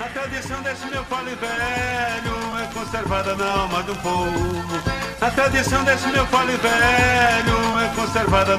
A tradição desse meu fole velho é conservada na alma do povo. A tradição desse meu fole velho é conservada.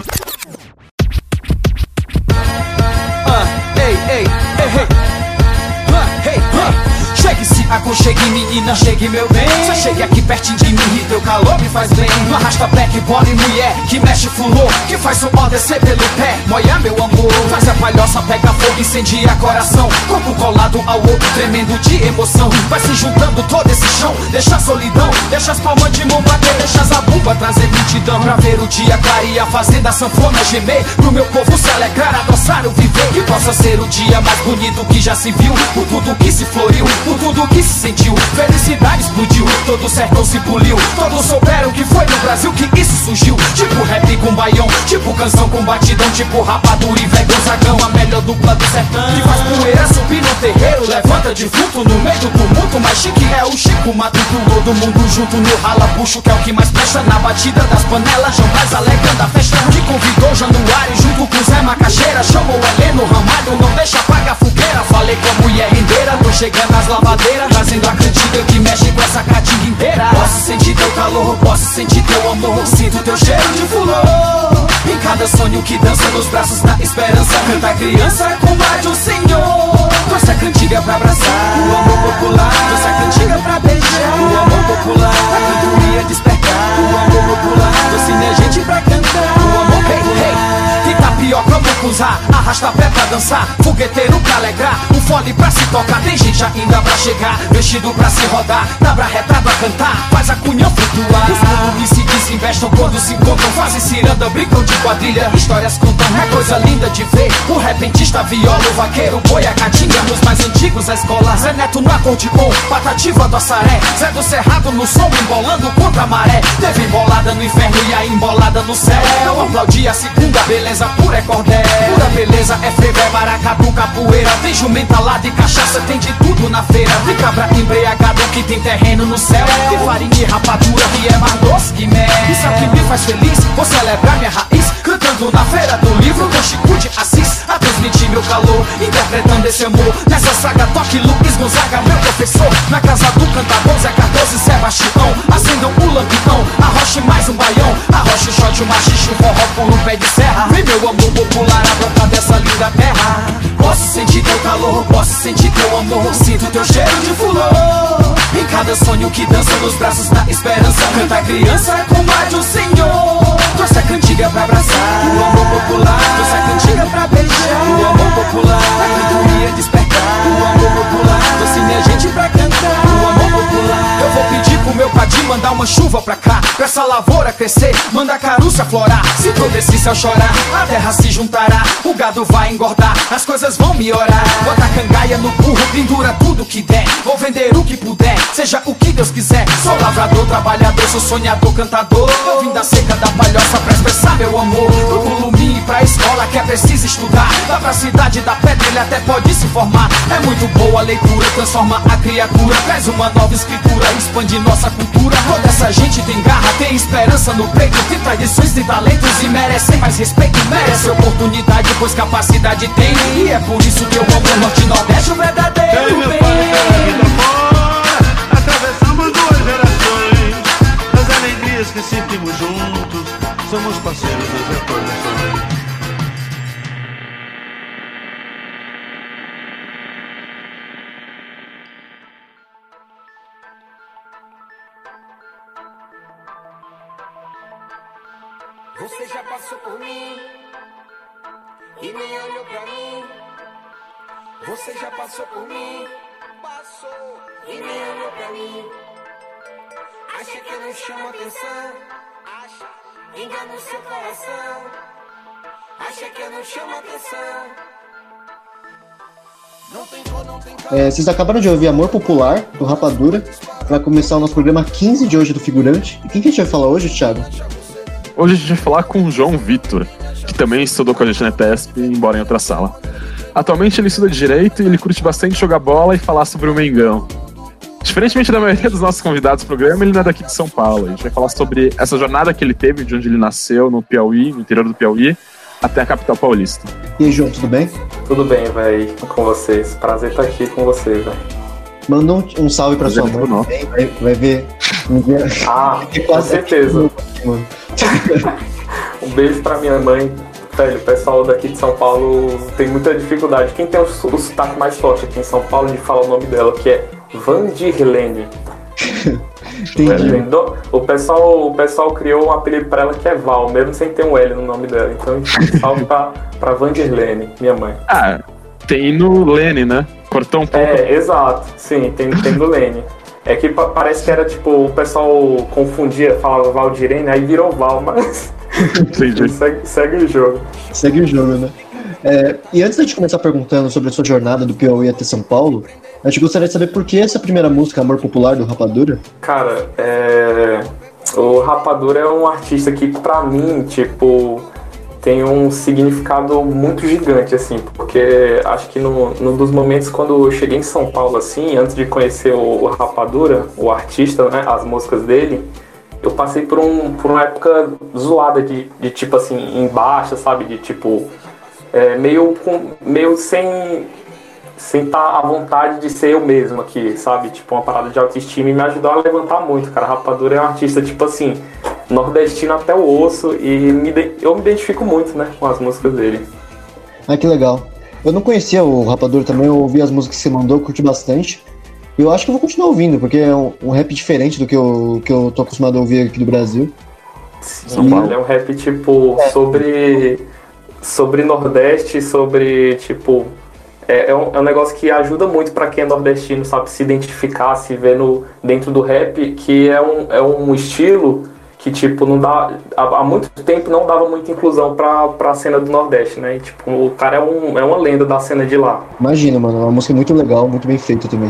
Chegue-se, aconchegue menina, chegue meu bem. Só chegue aqui pertinho de mim e teu calor me faz bem. No arrasta-pé que bola e mulher, que mexe fulô, que faz o pó descer pelo pé, moia meu amor. Faz a palhoça, pega fogo, incendia coração. Corpo colado ao outro, tremendo de emoção. Vai se juntando todo esse chão, deixa a solidão, deixa as palmas de mão bater, deixa as zabumba trazer multidão. Pra ver o dia clarear, fazendo a sanfona gemer, pro meu povo se alegrar, adoçar o viver. Que possa ser o dia mais bonito que já se viu, por tudo que se floriu, por tudo que se sentiu, felicidade explodiu, todo o sertão se puliu, todos souberam que foi no Brasil que isso surgiu. Tipo rap com baião, tipo canção com batidão, tipo rapadura e velho Gonzagão, a melhor dupla do sertão, que faz poeira subir no terreiro, levanta defunto no meio do tumulto, mas chique é o Chico Matuto, todo mundo junto no rala-puxo, que é o que mais presta na batida das panelas, jamais alegrando a festa, que convidou Januário junto com Zé Macaxeira, chamou Heleno Ramalho, não deixa apagar a fogueira, falei com a mulher rendeira, tô chegando às lavadeiras, trazendo a cantiga que mexe com essa catinga inteira. Posso sentir teu calor, posso sentir teu amor, sinto teu cheiro de fulô em cada sonho que dança nos braços da esperança. Canta criança com mais de um senhor, trouxe a cantiga pra abraçar o amor popular, trouxe a cantiga pra beijar o amor popular, a cantoria despertar o amor popular, trouxe minha gente pra cantar o amor popular. Tem tapioca, mucuzá, arrasta pé pra dançar, fogueteiro pra alegrar, um fole pra se tocar, tem gente ainda pra chegar, vestido pra se rodar, dabra retado a cantar, faz a cunha flutuar. Os mundos se desinvestam quando se encontram, fazem ciranda, brincam de quadrilha, histórias contam, é coisa linda de ver. O repentista, viola, o vaqueiro, boi, a gatinha, nos mais antigos a escola, Zé Neto no acordeon, Patativa do Assaré, Zé do Cerrado no som, embolando contra a maré. Teve embolada no inferno e a embolada no céu, aplaudi a segunda, beleza pura é cordel, pura beleza é frevo, é maracatu, capoeira, tem jumenta lá de cachaça, tem de tudo na feira, tem cabra embriagado que tem terreno no céu, tem farinha e rapadura que é mais doce que mel. Isso é o que me faz feliz, vou celebrar minha raiz, cantando na feira do livro do Chico de Assis, a transmitir meu calor, interpretando esse amor, nessa saga toque Luiz Gonzaga, meu professor, na casa do cantador Zé Cardoso e Sebastião, acendam o lampião, arroche mais um baião, arroche o shot, o machixe, o forró por um pé de serra, vem meu amor popular, a brotar dessa linda terra. Posso sentir teu calor, posso sentir teu amor, sinto teu cheiro de fulô em cada sonho que dança nos braços da esperança. Canta criança com mais de um senhor, trouxe a cantiga pra abraçar o amor popular, trouxe a cantiga pra beijar o amor popular, a cantoria despertar o amor popular, trouxe minha gente pra cantar o amor popular. Eu vou pedir pro meu padim mandar uma chuva pra cá, pra essa lavoura crescer, manda a caruça florar. Se todo esse céu chorar, a terra se juntará, o gado vai engordar, as coisas vão melhorar. Bota a cangaia no burro, pendura tudo que der, vou vender o que puder, seja o que Deus quiser. Sou lavrador, trabalhador, sou sonhador, cantador, eu vim da seca da palhoça pra expressar meu amor. Pro Columbi, pra escola que é preciso estudar, lá pra cidade da pedra ele até pode se formar. É muito boa a leitura, transforma a criatura, traz uma nova escritura, expande nossa cultura. Toda essa gente tem garra, tem esperança no peito, tem tradições, tem talentos e merecem mais respeito, merece oportunidade, pois capacidade tem, e é por isso que eu amo o Norte e Nordeste, o verdadeiro bem. Atravessamos duas gerações, as alegrias que sentimos juntos, somos parceiros das recordações. Você já passou por mim e nem olhou pra mim. Você já passou por mim, passou e nem olhou pra mim. Acha que eu não chamo atenção, acha, engana o seu coração. Acha que eu não chamo atenção. Não tem cor, não tem cor. Vocês acabaram de ouvir Amor Popular, do Rapadura, para começar o nosso programa 15 de hoje do Figurante. E quem que a gente vai falar hoje, Thiago? Hoje a gente vai falar com o João Vitor, que também estudou com a gente na ETESP, embora em outra sala. Atualmente ele estuda Direito e ele curte bastante jogar bola e falar sobre o Mengão. Diferentemente da maioria dos nossos convidados do programa, ele não é daqui de São Paulo. A gente vai falar sobre essa jornada que ele teve, de onde ele nasceu, no Piauí, no interior do Piauí, até a capital paulista. E aí, João, tudo bem? Tudo bem, velho, com vocês. Prazer estar aqui com vocês, velho. Manda um salve pra sua mãe Não. também, vai ver. Com certeza. Um beijo pra minha mãe. Velho, o pessoal daqui de São Paulo tem muita dificuldade. Quem tem o sotaque mais forte aqui em São Paulo de falar o nome dela, que é Vandirlene. O pessoal criou um apelido pra ela que é Val, mesmo sem ter um L no nome dela. Então, salve pra Vandirlene, minha mãe. Ah, tem no Lene, né? Cortou um pouco. Exato. Sim, tem no Lene. É que parece que era tipo, o pessoal confundia, falava Valdirene, aí virou Val, mas segue o jogo. Segue o jogo, né? E antes da gente começar perguntando sobre a sua jornada do Piauí até São Paulo, a gente gostaria de saber por que essa primeira música, Amor Popular, do Rapadura? Cara, o Rapadura é um artista que, pra mim, tipo, tem um significado muito gigante, assim, porque acho que num dos momentos quando eu cheguei em São Paulo, assim, antes de conhecer o Rapadura, o artista, né, as músicas dele, eu passei por uma época zoada de tipo assim, em baixa, sabe, de tipo, meio sem estar à vontade de ser eu mesmo aqui, sabe, tipo, uma parada de autoestima, e me ajudou a levantar muito, cara. Rapadura é um artista, tipo assim, nordestino até o osso, e eu me identifico muito, né, com as músicas dele. Ah, que legal. Eu não conhecia o Rapadura também, eu ouvi as músicas que você mandou, curti bastante. E eu acho que eu vou continuar ouvindo, porque é um rap diferente do que eu tô acostumado a ouvir aqui do Brasil. Sim, ele é um rap, tipo, sobre Nordeste, sobre, tipo... É um negócio que ajuda muito pra quem é nordestino, sabe, se identificar, se ver dentro do rap, que é um estilo que, tipo, não dá... Há muito tempo não dava muita inclusão pra cena do Nordeste, né? E, tipo, o cara é uma lenda da cena de lá. Imagina, mano, é uma música muito legal, muito bem feita também.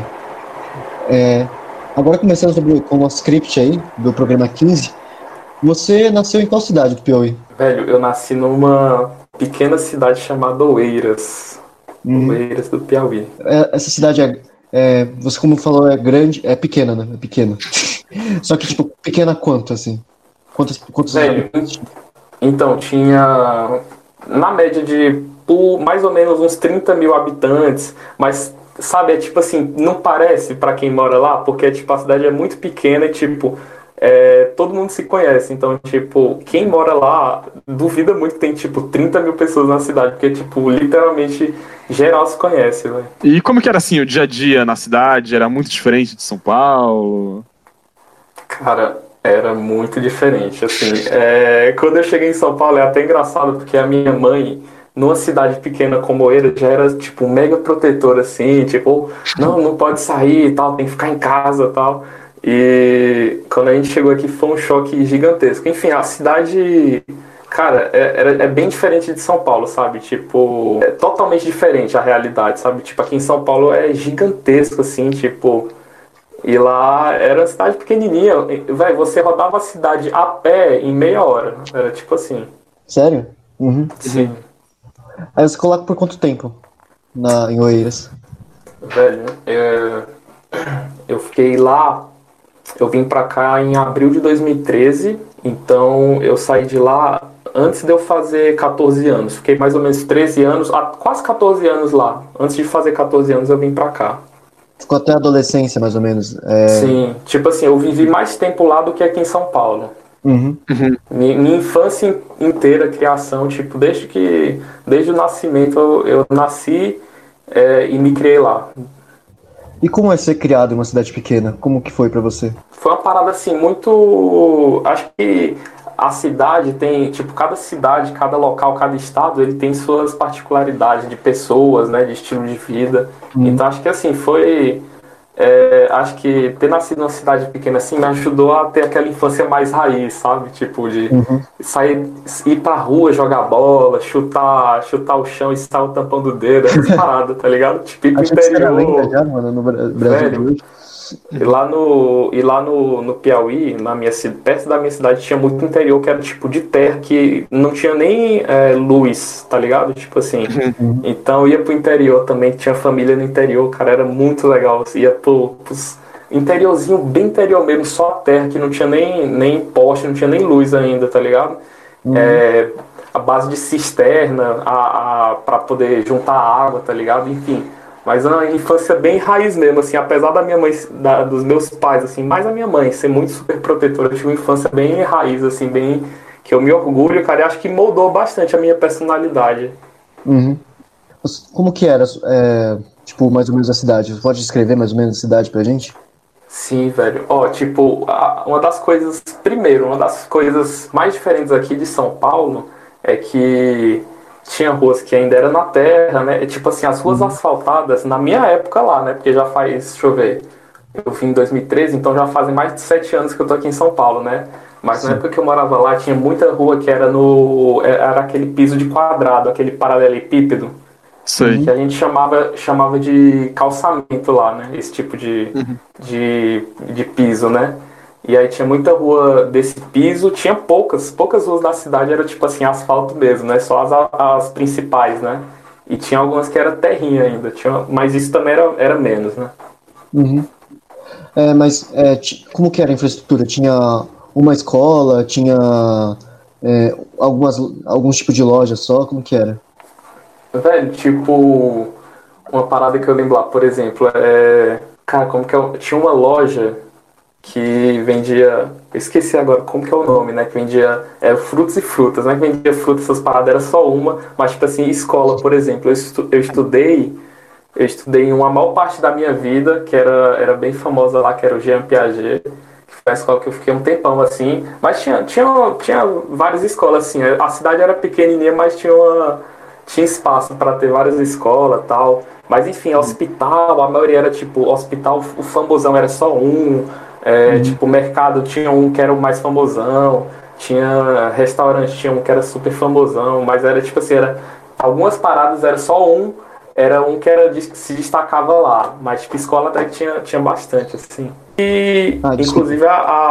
Agora começando com o script aí, do programa 15, você nasceu em qual cidade do Piauí? Velho, eu nasci numa pequena cidade chamada Oeiras. Oeiras do Piauí. Essa cidade você como falou, é grande, é pequena, né? É pequena. Só que, tipo, pequena quanto, assim? Quantos Velho, então, tinha na média de mais ou menos uns 30 mil habitantes, mas, sabe, é tipo assim, não parece pra quem mora lá, porque, tipo, a cidade é muito pequena e, tipo, todo mundo se conhece. Então, tipo, quem mora lá duvida muito que tem, tipo, 30 mil pessoas na cidade, porque, tipo, literalmente geral se conhece, velho. E como que era, assim, o dia a dia na cidade? Era muito diferente de São Paulo? Cara, era muito diferente, assim. Quando eu cheguei em São Paulo é até engraçado, porque a minha mãe, numa cidade pequena como Oeiras, já era, tipo, mega protetora, assim, tipo, não pode sair e tal, tem que ficar em casa e tal. E quando a gente chegou aqui foi um choque gigantesco. Enfim, a cidade, cara, é bem diferente de São Paulo, sabe? Tipo, é totalmente diferente a realidade, sabe? Tipo, aqui em São Paulo é gigantesco, assim, tipo... E lá era uma cidade pequenininha. Véi, você rodava a cidade a pé em meia hora. Era tipo assim. Sério? Uhum. Sim. Aí você coloca por quanto tempo em Oeiras? Velho, eu fiquei lá... Eu vim pra cá em abril de 2013. Então eu saí de lá antes de eu fazer 14 anos. Fiquei mais ou menos 13 anos, quase 14 anos lá. Antes de fazer 14 anos eu vim pra cá. Ficou até a adolescência, mais ou menos. Sim, tipo assim, eu vivi mais tempo lá do que aqui em São Paulo. Uhum. Minha infância inteira, criação, tipo, desde o nascimento eu nasci e me criei lá. E como é ser criado em uma cidade pequena? Como que foi pra você? Foi uma parada assim, muito... Acho que a cidade tem, tipo, cada cidade, cada local, cada estado, ele tem suas particularidades de pessoas, né, de estilo de vida. Então acho que assim, acho que ter nascido numa cidade pequena assim me ajudou a ter aquela infância mais raiz, sabe? Tipo, de ir pra rua, jogar bola, chutar o chão e sair o tampão do dedo, essas paradas, tá ligado? Tipo, ir pro interior. Já, mano, no Brasil. Velho, e lá no Piauí, perto da minha cidade, tinha muito interior que era tipo de terra, que não tinha nem luz, tá ligado? Tipo assim. Então eu ia pro interior também, tinha família no interior, cara, era muito legal. Ia pros interiorzinho, bem interior mesmo, só a terra, que não tinha nem poste, não tinha nem luz ainda, tá ligado? A base de cisterna, pra poder juntar água, tá ligado? Enfim. Mas é uma infância bem raiz mesmo, assim, apesar da minha mãe, dos meus pais, assim, mais a minha mãe ser muito super protetora, eu tive uma infância bem raiz, assim, bem que eu me orgulho, cara, e acho que moldou bastante a minha personalidade. Uhum. Como que era, tipo, mais ou menos a cidade? Você pode descrever mais ou menos a cidade pra gente? Sim, velho. Ó, tipo, uma das coisas, primeiro, uma das coisas mais diferentes aqui de São Paulo é que tinha ruas que ainda era na terra, né? Tipo assim, as ruas asfaltadas, na minha época lá, né? Porque já faz, deixa eu ver, eu vim em 2013, então já fazem mais de 7 anos que eu tô aqui em São Paulo, né? Mas na época que eu morava lá, tinha muita rua que era aquele piso de quadrado, aquele paralelepípedo, Sei. que a gente chamava de calçamento lá, né? Esse tipo de piso, né? E aí tinha muita rua desse piso, tinha poucas ruas da cidade, era tipo assim, asfalto mesmo, né? Só as principais, né? E tinha algumas que era terrinha ainda, mas isso também era menos, né? Uhum. Mas como que era a infraestrutura? Tinha uma escola, tinha alguns tipos de loja só, como que era? Velho, tipo, uma parada que eu lembro lá, por exemplo, cara, como que tinha uma loja que vendia. Eu esqueci agora como que é o nome, né? Que vendia frutos e frutas, né? Que vendia frutas, essas paradas era só uma, mas tipo assim, escola, por exemplo, eu estudei em uma maior parte da minha vida, que era bem famosa lá, que era o Jean Piaget, que foi a escola que eu fiquei um tempão assim, mas tinha várias escolas assim, a cidade era pequenininha, mas tinha espaço para ter várias escolas e tal. Mas enfim, hospital, a maioria era tipo, hospital, o famosão era só um, tipo, mercado tinha um que era o mais famosão, tinha restaurante, tinha um que era super famosão, mas era tipo assim, algumas paradas era só um, era um que que se destacava lá, mas tipo, escola até que tinha bastante, assim. E Desculpa. inclusive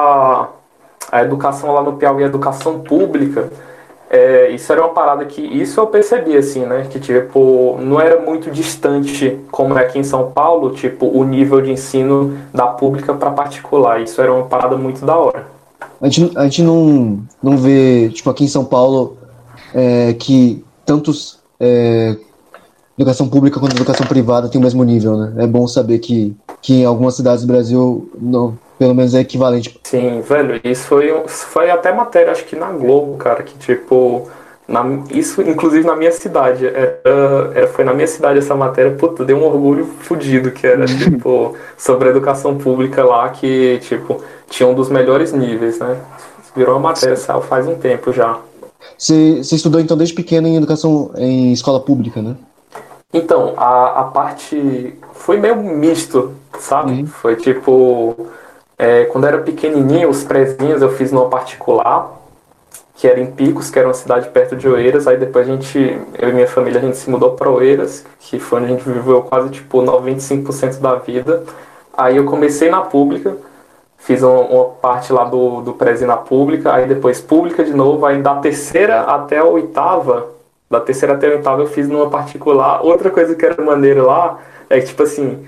a educação lá no Piauí, a educação pública, isso era uma parada que isso eu percebi, assim, né? Que, tipo, não era muito distante, como é aqui em São Paulo, tipo, o nível de ensino da pública para particular. Isso era uma parada muito da hora. A gente não vê, tipo, aqui em São Paulo, que tantos educação pública quanto educação privada tem o mesmo nível, né? É bom saber que em algumas cidades do Brasil, pelo menos é equivalente. Sim, velho, isso foi até matéria, acho que na Globo, cara, que, tipo, isso, inclusive, na minha cidade, foi na minha cidade essa matéria, puta, deu um orgulho fudido, que era, tipo, sobre a educação pública lá, que, tipo, tinha um dos melhores níveis, né? Virou uma matéria, saiu faz um tempo já. Você estudou, então, desde pequeno em escola pública, né? Então, a parte foi meio misto, sabe? Foi tipo, quando eu era pequenininho, os prezinhos eu fiz numa particular, que era em Picos, que era uma cidade perto de Oeiras. Aí depois eu e minha família, a gente se mudou para Oeiras, que foi onde a gente viveu quase tipo 95% da vida. Aí eu comecei na pública, fiz uma parte lá do prezi na pública, aí depois pública de novo, aí da terceira até a oitava eu fiz numa particular. Outra coisa que era maneiro lá é que, tipo assim,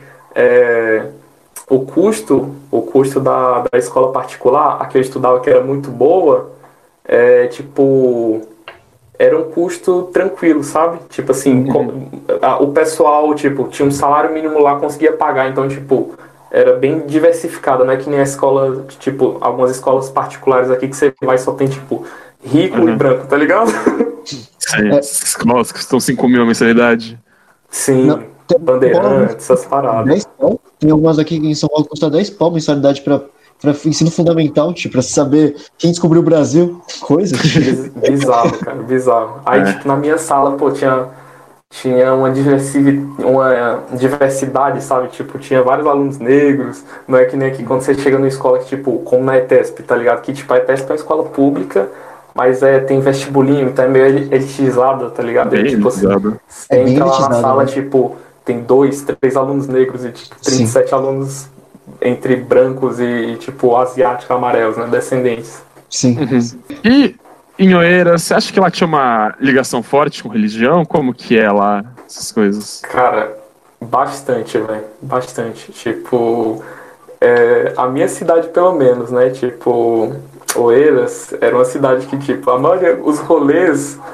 o custo da escola particular, a que eu estudava, que era muito boa, tipo, era um custo tranquilo, sabe? Tipo assim, o pessoal, tipo, tinha um salário mínimo lá, conseguia pagar, então, tipo, era bem diversificado, não é que nem a escola, tipo, algumas escolas particulares aqui que você vai só tem, tipo, rico e branco, tá ligado? Sim, escolas que custam 5 mil a mensalidade. Sim, Não, bandeirantes, essas paradas. 10 pau. Tem algumas aqui em São Paulo que custa 10 pau mensalidade para ensino fundamental, tipo, pra saber quem descobriu o Brasil. Coisa. Bizarro, cara, bizarro. Aí, tipo, na minha sala, pô, tinha uma diversidade, sabe? Tipo, tinha vários alunos negros. Não é que nem aqui quando você chega numa escola que, tipo, como na ETESP, tá ligado? Que, tipo, a ETESP é uma escola pública, mas tem vestibulinho, então é meio elitizada, tá ligado? Bem tipo, assim, elitizado. você entra lá na elitizado, sala, né? tipo, tem 2, 3 alunos negros e, tipo, 37 alunos entre brancos e, tipo, asiáticos amarelos, né? Descendentes. Sim. E em Oeiras, você acha que ela tinha uma ligação forte com religião? Como que é lá, essas coisas? Cara, bastante, velho. Bastante. Tipo, a minha cidade, pelo menos, né? Tipo, Oeiras era uma cidade que, tipo, a maioria, os rolês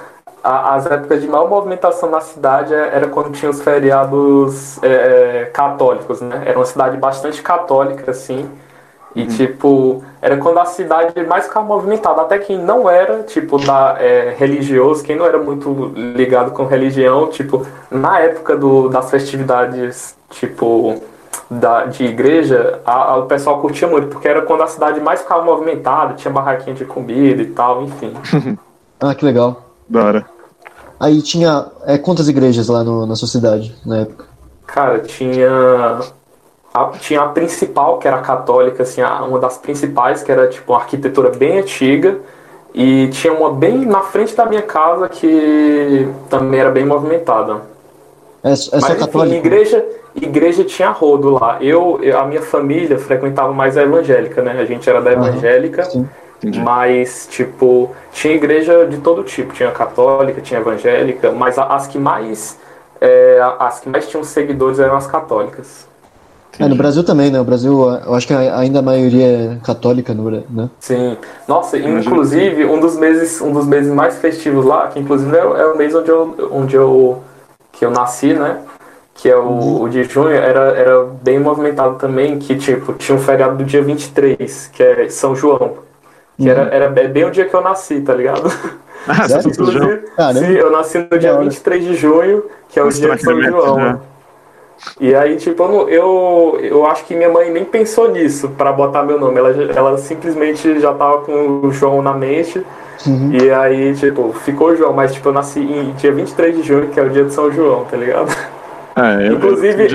as épocas de maior movimentação na cidade era quando tinha os feriados católicos, né? Era uma cidade bastante católica, assim. E, tipo, era quando a cidade mais ficava movimentada. Até quem não era, tipo, religioso, quem não era muito ligado com religião, tipo, na época das festividades, tipo, de igreja, o pessoal curtia muito, porque era quando a cidade mais ficava movimentada, tinha barraquinha de comida e tal, enfim. Ah, que legal. Da hora. Aí tinha quantas igrejas lá na sua cidade, na época? Cara, tinha a principal, que era católica, assim, uma das principais, que era tipo uma arquitetura bem antiga, e tinha uma bem na frente da minha casa que também era bem movimentada. Mas Mas enfim, católica? igreja tinha rodo lá. A minha família frequentava mais a evangélica, né? A gente era da evangélica, Sim. Entendi. mas tipo, tinha igreja de todo tipo, tinha católica, tinha evangélica, mas as que mais tinham seguidores eram as católicas. No Brasil também, né? O Brasil, eu acho que ainda a maioria é católica, né? Sim. Nossa, inclusive, um dos meses mais festivos lá, que inclusive é o mês que eu nasci, né? Que é o de junho, era bem movimentado também, que tipo, tinha um feriado do dia 23, que é São João. Que era bem o dia que eu nasci, tá ligado? Ah, Sério? Inclusive, Caramba. sim, eu nasci no dia 23 de junho, que é o dia de São João. né? E aí, tipo, eu acho que minha mãe nem pensou nisso pra botar meu nome. Ela simplesmente já tava com o João na mente. E aí, tipo, ficou o João. Mas, tipo, eu nasci em dia 23 de junho, que é o dia de São João, tá ligado? Inclusive,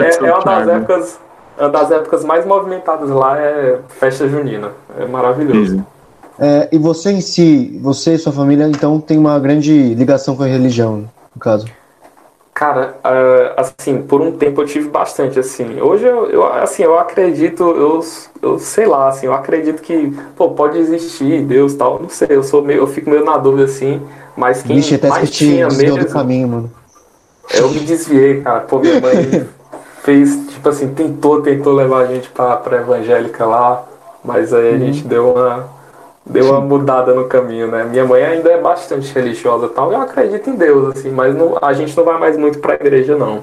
uma das épocas mais movimentadas lá é festa junina. É maravilhoso. E você em si, você e sua família, então, tem uma grande ligação com a religião, no caso? Cara, assim, por um tempo eu tive bastante, assim. Hoje eu acredito, eu sei lá, assim, eu acredito que, pode existir Deus e tal, não sei, eu fico meio na dúvida, assim, mas quem Vixe, até mais que te tinha desviou mesmo, do caminho, mano. eu me desviei, cara. Minha mãe fez, tipo assim, tentou levar a gente pra evangélica lá, mas aí a gente deu uma mudada no caminho, né? Minha mãe ainda é bastante religiosa e tal. Eu acredito em Deus, assim, mas a gente não vai mais muito pra igreja, não.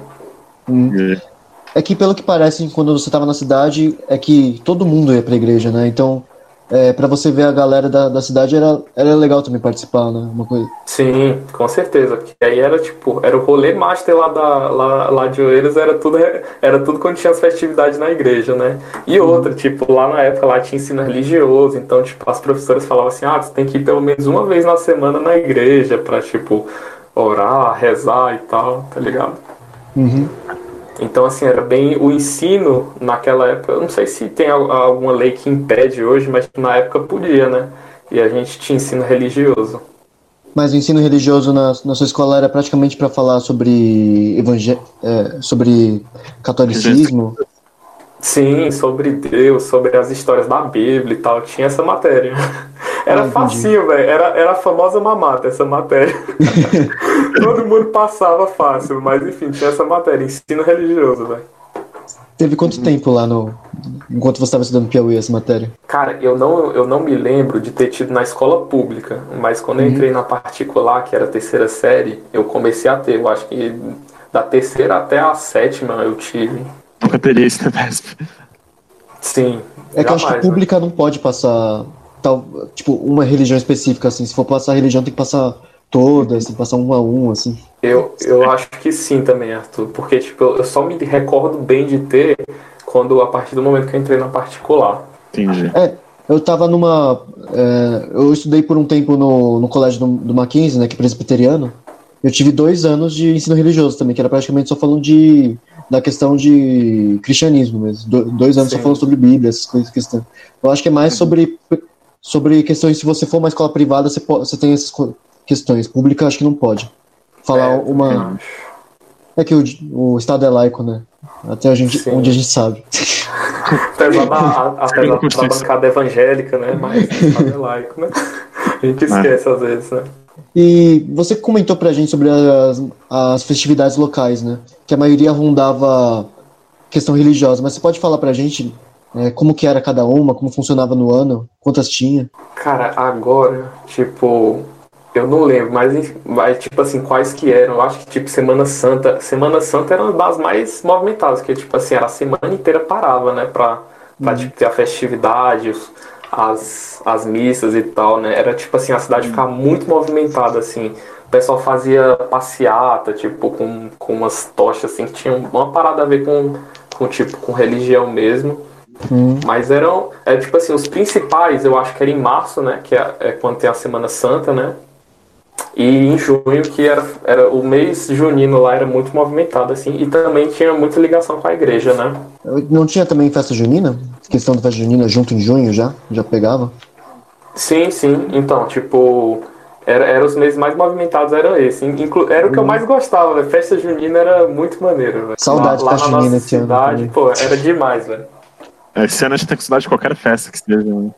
É que, pelo que parece, quando você tava na cidade, é que todo mundo ia pra igreja, né? Então, pra você ver a galera da cidade, era legal também participar, né? Uma coisa. Sim, com certeza. Porque aí era o rolê master lá de Oeiras, era tudo quando tinha as festividades na igreja, né? E outra, tipo, lá na época lá tinha ensino religioso, então, tipo, as professoras falavam assim, você tem que ir pelo menos uma vez na semana na igreja pra, tipo, orar, rezar e tal, tá ligado? Então, assim, era bem o ensino naquela época. Eu não sei se tem alguma lei que impede hoje, mas na época podia, né? E a gente tinha ensino religioso. Mas o ensino religioso na sua escola era praticamente para falar sobre sobre catolicismo? Sim, sobre Deus, sobre as histórias da Bíblia e tal. Tinha essa matéria. Era facinho, velho. Era a famosa mamata, essa matéria. Todo mundo passava fácil, mas enfim, tinha essa matéria, ensino religioso, velho. Teve quanto tempo lá enquanto você estava estudando Piauí, essa matéria? Cara, eu não me lembro de ter tido na escola pública, mas quando eu entrei na particular, que era a terceira série, eu comecei a ter. Eu acho que da terceira até a sétima eu tive. Nunca teria isso na PESP. Sim. É que eu acho que pública não pode passar tipo, uma religião específica, assim. Se for passar religião, tem que passar todas, tem que passar um a um, assim. Eu acho que sim também, Arthur. Porque, tipo, eu só me recordo bem de ter a partir do momento que eu entrei na particular. Entendi. Eu tava eu estudei por um tempo no colégio do Mackenzie, né, que é presbiteriano. Eu tive 2 anos de ensino religioso também, que era praticamente só falando da questão de cristianismo mesmo. 2 anos só falando sobre Bíblia, essas coisas. Eu acho que é mais sobre questões, se você for uma escola privada, você tem essas questões. Pública, acho que não pode. Falar É que o Estado é laico, né? Até onde a gente sabe. Apesar da bancada evangélica, né? Mas o Estado é laico, né? A gente esquece às vezes, né? E você comentou pra gente sobre as festividades locais, né? Que a maioria rondava questão religiosa. Mas você pode falar pra gente como que era cada uma, como funcionava no ano, quantas tinha? Cara, agora, tipo, Eu não lembro, mas tipo assim, quais que eram? Eu acho que tipo Semana Santa era uma das mais movimentadas, que tipo assim, era a semana inteira parava, né, pra tipo, ter a festividade, as missas e tal, né? Era tipo assim, a cidade ficava muito movimentada, assim. O pessoal fazia passeata, tipo, com umas tochas, assim, que tinham uma parada a ver com religião mesmo. Mas tipo assim, os principais, eu acho que era em março, né? Que é quando tem a Semana Santa, né? E em junho, que era o mês junino lá, era muito movimentado, assim. E também tinha muita ligação com a igreja, né? Não tinha também festa junina? Questão da festa junina junto em junho já? Já pegava? Sim, sim. Então, tipo, era os meses mais movimentados, era esse. Era o que eu mais gostava, velho. Festa junina era muito maneiro, velho. Saudade Lá da festa na junina nossa esse ano cidade, também. pô, era demais, velho. Esse ano a gente tem que estudar de qualquer festa que seja. Né?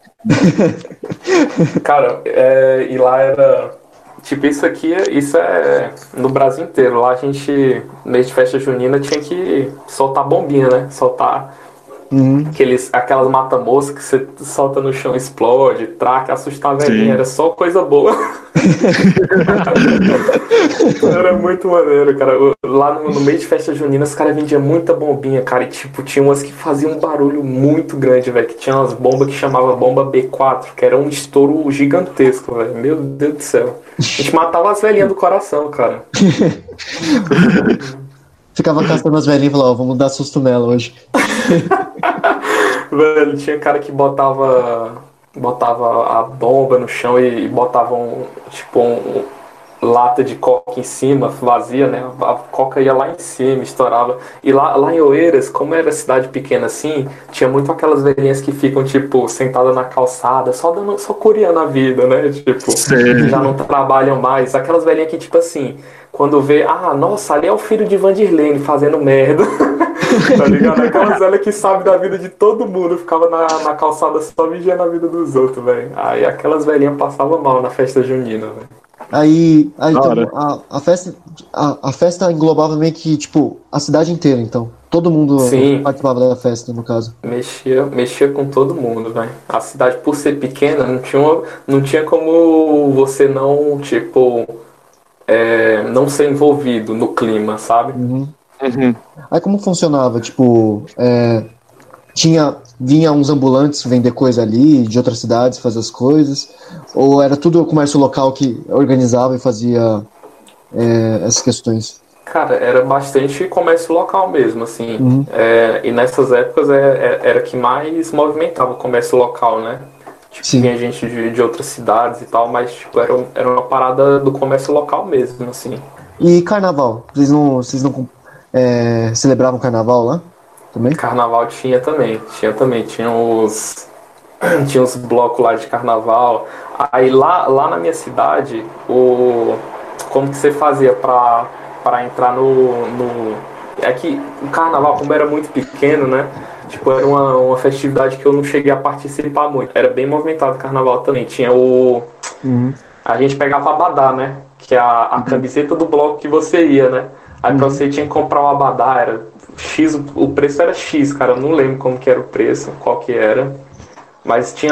Cara, e lá era. Tipo, isso é no Brasil inteiro. Lá a gente, no mês de festa junina, tinha que soltar bombinha, né? Soltar aquelas mata-moscas que você solta no chão, explode, traca, assustar a velhinha. Sim. Era só coisa boa. Era muito maneiro, cara. Lá no meio de festa junina, os caras vendiam muita bombinha, cara. E tipo, tinha umas que faziam um barulho muito grande, velho. Que tinha umas bombas que chamava bomba B4, que era um estouro gigantesco, velho. Meu Deus do céu. A gente matava as velhinhas do coração, cara. Ficava caçando as velhinhas e falava, ó, vamos dar susto nela hoje. Velho, tinha cara que botava a bomba no chão e botava lata de coca em cima, vazia, né? A coca ia lá em cima, estourava. E lá em Oeiras, como era cidade pequena assim, tinha muito aquelas velhinhas que ficam, tipo, sentadas na calçada, só curiando a vida, né? Tipo, Sim. já não trabalham mais. Aquelas velhinhas que, tipo assim, quando vê, nossa, ali é o filho de Vanderlei fazendo merda. Tá ligado? Aquelas velhas que sabem da vida de todo mundo, ficava na calçada só vigiando a vida dos outros, velho. Aí aquelas velhinhas passavam mal na festa junina, velho. Aí então, a festa englobava meio que, tipo, a cidade inteira, então. Todo mundo Sim. participava da festa, no caso. Mexia com todo mundo, velho. A cidade, por ser pequena, não tinha como você não, tipo, não ser envolvido no clima, sabe? Aí como funcionava? Tipo, vinha uns ambulantes vender coisa ali, de outras cidades fazer as coisas? Ou era tudo o comércio local que organizava e fazia essas questões? Cara, era bastante comércio local mesmo, assim. E nessas épocas era que mais movimentava o comércio local, né? Tipo, Sim. tinha gente de outras cidades e tal, mas tipo, era uma parada do comércio local mesmo, assim. E carnaval? Vocês não celebravam carnaval lá? Também? Carnaval tinha também. Tinha os blocos lá de carnaval. Aí lá na minha cidade, como que você fazia pra entrar no. É que o carnaval, como era muito pequeno, né? Tipo, era uma festividade que eu não cheguei a participar muito. Era bem movimentado o carnaval também. Tinha a gente pegava abadá, né? Que é a camiseta do bloco que você ia, né? Aí pra você tinha que comprar o abadá, era X, o preço era X, cara. Eu não lembro como que era o preço, qual que era. Mas tinha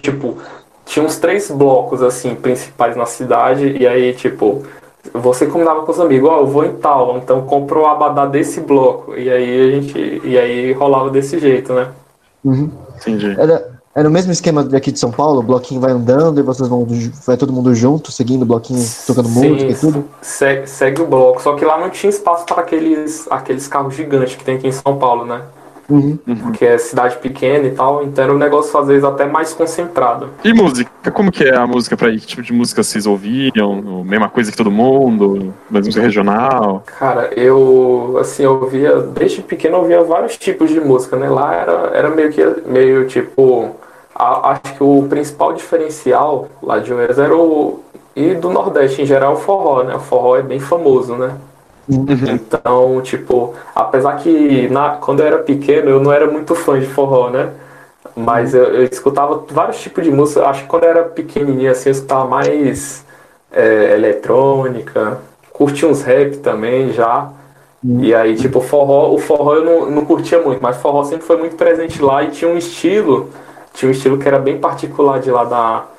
uns 3 blocos, assim, principais na cidade. E aí, tipo, você combinava com os amigos, eu vou em tal, então comprou o abadá desse bloco. E aí rolava desse jeito, né? Entendi. Era o mesmo esquema daqui de São Paulo? O bloquinho vai andando e vai todo mundo junto, seguindo o bloquinho, tocando música e tudo? Segue o bloco. Só que lá não tinha espaço para aqueles carros gigantes que tem aqui em São Paulo, né? Porque é cidade pequena e tal, então era um negócio às vezes até mais concentrado. E música? Como que é a música pra aí? Que tipo de música vocês ouviam? Mesma coisa que todo mundo? Mais música regional? Cara, eu ouvia, desde pequeno eu ouvia vários tipos de música, né? Lá era meio tipo, acho que o principal diferencial lá de Oeiras e do Nordeste em geral, o forró, né? O forró é bem famoso, né? Então, tipo, apesar que quando eu era pequeno eu não era muito fã de forró, né? Mas eu escutava vários tipos de música. Acho que quando eu era pequenininho assim, eu escutava mais eletrônica, curtia uns rap também já. E aí, tipo, o forró eu não curtia muito, mas forró sempre foi muito presente lá e tinha um estilo que era bem particular de lá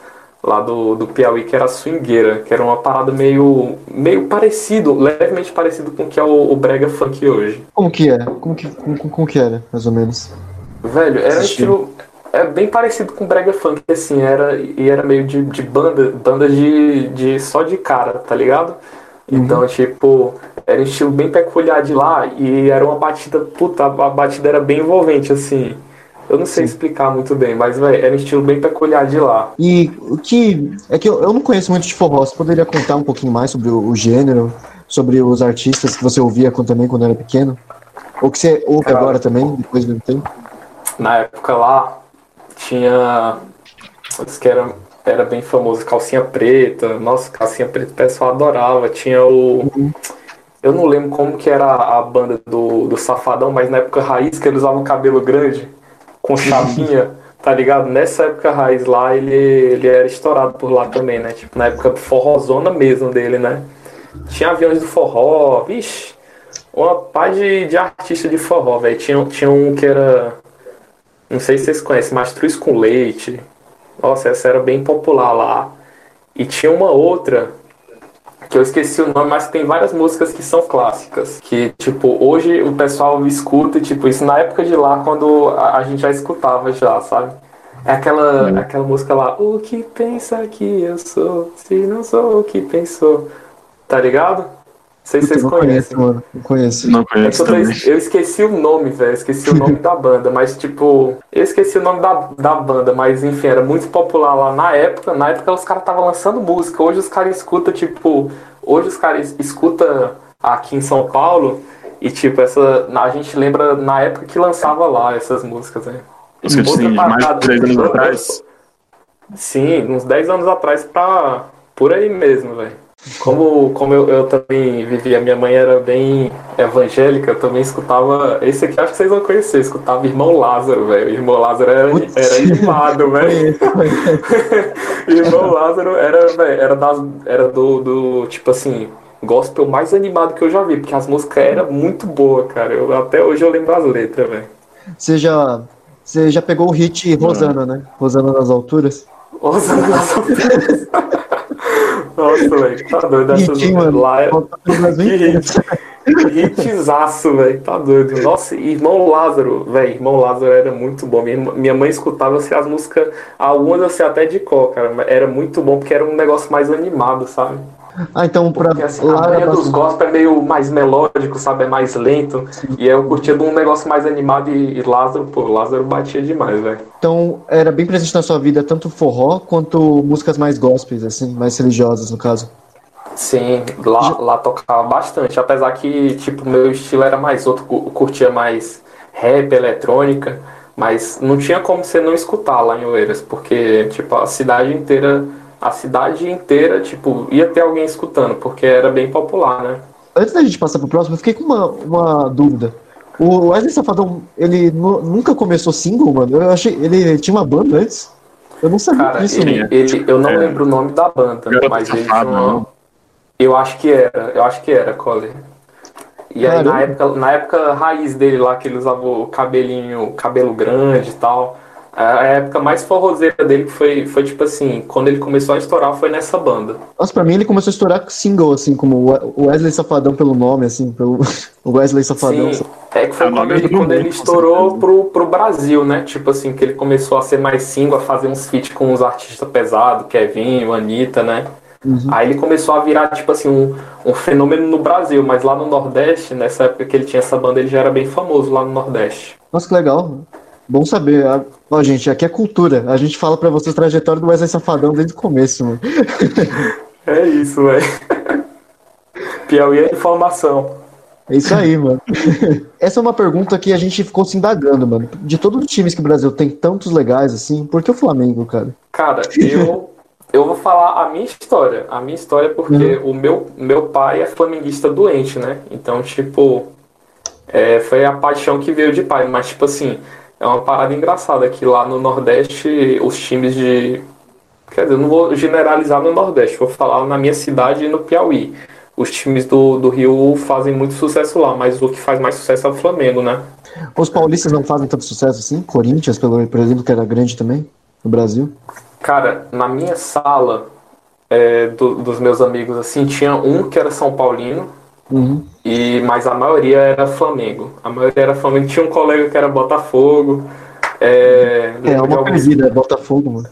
lá do Piauí, que era a swingueira, que era uma parada meio parecido, levemente parecido com o que é o brega funk hoje. Como que é? Como que era, mais ou menos? Velho, era um estilo bem parecido com brega funk, assim, era meio de banda de só de cara, tá ligado? Então, tipo, era um estilo bem peculiar de lá e era uma batida, puta, a batida era bem envolvente, assim. Eu não sei explicar muito bem, mas, velho, era um estilo bem peculiar de lá. E o que... É que eu não conheço muito de forró. Você poderia contar um pouquinho mais sobre o gênero, sobre os artistas que você ouvia também quando era pequeno? Ou que você ouve agora também, depois do tempo? Na época lá, tinha... Isso que era bem famoso, Calcinha Preta. Nossa, Calcinha Preta o pessoal adorava. Tinha o... Eu não lembro como que era a banda do Safadão, mas na época raiz, que eles usavam cabelo grande, com chapinha, tá ligado? Nessa época raiz lá, ele era estourado por lá também, né? Tipo, na época do forrozona mesmo dele, né? Tinha Aviões do Forró, vixe, uma pá de artista de forró, velho. Tinha um que era, não sei se vocês conhecem, Mastruz com Leite. Nossa, essa era bem popular lá. E tinha uma outra que eu esqueci o nome, mas tem várias músicas que são clássicas. Que, tipo, hoje o pessoal escuta, e, tipo, isso na época de lá, quando a gente já escutava já, sabe? É aquela música lá, o que pensa que eu sou, se não sou o que pensou. Tá ligado? Não sei se vocês conhecem. Mano. Não conheço. Não conheço também. Eu esqueci o nome, velho. Esqueci o nome da banda, mas tipo... Eu esqueci o nome da banda, mas enfim, era muito popular lá na época. Na época os caras estavam lançando música. Hoje os caras escutam, tipo... Hoje os caras escutam aqui em São Paulo e tipo, a gente lembra na época que lançava lá essas músicas, né? Música de mais de 10 anos atrás? Sim, uns 10 anos atrás por aí mesmo, velho. Como eu também vivia, minha mãe era bem evangélica, eu também escutava. Esse aqui acho que vocês vão conhecer, escutava Irmão Lázaro, velho. Irmão Lázaro era animado, velho. Irmão Lázaro era do tipo assim, gospel mais animado que eu já vi, porque as músicas eram muito boas, cara. Até hoje eu lembro as letras, velho. Você já pegou o hit Rosana, né? Rosana nas alturas? Rosana nas alturas. Nossa, velho, tá doido essas lá. Hitzaço, velho, tá doido. Nossa, Irmão Lázaro, velho, Irmão Lázaro era muito bom. Minha mãe escutava assim, as músicas, algumas assim, até de cor, cara. Era muito bom porque era um negócio mais animado, sabe? Ah, então porque, assim, a maioria dos gospel é meio mais melódico, sabe? É mais lento. Sim. E eu curtia de um negócio mais animado e Lázaro batia demais, velho. Então era bem presente na sua vida tanto forró quanto músicas mais gospels, assim, mais religiosas no caso. Sim, lá tocava bastante. Apesar que, tipo, meu estilo era mais outro, eu curtia mais rap, eletrônica. Mas não tinha como você não escutar lá em Oeiras, porque, tipo, a cidade inteira, tipo, ia ter alguém escutando, porque era bem popular, né? Antes da gente passar pro próximo, eu fiquei com uma dúvida. O Wesley Safadão, ele nunca começou single, mano? Eu achei, ele tinha uma banda antes? Eu não sabia disso. Eu não lembro o nome da banda, mas ele tinha uma... Eu acho que era, Colin. E aí, na época raiz dele lá, que ele usava o cabelo grande e tal... A época mais forrozeira dele foi tipo assim, quando ele começou a estourar foi nessa banda. Nossa, pra mim ele começou a estourar single, assim, como o Wesley Safadão pelo nome, assim, pelo Wesley Safadão. Sim, é que foi quando ele estourou pro Brasil, né? Tipo assim, que ele começou a ser mais single, a fazer uns feats com uns artistas pesados, Kevin, Anitta, né? Uhum. Aí ele começou a virar, tipo assim, um fenômeno no Brasil, mas lá no Nordeste, nessa época que ele tinha essa banda, ele já era bem famoso lá no Nordeste. Nossa, que legal. Bom saber. Ó, gente, aqui é cultura. A gente fala pra vocês a trajetória do Wesley Safadão desde o começo, mano. É isso, velho. Piauí é informação. É isso aí, mano. Essa é uma pergunta que a gente ficou se indagando, mano. De todos os times que o Brasil tem tantos legais, assim, por que o Flamengo, cara? Cara, eu vou falar a minha história. A minha história porque o meu pai é flamenguista doente, né? Então, tipo, foi a paixão que veio de pai. Mas, tipo assim... É uma parada engraçada que lá no Nordeste os times de... Quer dizer, eu não vou generalizar no Nordeste, vou falar na minha cidade e no Piauí. Os times do Rio fazem muito sucesso lá, mas o que faz mais sucesso é o Flamengo, né? Os paulistas não fazem tanto sucesso assim? Corinthians, por exemplo, que era grande também, no Brasil? Cara, na minha sala, dos meus amigos, assim, tinha um que era São Paulino, Uhum. mas a maioria era Flamengo. A maioria era Flamengo. Tinha um colega que era Botafogo. É Lembro de uma alguns. perdida, é Botafogo, mano.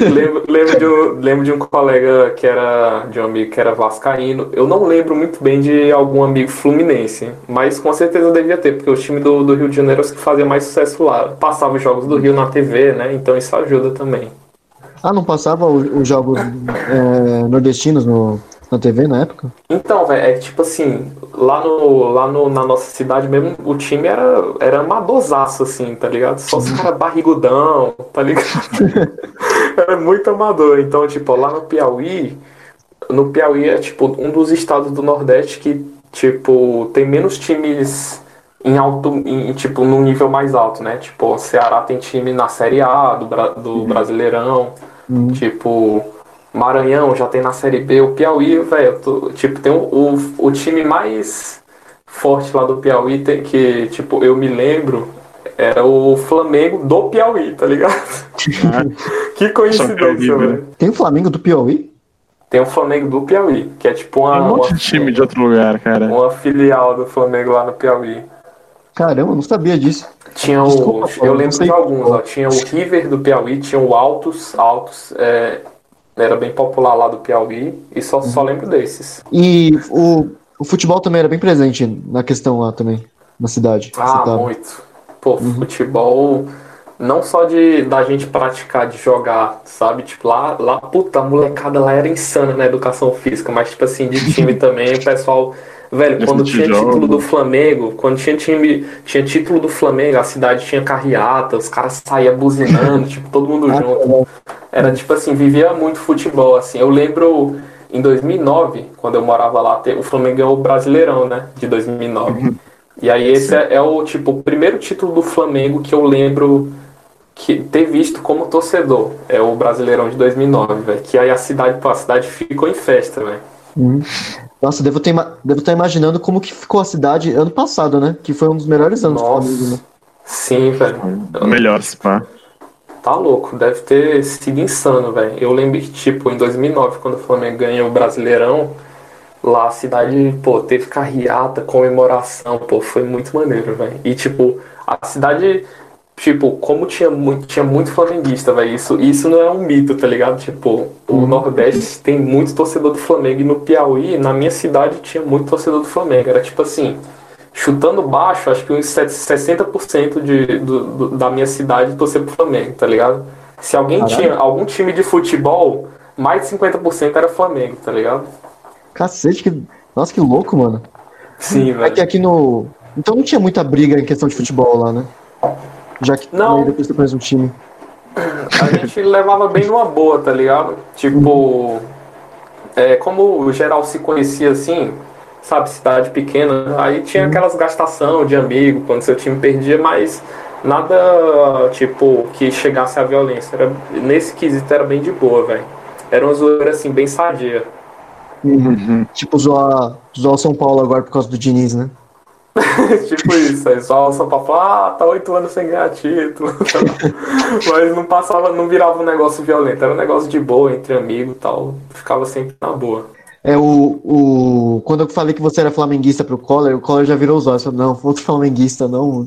Lembro de um colega que era de um amigo que era vascaíno. Eu não lembro muito bem de algum amigo fluminense, mas com certeza devia ter, porque o time do Rio de Janeiro é os que fazia mais sucesso lá. Passava os jogos do Rio na TV, né? Então isso ajuda também. Ah, não passava os jogos nordestinos na TV na época? Então, velho, é que tipo assim, na nossa cidade mesmo, o time era amadorzaço, assim, tá ligado? Só os caras barrigudão, tá ligado? Era muito amador. Então, tipo, lá no Piauí é, tipo, um dos estados do Nordeste que, tipo, tem menos times tipo, num nível mais alto, né? Tipo, o Ceará tem time na Série A do Brasileirão, tipo, Maranhão já tem na Série B. O Piauí, velho, tipo, tem o time mais forte lá do Piauí, que, tipo, eu me lembro, era o Flamengo do Piauí, tá ligado? Que coincidência, velho. Tem o Flamengo do Piauí? Tem o Flamengo do Piauí, que é tipo Tem um monte de time de outro lugar, cara. uma filial do Flamengo lá no Piauí. Caramba, eu não sabia disso. Tinha Desculpa, Paulo, eu não lembro sei. de alguns, ó. Tinha o River do Piauí, tinha o Altos, era bem popular lá do Piauí, e só lembro desses. E o futebol também era bem presente na questão lá também, na cidade. que você Ah, tava. muito. Pô, futebol, não só da gente praticar, de jogar, sabe? Tipo, puta, a molecada lá era insana na educação física, mas, tipo assim, de time também, o pessoal. Velho, quando tinha título do Flamengo, tinha título do Flamengo, a cidade tinha carreata, os caras saíam buzinando, tipo, todo mundo junto. Era, tipo assim, vivia muito futebol, assim. Eu lembro, em 2009, quando eu morava lá, o Flamengo ganhou o Brasileirão, né, de 2009. E aí esse é o, tipo, o primeiro título do Flamengo que eu lembro que ter visto como torcedor. É o Brasileirão de 2009, velho. Que aí a cidade ficou em festa, velho. Nossa, devo estar imaginando como que ficou a cidade ano passado, né? Que foi um dos melhores anos do Flamengo, né? Nossa. Sim, velho. Melhor, se pá. Tá louco, deve ter sido insano, velho. Eu lembro que, tipo, em 2009, quando o Flamengo ganhou o Brasileirão, lá a cidade, pô, teve carreata, comemoração, pô, foi muito maneiro, velho. E, tipo, a cidade, tipo, como tinha muito flamenguista, velho, isso não é um mito, tá ligado? Tipo, o Nordeste tem muito torcedor do Flamengo, e no Piauí, na minha cidade, tinha muito torcedor do Flamengo. Era tipo assim, chutando baixo, acho que uns 60% da minha cidade torcia pro Flamengo, tá ligado? Se alguém tinha algum time de futebol, mais de 50% era Flamengo, tá ligado? Cacete, nossa, que louco, mano. Sim, É que velho. aqui no. Então não tinha muita briga em questão de futebol lá, né? Já que Não. depois você conhece um time. A gente levava bem numa boa, tá ligado? Tipo, como o geral se conhecia assim, sabe, cidade pequena, aí tinha aquelas gastação de amigo quando seu time perdia, mas nada, tipo, que chegasse à violência. Nesse quesito era bem de boa, velho. Era uma zoeira, assim, bem sadia. Tipo, zoar o São Paulo agora por causa do Diniz, né? Tipo isso, aí só pra falar, tá 8 anos sem ganhar título. Mas não virava um negócio violento, era um negócio de boa, entre amigos e tal. Ficava sempre na boa. Quando eu falei que você era flamenguista pro Collor, o Collor já virou os olhos. Falou, não, outro flamenguista, não.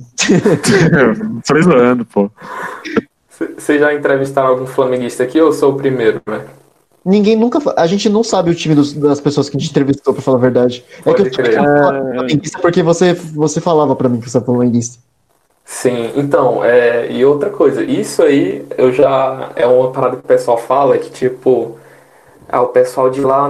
Só zoando, pô. Vocês já entrevistaram algum flamenguista aqui ou eu sou o primeiro, né? Ninguém nunca. A gente não sabe o time das pessoas que a gente entrevistou, pra falar a verdade. Pode eu crer. flamenguista porque você falava pra mim que você é flamenguista. Sim, então, e outra coisa, isso aí é uma parada que o pessoal fala, que tipo, o pessoal de lá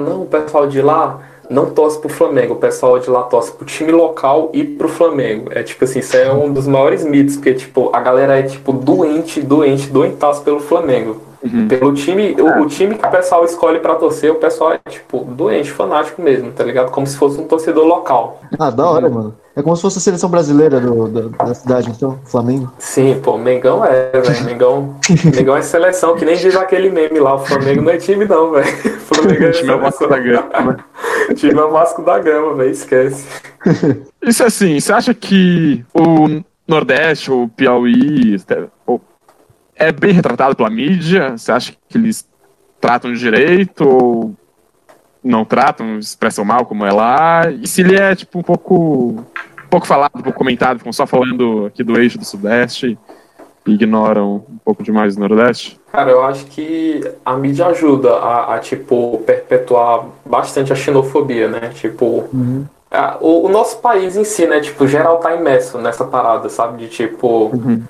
não torce pro Flamengo, o pessoal de lá torce pro time local e pro Flamengo. É tipo assim, isso é um dos maiores mitos, porque tipo, a galera é tipo doentaço pelo Flamengo. Pelo time, o time que o pessoal escolhe pra torcer, o pessoal é tipo doente, fanático mesmo, tá ligado? Como se fosse um torcedor local. Ah, da hora, mano. É como se fosse a seleção brasileira da cidade, então, Flamengo. Sim, pô, Mengão velho. Mengão é seleção, que nem diz aquele meme lá, o Flamengo não é time não, velho. O Flamengo é O time é o Vasco da Gama, né? O time é o Vasco da Gama, velho, esquece. Isso assim, você acha que o Nordeste, o Piauí, é bem retratado pela mídia? Você acha que eles tratam de direito ou não tratam, expressam mal como é lá? E se ele é tipo um pouco falado, um pouco comentado, ficam só falando aqui do eixo do Sudeste e ignoram um pouco demais do Nordeste? Cara, eu acho que a mídia ajuda a tipo, perpetuar bastante a xenofobia, né? Tipo, o nosso país em si, né? Tipo, geral tá imerso nessa parada, sabe? De tipo,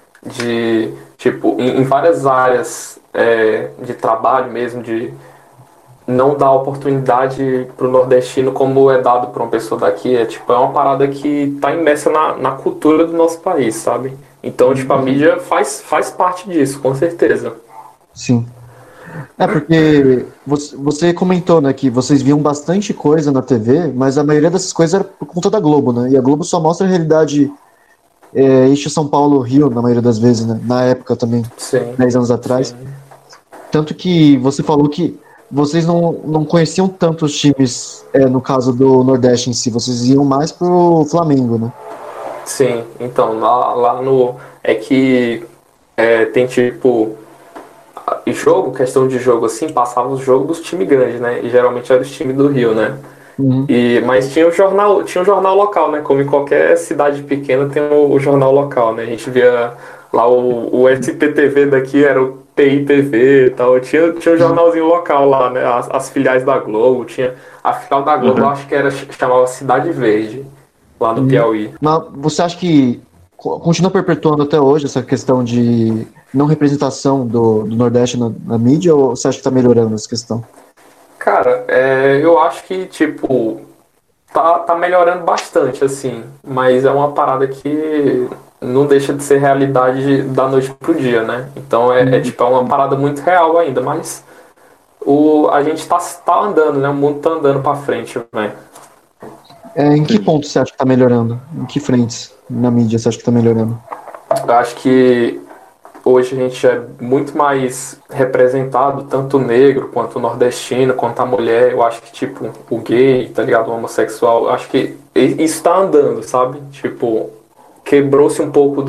em várias áreas de trabalho mesmo, de não dar oportunidade pro nordestino como é dado pra uma pessoa daqui. É uma parada que tá imersa na cultura do nosso país, sabe? Então, tipo, a mídia faz parte disso, com certeza. Sim. Porque você comentou, né, que vocês viam bastante coisa na TV, mas a maioria dessas coisas era por conta da Globo, né? E a Globo só mostra a realidade eixo São Paulo-Rio, na maioria das vezes, né? Na época também, Sim. 10 anos atrás. Sim. Tanto que você falou que vocês não conheciam tanto os times, no caso do Nordeste em si, vocês iam mais pro Flamengo, né? Sim, então, lá no... É que tem tipo... questão de jogo assim, passava os jogos dos times grandes, né? E geralmente era os times do Rio, né? Mas tinha um jornal local, né? Como em qualquer cidade pequena tem o jornal local, né? A gente via lá o SPTV daqui, era o PITV e tal. Tinha um jornalzinho local lá, né? As filiais da Globo, tinha a filial da Globo, acho que chamava Cidade Verde, lá no Piauí. Mas você acha que continua perpetuando até hoje essa questão de não representação do Nordeste na mídia, ou você acha que está melhorando essa questão? Cara, eu acho que, tipo, tá melhorando bastante, assim, mas é uma parada que não deixa de ser realidade da noite pro dia, né? Então é uma parada muito real ainda, mas a gente tá andando, né? O mundo tá andando pra frente, velho. Em que ponto você acha que está melhorando? Em que frentes na mídia você acha que está melhorando? Eu acho que hoje a gente é muito mais representado, tanto o negro, quanto o nordestino, quanto a mulher. Eu acho que, tipo, o gay, tá ligado? O homossexual, eu acho que isso tá andando, sabe? Tipo, quebrou-se um pouco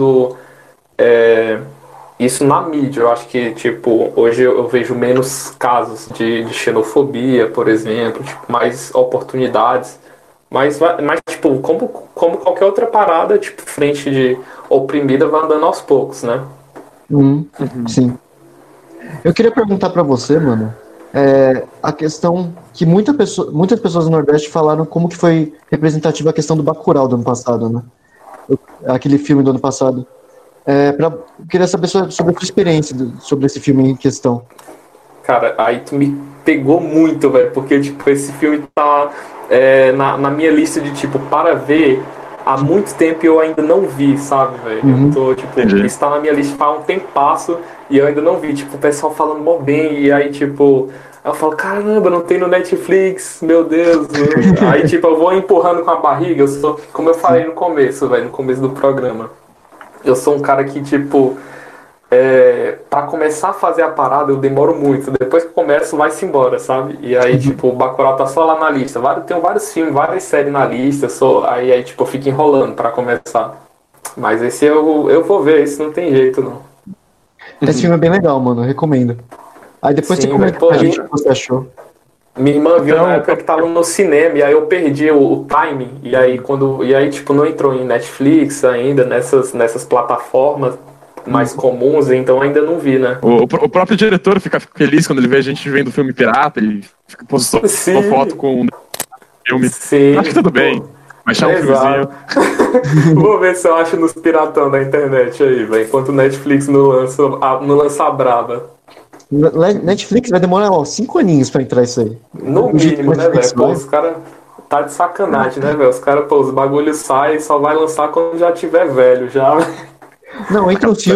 isso na mídia. Eu acho que, tipo, hoje eu vejo menos casos de xenofobia, por exemplo, tipo, mais oportunidades. Mas tipo, como qualquer outra parada, tipo, frente de oprimida vai andando aos poucos, né? Sim. Eu queria perguntar pra você, mano, a questão que muitas pessoas do Nordeste falaram como que foi representativa a questão do Bacurau do ano passado, né? Aquele filme do ano passado. Eu queria saber sobre a sua experiência sobre esse filme em questão. Cara, aí tu me pegou muito, velho, porque, tipo, esse filme tá na minha lista de, tipo, para ver há muito tempo e eu ainda não vi, sabe, velho? Eu tô, tipo, isso tá na minha lista faz um tempasso e eu ainda não vi, tipo, o pessoal falando mó bem, e aí, tipo, eu falo, caramba, não tem no Netflix, meu Deus. Aí, tipo, eu vou empurrando com a barriga, como eu falei no começo, velho, no começo do programa. Eu sou um cara que, tipo, pra começar a fazer a parada eu demoro muito. Depois que eu começo, vai-se embora, sabe? E aí, tipo, o Bacurau tá só lá na lista. Tem vários filmes, várias séries na lista. Aí, tipo, eu fico enrolando pra começar. Mas esse eu vou ver, esse não tem jeito, não. Esse filme é bem legal, mano, eu recomendo. Aí depois você comenta com a gente o que você achou. Minha irmã viu na época que tava no cinema, e aí eu perdi o timing, e aí, tipo, não entrou em Netflix ainda, nessas plataformas mais comuns, então ainda não vi, né? O próprio diretor fica feliz quando ele vê a gente vendo filme pirata e fica postando foto com um filme. Sim, acho que tudo bem. Mas chama um filmezinho. Vou ver se eu acho nos piratão da internet aí, velho. Enquanto o Netflix não lança a braba. Netflix vai demorar 5 aninhos pra entrar isso aí. No mínimo, né, velho? Pô, os caras tá de sacanagem, né, velho? Os caras, pô, os bagulhos saem, só vai lançar quando já tiver velho, já. Não, entre os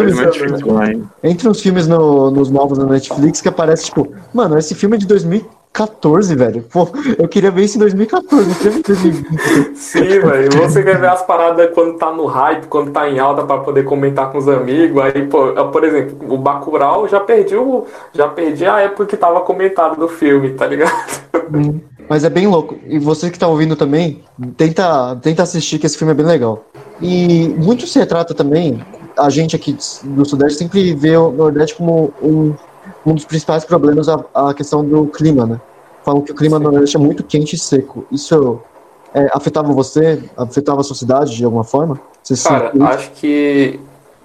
filmes nos novos na Netflix que aparece, tipo, mano, esse filme é de 2014, velho. Pô, eu queria ver isso em 2014, não queria ver em 2020. Sim, velho. Você quer ver as paradas quando tá no hype, quando tá em alta pra poder comentar com os amigos. Aí, pô, por exemplo, o Bacurau já perdi a época que tava comentado do filme, tá ligado? Mas é bem louco. E você que tá ouvindo também, tenta assistir, que esse filme é bem legal. E muito se retrata também a gente aqui do Sudeste sempre vê o Nordeste como um dos principais problemas a questão do clima, né? Falam que o clima no Nordeste é muito quente e seco. Isso afetava você? Afetava a sua cidade de alguma forma? Cara, acho que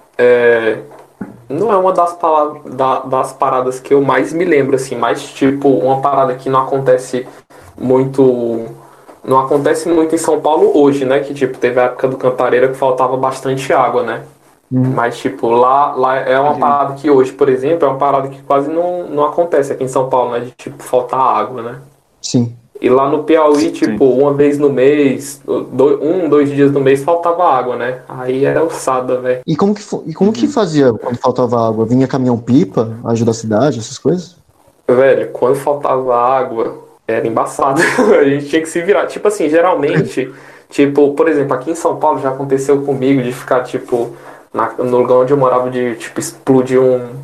não é uma das paradas que eu mais me lembro, assim, mas tipo, uma parada que não acontece muito. Não acontece muito em São Paulo hoje, né? Que tipo, teve a época do Cantareira que faltava bastante água, né? Mas tipo, lá é uma parada que hoje, por exemplo, é uma parada que quase não acontece aqui em São Paulo, né? De tipo, faltar água, né? Sim. E lá no Piauí, tipo, uma vez no mês, 2 dias no mês faltava água, né? Aí era ossada, velho. E como que fazia quando faltava água? Vinha caminhão-pipa, ajuda a cidade, essas coisas? Velho, quando faltava água, era embaçado. A gente tinha que se virar. Tipo assim, geralmente, tipo, por exemplo, aqui em São Paulo já aconteceu comigo de ficar, tipo, no lugar onde eu morava, de, tipo, explodir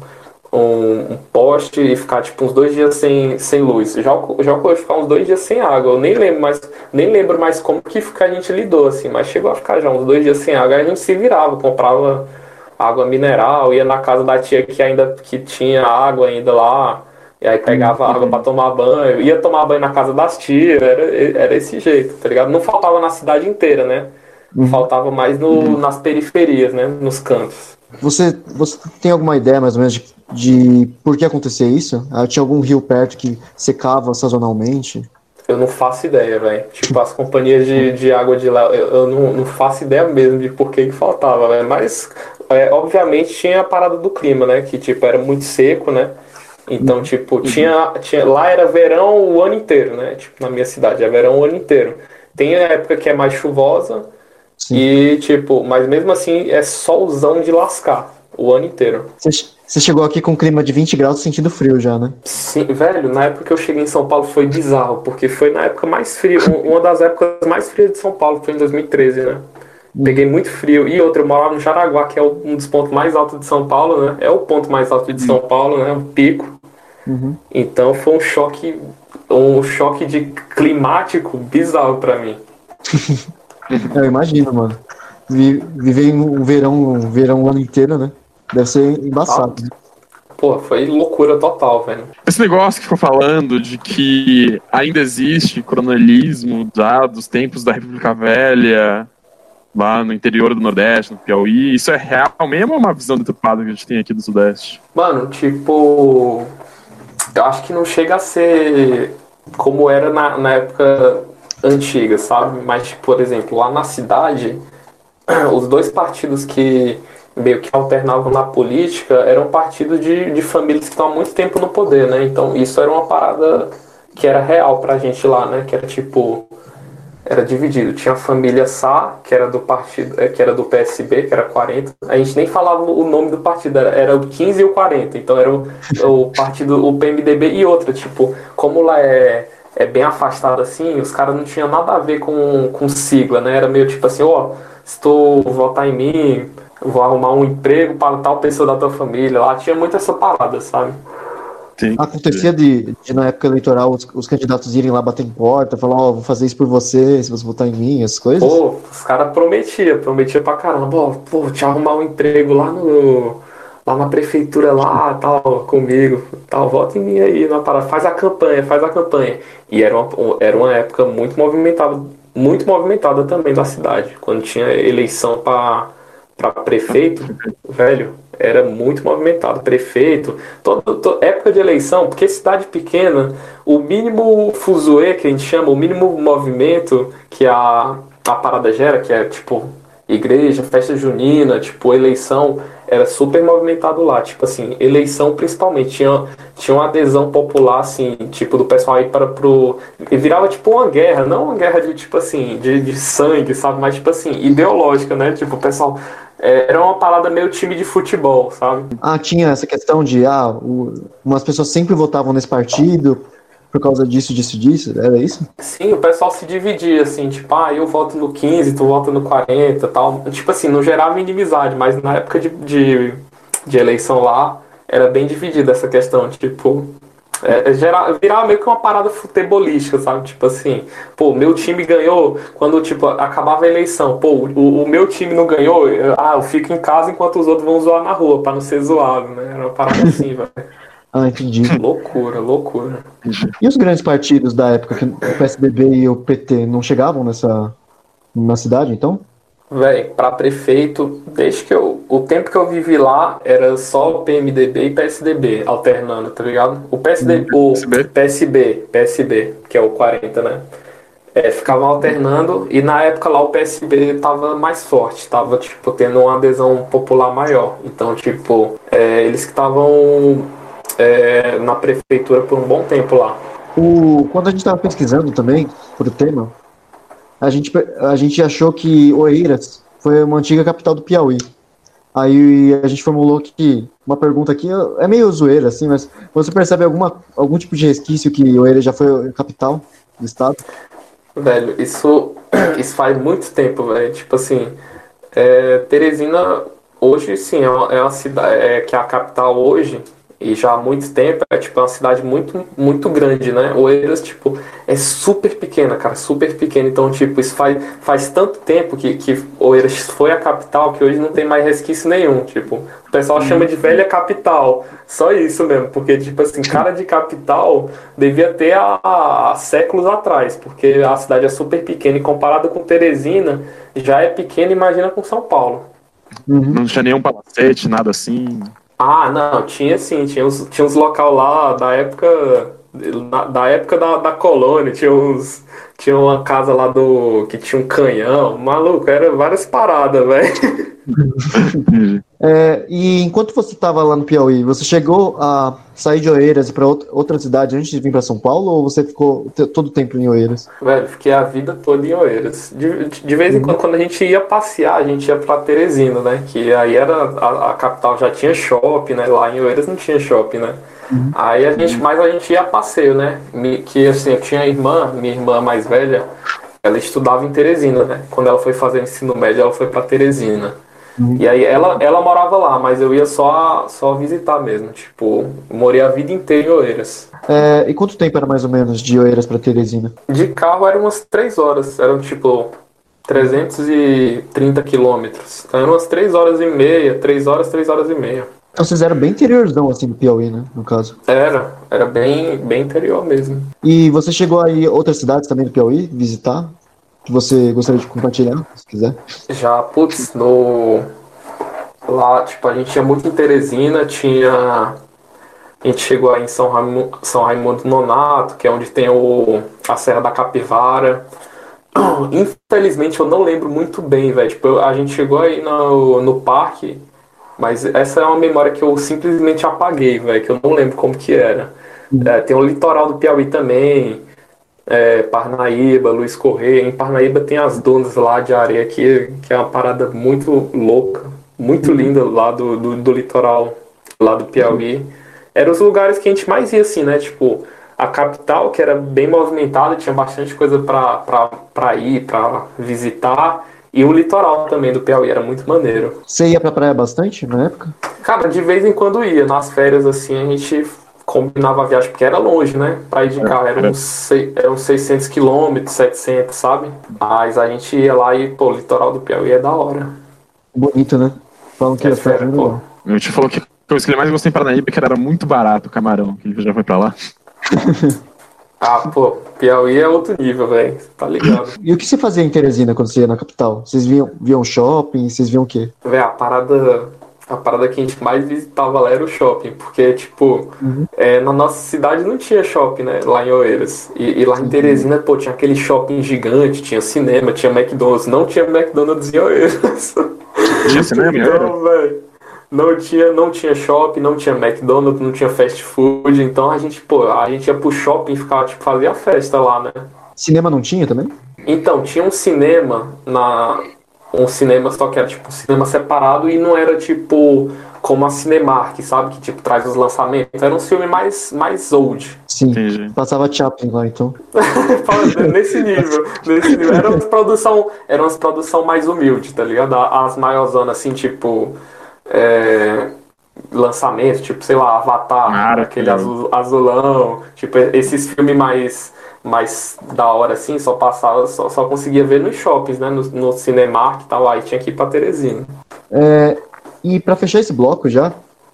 um poste e ficar, tipo, uns 2 dias sem luz. Já ocorreu ficar uns 2 dias sem água. Eu nem lembro mais como que a gente lidou, assim, mas chegou a ficar já uns 2 dias sem água. Aí a gente se virava, comprava água mineral, ia na casa da tia que tinha água ainda lá. E aí pegava água pra tomar banho, ia tomar banho na casa das tias, era esse jeito, tá ligado? Não faltava na cidade inteira, né? Faltava mais nas periferias, né? Nos cantos. Você tem alguma ideia, mais ou menos, de por que acontecia isso? Tinha algum rio perto que secava sazonalmente? Eu não faço ideia, velho. Tipo, as companhias de água de lá, eu não faço ideia mesmo de por que faltava, velho. Mas, obviamente, tinha a parada do clima, né? Que, tipo, era muito seco, né? Então, tipo, tinha, lá era verão o ano inteiro, né? Tipo, na minha cidade, é verão o ano inteiro. Tem a época que é mais chuvosa e, tipo, mas mesmo assim é solzão de lascar o ano inteiro. Você chegou aqui com um clima de 20 graus sentindo frio já, né? Sim, velho, na época que eu cheguei em São Paulo foi bizarro, porque foi na época mais fria, uma das épocas mais frias de São Paulo, foi em 2013, né? Peguei muito frio. E outra, eu morava no Jaraguá, que é um dos pontos mais altos de São Paulo, né? É o ponto mais alto de São Paulo, né? O pico. Então foi um choque de climático bizarro pra mim. Eu imagino, mano. Viver um verão o ano inteiro, né? Deve ser embaçado. Né? Pô, foi loucura total, velho. Esse negócio que ficou falando de que ainda existe coronelismo já dos tempos da República Velha, lá no interior do Nordeste, no Piauí, isso é real mesmo ou é uma visão deturpada que a gente tem aqui do Sudeste? Mano, tipo, eu acho que não chega a ser como era na época antiga, sabe? Mas, por exemplo, lá na cidade, os 2 partidos que meio que alternavam na política eram partidos de famílias que estão há muito tempo no poder, né? Então isso era uma parada que era real pra gente lá, né? Que era tipo, era dividido. Tinha a família Sá, que era do partido, que era do PSB, que era 40. A gente nem falava o nome do partido, era o 15 e o 40. Então era o partido, o PMDB e outra. Tipo, como lá é bem afastado assim, os caras não tinham nada a ver com sigla, né? Era meio tipo assim, se tu votar em mim, vou arrumar um emprego para tal pessoa da tua família. Lá tinha muito essa parada, sabe? Sim. Acontecia de na época eleitoral os candidatos irem lá bater em porta, falar, vou fazer isso por você, se você votar em mim, essas coisas? Pô, os caras prometia pra caramba, te arrumar um emprego lá na prefeitura lá, tal, comigo, tal, vota em mim aí, na parada, faz a campanha. E era uma época muito movimentada também da cidade, quando tinha eleição pra prefeito, velho, era muito movimentado. Prefeito, toda época de eleição, porque cidade pequena, o mínimo fuzuê, que a gente chama, o mínimo movimento que a parada gera, que é tipo igreja, festa junina, tipo eleição, era super movimentado lá. Tipo assim, eleição principalmente, tinha uma adesão popular, assim, tipo, do pessoal aí e virava tipo uma guerra, não uma guerra de tipo assim, de sangue, sabe? Mas tipo assim, ideológica, né? Tipo, o pessoal. Era uma parada meio time de futebol, sabe? Tinha essa questão de, umas pessoas sempre votavam nesse partido por causa disso, era isso? Sim, o pessoal se dividia, assim, tipo, eu voto no 15, tu vota no 40, tal. Tipo assim, não gerava inimizade, mas na época de eleição lá, era bem dividida essa questão, tipo, Virar meio que uma parada futebolística, sabe? Tipo assim, pô, meu time ganhou quando, tipo, acabava a eleição. Pô, o meu time não ganhou, eu fico em casa enquanto os outros vão zoar na rua, pra não ser zoado, né? Era uma parada assim, velho. Ah, entendi. Loucura, loucura. E os grandes partidos da época, que o PSDB e o PT, não chegavam na cidade, então? Véi, pra prefeito, desde que o tempo que eu vivi lá, era só PMDB e PSDB alternando, tá ligado? O PSB, que é o 40, né? Ficavam alternando e na época lá o PSB tava mais forte, tava, tipo, tendo uma adesão popular maior. Então, tipo, eles que estavam na prefeitura por um bom tempo lá. Quando a gente estava pesquisando também, por o tema, a gente achou que Oeiras foi uma antiga capital do Piauí. Aí a gente formulou que uma pergunta aqui é meio zoeira, assim, mas você percebe algum tipo de resquício que Oeiras já foi capital do estado? Velho, isso faz muito tempo, velho. Tipo assim, Teresina hoje sim é uma cidade que é a capital hoje e já há muito tempo é tipo uma cidade muito muito grande, né? Oeiras tipo é super pequena, cara, super pequena. Então tipo isso faz tanto tempo que Oeiras foi a capital que hoje não tem mais resquício nenhum. Tipo o pessoal chama de velha capital, só isso mesmo, porque tipo assim cara de capital devia ter há séculos atrás, porque a cidade é super pequena e comparada com Teresina já é pequena, imagina com São Paulo. Não tinha nenhum palacete, nada assim. Ah, não, tinha sim, tinha uns local lá da época da colônia, tinha uma casa lá que tinha um canhão, maluco, era várias paradas, velho. E enquanto você estava lá no Piauí, você chegou a sair de Oeiras e para outra cidade antes de vir para São Paulo, ou você ficou todo o tempo em Oeiras? Velho, fiquei a vida toda em Oeiras. De vez em quando a gente ia passear, a gente ia pra Teresina, né? Que aí era a capital, já tinha shopping, né? Lá em Oeiras não tinha shopping, né? Aí mas a gente ia a passeio, né? Que assim, eu tinha minha irmã mais velha, ela estudava em Teresina, né? Quando ela foi fazer ensino médio, ela foi pra Teresina. E aí ela morava lá, mas eu ia só visitar mesmo. Tipo, morei a vida inteira em Oeiras. E quanto tempo era mais ou menos de Oeiras para Teresina? De carro eram umas 3 horas. Eram tipo 330 quilômetros. Então eram umas 3 horas e meia. 3 horas, 3 horas e meia. Então vocês eram bem interiorzão, assim, do Piauí, né? No caso. Era bem interior mesmo. E você chegou aí outras cidades também do Piauí, visitar? Que você gostaria de compartilhar, se quiser? Já, putz, lá, tipo, a gente tinha muito em Teresina, a gente chegou aí em São Raimundo Nonato, que é onde tem a Serra da Capivara. Infelizmente eu não lembro muito bem, velho. Tipo, a gente chegou aí no parque, mas essa é uma memória que eu simplesmente apaguei, velho, que eu não lembro como que era. Tem o litoral do Piauí também, Parnaíba, Luiz Correia. Em Parnaíba tem as dunas lá de areia que é uma parada muito louca, muito linda lá do litoral lá do Piauí. Eram os lugares que a gente mais ia assim, né? Tipo, a capital, que era bem movimentada, tinha bastante coisa pra ir, pra visitar. E o litoral também do Piauí era muito maneiro. Você ia pra praia bastante na época? Cara, de vez em quando ia. Nas férias, assim, a gente combinava a viagem, porque era longe, né? Pra ir de carro, eram uns 600 quilômetros, 700, sabe? Mas a gente ia lá e, pô, o litoral do Piauí é da hora. Bonito, né? Falam que É fera, pô. A gente falou que a coisa que ele mais gostei em Paranaíba que era muito barato o camarão, que ele já foi pra lá. Ah, pô, Piauí é outro nível, velho. Tá ligado? E o que você fazia em Teresina quando você ia na capital? Vocês viam shopping? Vocês viam o quê? Véi, a parada que a gente mais visitava lá era o shopping, porque, tipo, na nossa cidade não tinha shopping, né, lá em Oeiras. E lá em Teresina, pô, tinha aquele shopping gigante, tinha cinema, tinha McDonald's. Não tinha McDonald's em Oeiras. Tinha cinema, então, velho, não tinha shopping, não tinha McDonald's, não tinha fast food. Então a gente ia pro shopping e ficava, tipo, fazia festa lá, né. Cinema não tinha também? Então, tinha um cinema só que era tipo um cinema separado e não era tipo como a Cinemark, sabe? Que tipo traz os lançamentos. Era um filme mais old. Sim. Entendi. Passava Chaplin lá, então. nesse nível. Era umas produção mais humilde, tá ligado? As maiorzonas assim, tipo. lançamentos, tipo, sei lá, Avatar, aquele azulão, tipo, esses filmes mais da hora, assim, só passava, só conseguia ver nos shoppings, né, no Cinemark e tal, aí tinha que ir pra Teresina. E pra fechar esse bloco já,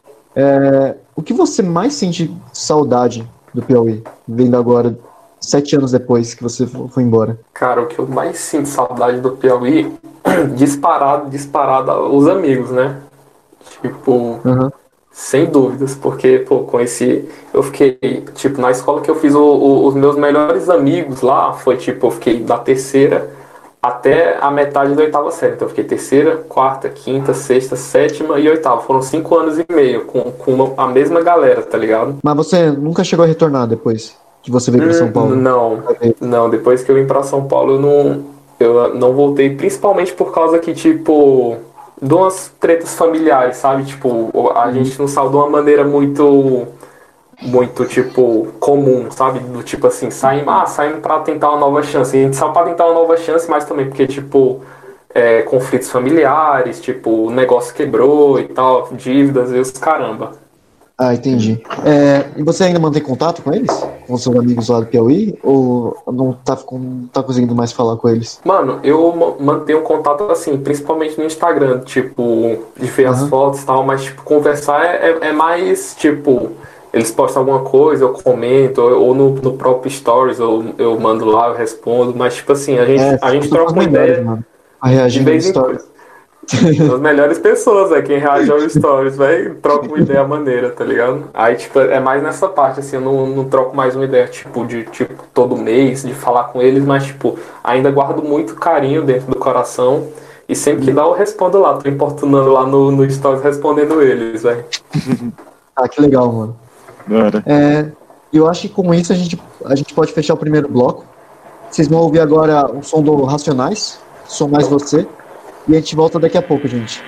o que você mais sente saudade do Piauí, vendo agora, 7 anos depois que você foi embora? Cara, o que eu mais sinto saudade do Piauí, disparado, os amigos, né? Tipo, sem dúvidas, porque, pô, eu fiquei, tipo, na escola que eu fiz os meus melhores amigos lá, foi tipo, eu fiquei da terceira até a metade da oitava série. Então eu fiquei terceira, quarta, quinta, sexta, sétima e oitava. Foram 5 anos e meio com a mesma galera, tá ligado? Mas você nunca chegou a retornar depois que você veio pra São Paulo? Não, depois que eu vim pra São Paulo eu não voltei, principalmente por causa que, tipo, de umas tretas familiares, sabe? Tipo, a gente não saiu de uma maneira muito, tipo, comum, sabe? Do tipo assim, saímos pra tentar uma nova chance. A gente saiu pra tentar uma nova chance, mas também porque, tipo, conflitos familiares, tipo, o negócio quebrou e tal, dívidas e os caramba. Ah, entendi. E você ainda mantém contato com eles? Com seus amigos lá do Piauí? Ou não tá conseguindo mais falar com eles? Mano, eu mantenho contato assim, principalmente no Instagram, tipo, de ver as fotos e tal, mas, tipo, conversar é mais, tipo, eles postam alguma coisa, eu comento, ou no próprio Stories eu mando lá, eu respondo, mas, tipo assim, a gente troca uma ideia. Mano, a reagir de vez em quando. As melhores pessoas, quem reage aos stories, troca uma ideia maneira, tá ligado? Aí, tipo, é mais nessa parte, assim, eu não troco mais uma ideia, tipo, todo mês, de falar com eles, mas, tipo, ainda guardo muito carinho dentro do coração e sempre que dá eu respondo lá, tô importunando lá no stories respondendo eles, velho. Ah, que legal, mano. Eu acho que com isso a gente pode fechar o primeiro bloco. Vocês vão ouvir agora o som do Racionais, Sou Mais Você. E a gente volta daqui a pouco, gente.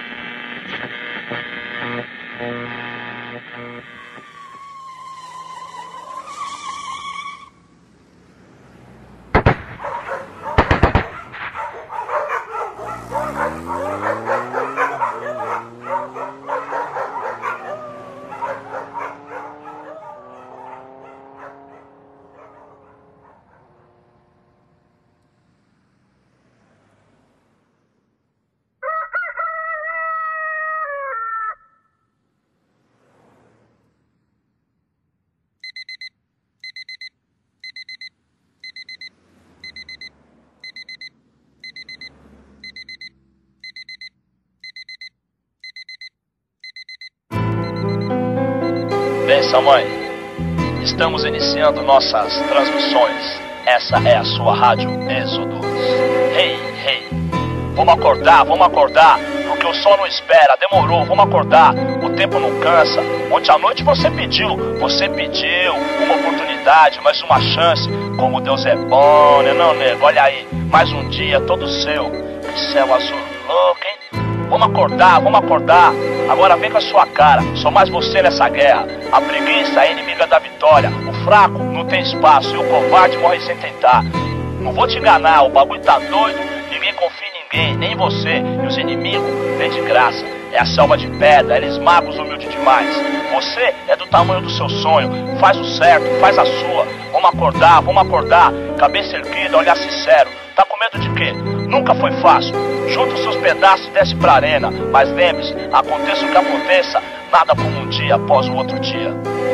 Bem, Samãe, estamos iniciando nossas transmissões. Essa é a sua rádio Êxodos. Hey, vamos acordar, porque o sol não espera, demorou, vamos acordar, o tempo não cansa. Ontem à noite você pediu uma oportunidade, mais uma chance. Como Deus é bom, né não, nego? Olha aí, mais um dia todo seu, que céu azul louco, hein? Vamos acordar. Agora vem com a sua cara, sou mais você nessa guerra. A preguiça é inimiga da vitória. O fraco não tem espaço e o covarde morre sem tentar. Não vou te enganar, o bagulho tá doido. Ninguém confia em ninguém, nem em você. E os inimigos vêm de graça. É a selva de pedra, eles magos humildes demais. Você é do tamanho do seu sonho. Faz o certo, faz a sua. Vamos acordar. Cabeça erguida, olhar sincero. Tá com medo de quê? Nunca foi fácil. Junta os seus pedaços e desce pra arena. Mas lembre-se, aconteça o que aconteça, nada como um dia após o outro dia.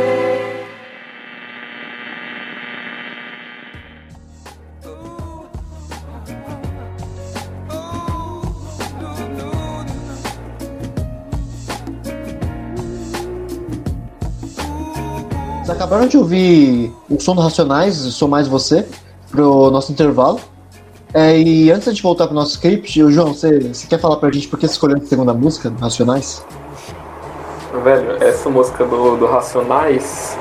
Vocês acabaram de ouvir o som do Racionais, Sou Mais Você, pro nosso intervalo. E antes de a gente voltar pro nosso script, João, você quer falar pra gente por que você escolheu a segunda música, Racionais? Velho, essa música do Racionais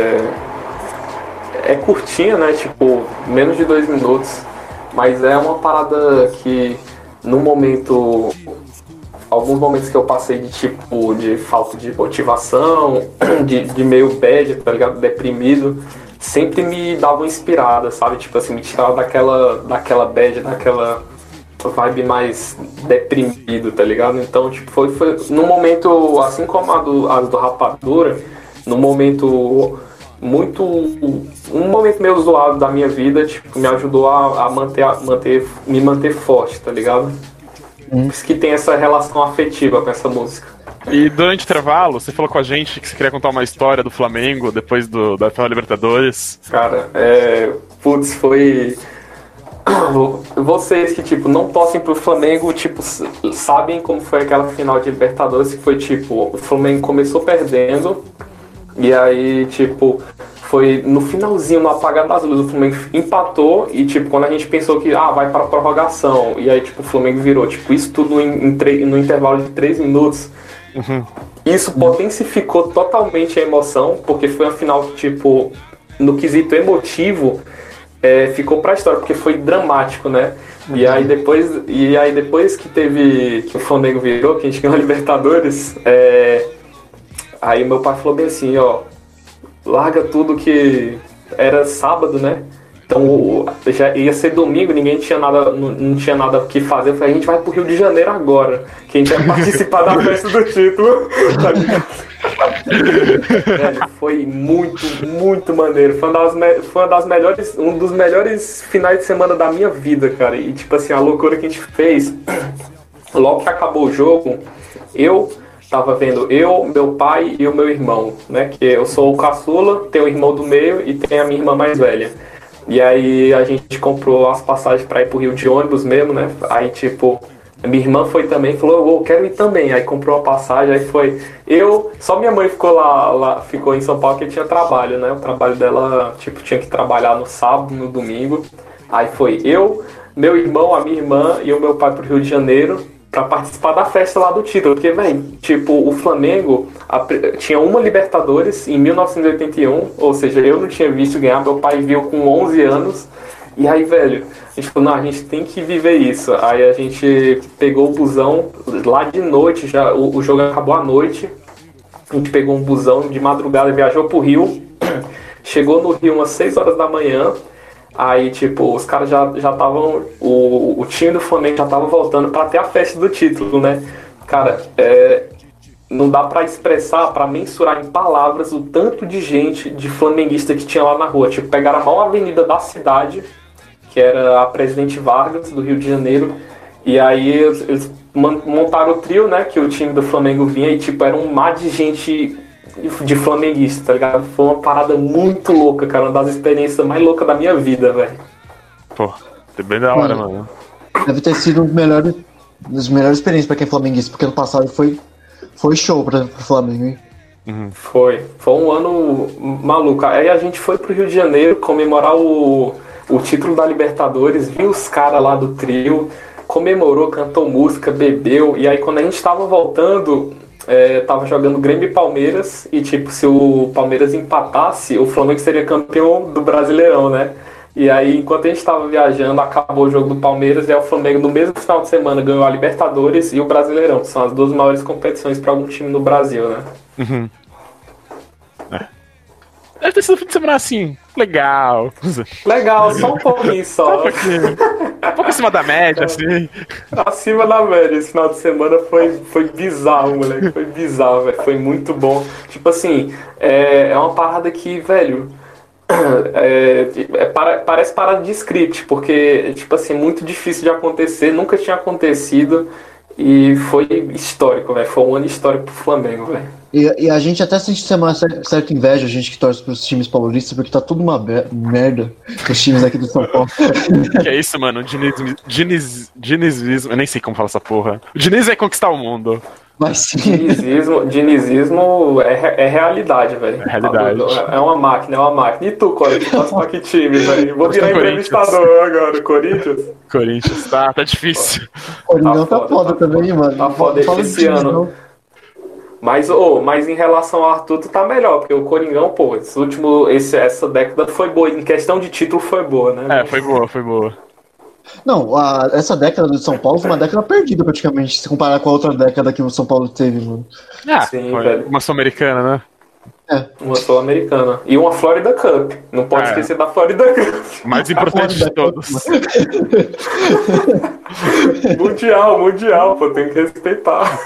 é curtinha, né? Tipo, menos de 2 minutos. Mas é uma parada que, alguns momentos que eu passei de falta de motivação, de meio bad, tá ligado? Deprimido, sempre me dava uma inspirada, sabe? Tipo assim, me tirava daquela bad, vibe mais deprimido, tá ligado? Então, tipo, foi num momento, assim como a do Rapadura, num momento muito... Um momento meio zoado da minha vida, tipo, me ajudou a me manter forte, tá ligado? Por isso que tem essa relação afetiva com essa música. E durante o intervalo, você falou com a gente que você queria contar uma história do Flamengo depois da final Libertadores. Cara, putz, foi... Vocês que, tipo, não torcem pro Flamengo, tipo, sabem como foi aquela final de Libertadores, que foi, tipo, o Flamengo começou perdendo, e aí, tipo, foi no finalzinho, no apagar das luzes, o Flamengo empatou, e, tipo, quando a gente pensou que, vai para a prorrogação, e aí, tipo, o Flamengo virou, tipo, isso tudo no intervalo de 3 minutos, isso potencificou totalmente a emoção, porque foi uma final que, tipo, no quesito emotivo, ficou pra história, porque foi dramático, né? E aí depois que o Flamengo virou, que a gente ganhou a Libertadores, aí meu pai falou bem assim, ó, larga tudo, que era sábado, né? Então já ia ser domingo, ninguém tinha nada, não tinha nada que fazer. Eu falei, a gente vai pro Rio de Janeiro agora, que a gente vai participar da festa do título. Velho, foi muito, muito maneiro. Foi uma das melhores, um dos melhores finais de semana da minha vida, cara. E tipo assim, a loucura que a gente fez, logo que acabou o jogo, eu tava vendo meu pai e o meu irmão, né? Que eu sou o caçula, tenho o irmão do meio e tem a minha irmã mais velha. E aí a gente comprou as passagens pra ir pro Rio de ônibus mesmo, né? Aí tipo, minha irmã foi também, falou, eu quero ir também. Aí comprou a passagem, aí foi só minha mãe ficou ficou em São Paulo, que tinha trabalho, né? O trabalho dela, tipo, tinha que trabalhar no sábado, no domingo. Aí foi meu irmão, a minha irmã e o meu pai pro Rio de Janeiro pra participar da festa lá do título. Porque, velho, tipo, o Flamengo tinha uma Libertadores em 1981, ou seja, eu não tinha visto ganhar, meu pai viu com 11 anos. E aí, velho, a gente falou, não, a gente tem que viver isso. Aí a gente pegou o busão lá de noite, já o jogo acabou à noite. A gente pegou um busão de madrugada, viajou pro Rio. Chegou no Rio umas 6 horas da manhã. Aí, tipo, os caras já estavam... O time do Flamengo já tava voltando pra ter a festa do título, né? Cara, não dá pra expressar, pra mensurar em palavras o tanto de gente, de flamenguista que tinha lá na rua. Tipo, pegaram a maior avenida da cidade, que era a Presidente Vargas, do Rio de Janeiro. E aí eles montaram o trio, né? Que o time do Flamengo vinha e, tipo, era um mar de gente de flamenguista, tá ligado? Foi uma parada muito louca, cara. Uma das experiências mais loucas da minha vida, velho. Pô, é bem da hora, mano. Deve ter sido uma das melhores experiências pra quem é flamenguista, porque ano passado foi show pro Flamengo, hein? Foi um ano maluco. Aí a gente foi pro Rio de Janeiro comemorar o título da Libertadores, viu os caras lá do trio, comemorou, cantou música, bebeu, e aí quando a gente tava voltando, tava jogando Grêmio e Palmeiras, e tipo, se o Palmeiras empatasse, o Flamengo seria campeão do Brasileirão, né? E aí, enquanto a gente tava viajando, acabou o jogo do Palmeiras, e aí o Flamengo no mesmo final de semana ganhou a Libertadores e o Brasileirão, que são as duas maiores competições para algum time no Brasil, né? Deve ter sido um fim de semana assim, legal. Legal, só um pouquinho só. Um pouco acima da média, assim. Acima da média, esse final de semana foi bizarro, moleque. Foi bizarro, velho. Foi muito bom. Tipo assim, é uma parada que, velho, parece parada de script, porque, tipo assim, muito difícil de acontecer, nunca tinha acontecido. E foi histórico, velho. Foi um ano histórico pro Flamengo, velho. E a gente até sente uma certa inveja, a gente que torce pros times paulistas, porque tá tudo uma merda os times aqui do São Paulo. Que é isso, mano? Dinizismo. Eu nem sei como fala essa porra. O Diniz vai conquistar o mundo. Mas sim. Dinizismo é realidade, velho. É realidade. É uma máquina, é uma máquina. E tu, Corinthians, tu torce pra que time, velho? Vou virar entrevistador agora, Corinthians. Corinthians, tá difícil. O Coringão tá foda também, mano. Tá foda esse ano. Mas em relação ao Arthur, tu tá melhor, porque o Coringão, pô, essa década foi boa. Em questão de título, foi boa, né? Foi boa. Não, essa década do São Paulo foi uma década perdida, praticamente, se comparar com a outra década que o São Paulo teve, mano. Sim, foi velho. uma Sul-Americana, né? Uma Sul-Americana. E uma Florida Cup. Não pode esquecer da Florida Cup. Mais importante de todos. Mundial, pô, tem que respeitar.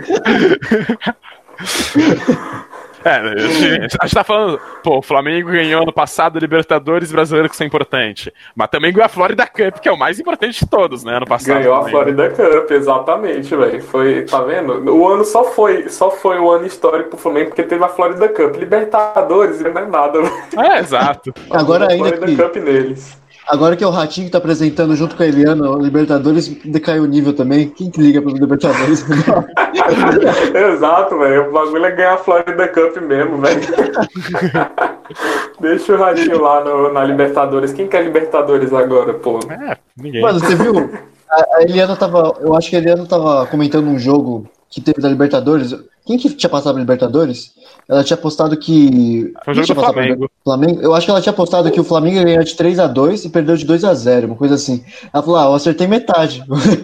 A gente tá falando, pô, o Flamengo ganhou ano passado a Libertadores brasileiro, que isso é importante. Mas também ganhou a Florida Cup, que é o mais importante de todos, né? Ano passado. Ganhou também. A Florida Cup, exatamente, velho. Foi, tá vendo? O ano só foi o ano histórico pro Flamengo porque teve a Florida Cup. Libertadores não é nada, velho. Exato. Agora ainda Florida Cup neles. Agora que é o Ratinho que tá apresentando junto com a Eliana, o Libertadores decaiu o nível também. Quem que liga pro Libertadores? Exato, velho. O bagulho é ganhar a Florida Cup mesmo, velho. Deixa o Ratinho lá na Libertadores. Quem quer Libertadores agora, pô? Ninguém. Mano, você viu? A Eliana tava. Eu acho que a Eliana tava comentando um jogo que teve da Libertadores. Quem que tinha passado pra Libertadores? Ela tinha postado que. Foi o jogo do Flamengo. Eu acho que ela tinha postado que o Flamengo ia ganhar de 3-2 e perdeu de 2-0, uma coisa assim. Ela falou: eu acertei metade.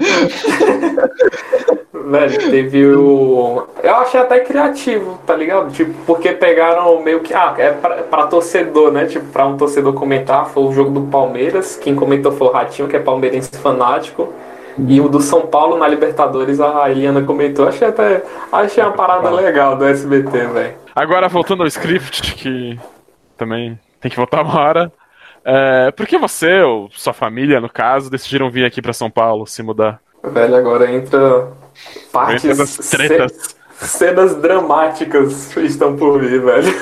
Velho, teve o. Eu achei até criativo, tá ligado? Tipo, porque pegaram meio que. É pra torcedor, né? Tipo, pra um torcedor comentar, foi o jogo do Palmeiras. Quem comentou foi o Ratinho, que é palmeirense fanático. E o do São Paulo na Libertadores, a Eliana comentou. Achei uma parada legal do SBT, velho. Agora, voltando ao script, que também tem que voltar uma hora. Por que você, ou sua família, no caso, decidiram vir aqui pra São Paulo, se mudar? Velho, agora entra partes... das tretas. Cenas dramáticas estão por vir, velho.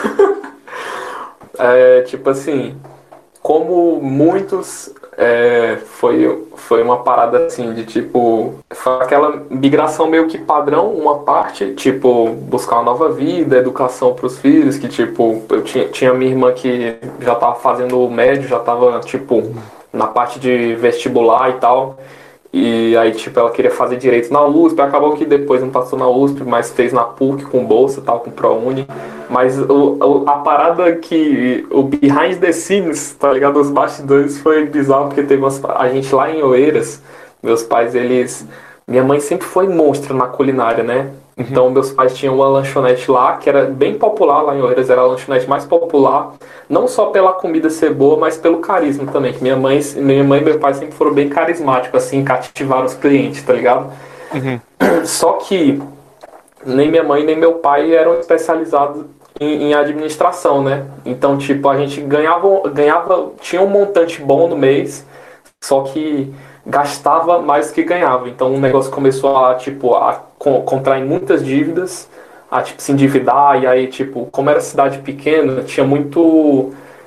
Tipo assim, como muitos... foi uma parada assim de tipo, foi aquela migração meio que padrão, uma parte, tipo, buscar uma nova vida, educação pros filhos, que tipo, eu tinha minha irmã que já tava fazendo o médio, já tava tipo, na parte de vestibular e tal, e aí tipo, ela queria fazer direito na USP, acabou que depois não passou na USP, mas fez na PUC com bolsa e tal, com ProUni. Mas a parada que... O behind the scenes, tá ligado? Os bastidores foi bizarro, porque teve a gente lá em Oeiras, meus pais, eles... Minha mãe sempre foi monstro na culinária, né? Então meus pais tinham uma lanchonete lá, que era bem popular lá em Oeiras, era a lanchonete mais popular, não só pela comida ser boa, mas pelo carisma também, que minha mãe e meu pai sempre foram bem carismáticos, assim, cativaram os clientes, tá ligado? Só que nem minha mãe nem meu pai eram especializados em administração, né? Então, tipo, a gente ganhava, tinha um montante bom no mês, só que gastava mais do que ganhava. Então o negócio começou a contrair muitas dívidas, a tipo, se endividar, e aí, tipo, como era cidade pequena, tinha muito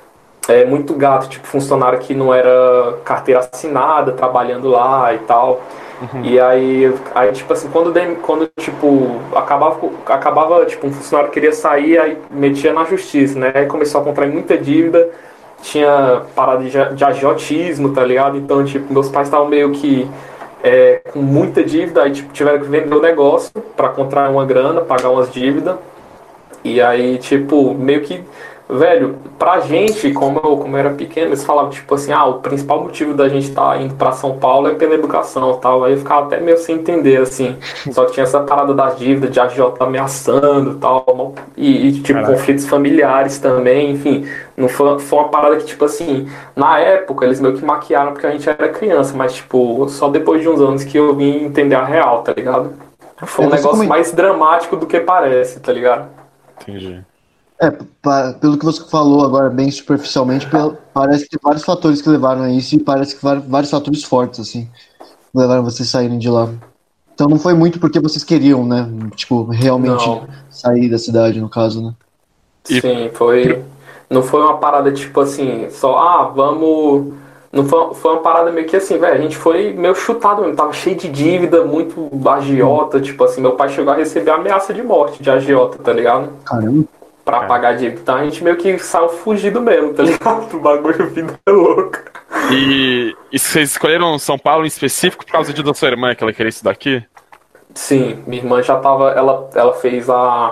gato, tipo, funcionário que não era carteira assinada, trabalhando lá e tal. E aí, tipo assim, quando tipo, acabava, tipo, um funcionário queria sair, aí metia na justiça, né? Aí começou a contrair muita dívida, tinha parada de agiotismo, tá ligado? Então, tipo, meus pais estavam meio que com muita dívida, aí, tipo, tiveram que vender o negócio pra contrair uma grana, pagar umas dívidas. E aí, tipo, meio que... Velho, pra gente, como eu era pequeno, eles falavam, tipo assim, o principal motivo da gente estar indo pra São Paulo é pela educação e tal. Aí eu ficava até meio sem entender, assim. Só que tinha essa parada das dívidas, de agiota ameaçando e tal. E tipo, conflitos familiares também, enfim. Não foi uma parada que, tipo assim, na época eles meio que maquiaram porque a gente era criança, mas, tipo, só depois de uns anos que eu vim entender a real, tá ligado? Foi um negócio mais dramático do que parece, tá ligado? Entendi. Pelo que você falou agora, bem superficialmente, parece que tem vários fatores que levaram a isso, e parece que vários fatores fortes, assim, levaram vocês saírem de lá. Então não foi muito porque vocês queriam, né? Tipo, realmente sair da cidade, no caso, né? Sim, foi. Não foi uma parada tipo assim, só, vamos. Não foi uma parada meio que assim, velho, a gente foi meio chutado mesmo, tava cheio de dívida, muito agiota, tipo assim, meu pai chegou a receber ameaça de morte de agiota, tá ligado? Caramba. Pra pagar a dívida. Então a gente meio que saiu fugido mesmo, tá ligado? O bagulho, vida é louca. E vocês escolheram São Paulo em específico por causa da sua irmã, que ela queria estudar aqui? Sim, minha irmã já tava, ela fez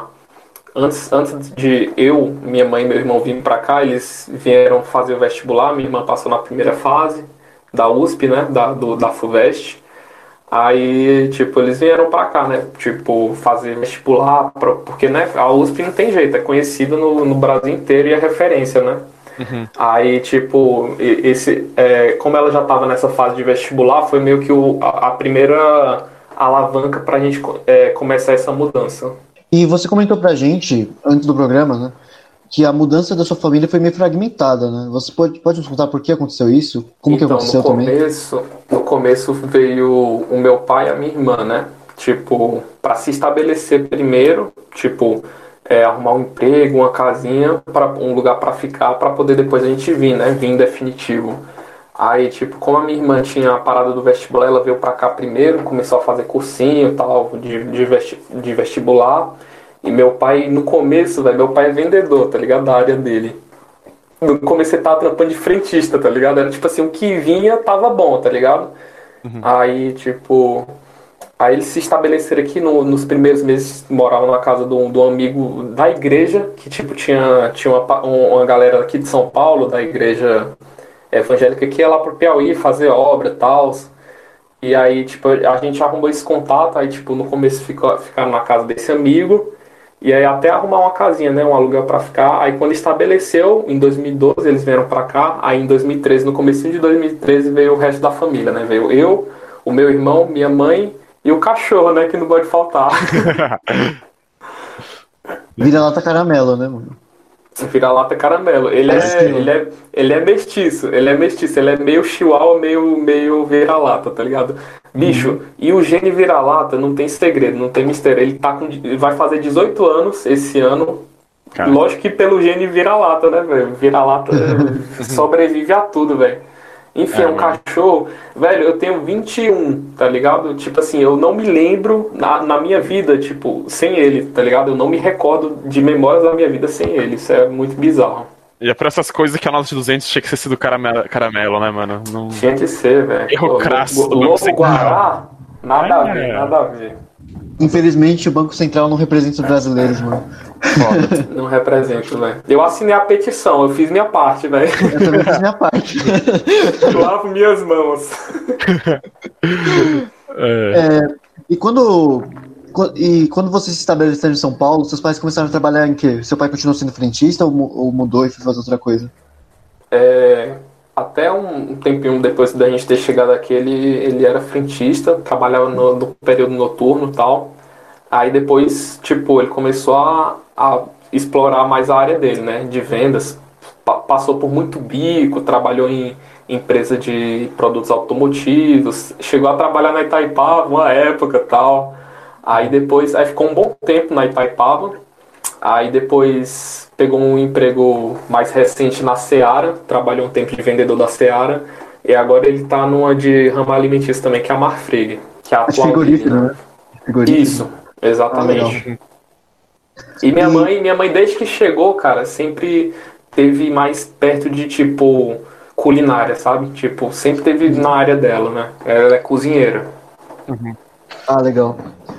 antes de minha mãe e meu irmão virem pra cá, eles vieram fazer o vestibular, minha irmã passou na primeira fase da USP, né, da FUVEST. Aí, tipo, eles vieram pra cá, né? Tipo, fazer vestibular, porque, né, a USP não tem jeito, é conhecida no Brasil inteiro e é referência, né? Aí, tipo, como ela já tava nessa fase de vestibular, foi meio que a primeira alavanca pra gente começar essa mudança. E você comentou pra gente, antes do programa, né, que a mudança da sua família foi meio fragmentada, né? Você pode nos contar por que aconteceu isso? Como que aconteceu também? No começo veio o meu pai e a minha irmã, né? Tipo, pra se estabelecer primeiro, tipo, arrumar um emprego, uma casinha, um lugar pra ficar, pra poder depois a gente vir, né? Vir em definitivo. Aí, tipo, como a minha irmã tinha a parada do vestibular, ela veio pra cá primeiro, começou a fazer cursinho e tal, de vestibular. E meu pai, no começo, velho, meu pai é vendedor, tá ligado? Da área dele. No começo ele tava trampando de frentista, tá ligado? Era tipo assim, o que vinha tava bom, tá ligado? Aí, tipo... Aí eles se estabeleceram aqui nos primeiros meses, moravam na casa de um amigo da igreja, que tipo tinha uma galera aqui de São Paulo, da igreja evangélica, que ia lá pro Piauí fazer obra e tal. E aí, tipo, a gente arrumou esse contato, aí tipo, no começo ficaram na casa desse amigo. E aí até arrumar uma casinha, né, um aluguel pra ficar. Aí quando estabeleceu, em 2012 eles vieram pra cá. Aí em 2013, no comecinho de 2013, veio o resto da família, né? Veio eu, o meu irmão, minha mãe e o cachorro, né, que não pode faltar. Vira-lata caramelo, né, mano? Vira-lata caramelo. Ele é mestiço, ele é meio chihuahua, meio vira-lata, tá ligado? Bicho, e o gene vira-lata não tem segredo, não tem mistério. Ele vai fazer 18 anos esse ano. Cara. Lógico que pelo gene vira-lata, né, velho? Vira-lata sobrevive a tudo, velho. Enfim, é um cachorro. Velho, eu tenho 21, tá ligado? Tipo assim, eu não me lembro na minha vida, tipo, sem ele, tá ligado? Eu não me recordo de memórias da minha vida sem ele. Isso é muito bizarro. E é por essas coisas que a nota de 200 tinha que ser sido caramelo, né, mano? Não... Tinha que ser, velho. Erro crasso do Lobo Banco Guará, nada a ver, nada a ver. Infelizmente, o Banco Central não representa os brasileiros, mano. Foda. Não represento, velho. Eu assinei a petição, eu fiz minha parte, velho. Eu também fiz minha parte. Lavo minhas mãos. E quando você se estabeleceu em São Paulo, seus pais começaram a trabalhar em quê? Seu pai continuou sendo frentista ou mudou e foi fazer outra coisa? Até um tempinho depois da gente ter chegado aqui, ele era frentista, trabalhava no período noturno e tal. Aí depois, tipo, ele começou a explorar mais a área dele, né, de vendas. Passou por muito bico, trabalhou em empresa de produtos automotivos, chegou a trabalhar na Itaipava uma época e tal. Aí ficou um bom tempo na Itaipava. Aí depois pegou um emprego mais recente na Seara, trabalhou um tempo de vendedor da Seara. E agora ele tá numa de ramo alimentício também, que é a Marfrig, que é a atual frigorífico, né? Frigorífico. Isso, exatamente. E minha mãe, desde que chegou, cara, sempre teve mais perto de, tipo, culinária, sabe? Tipo, sempre teve na área dela, né? Ela é cozinheira. Ah, legal.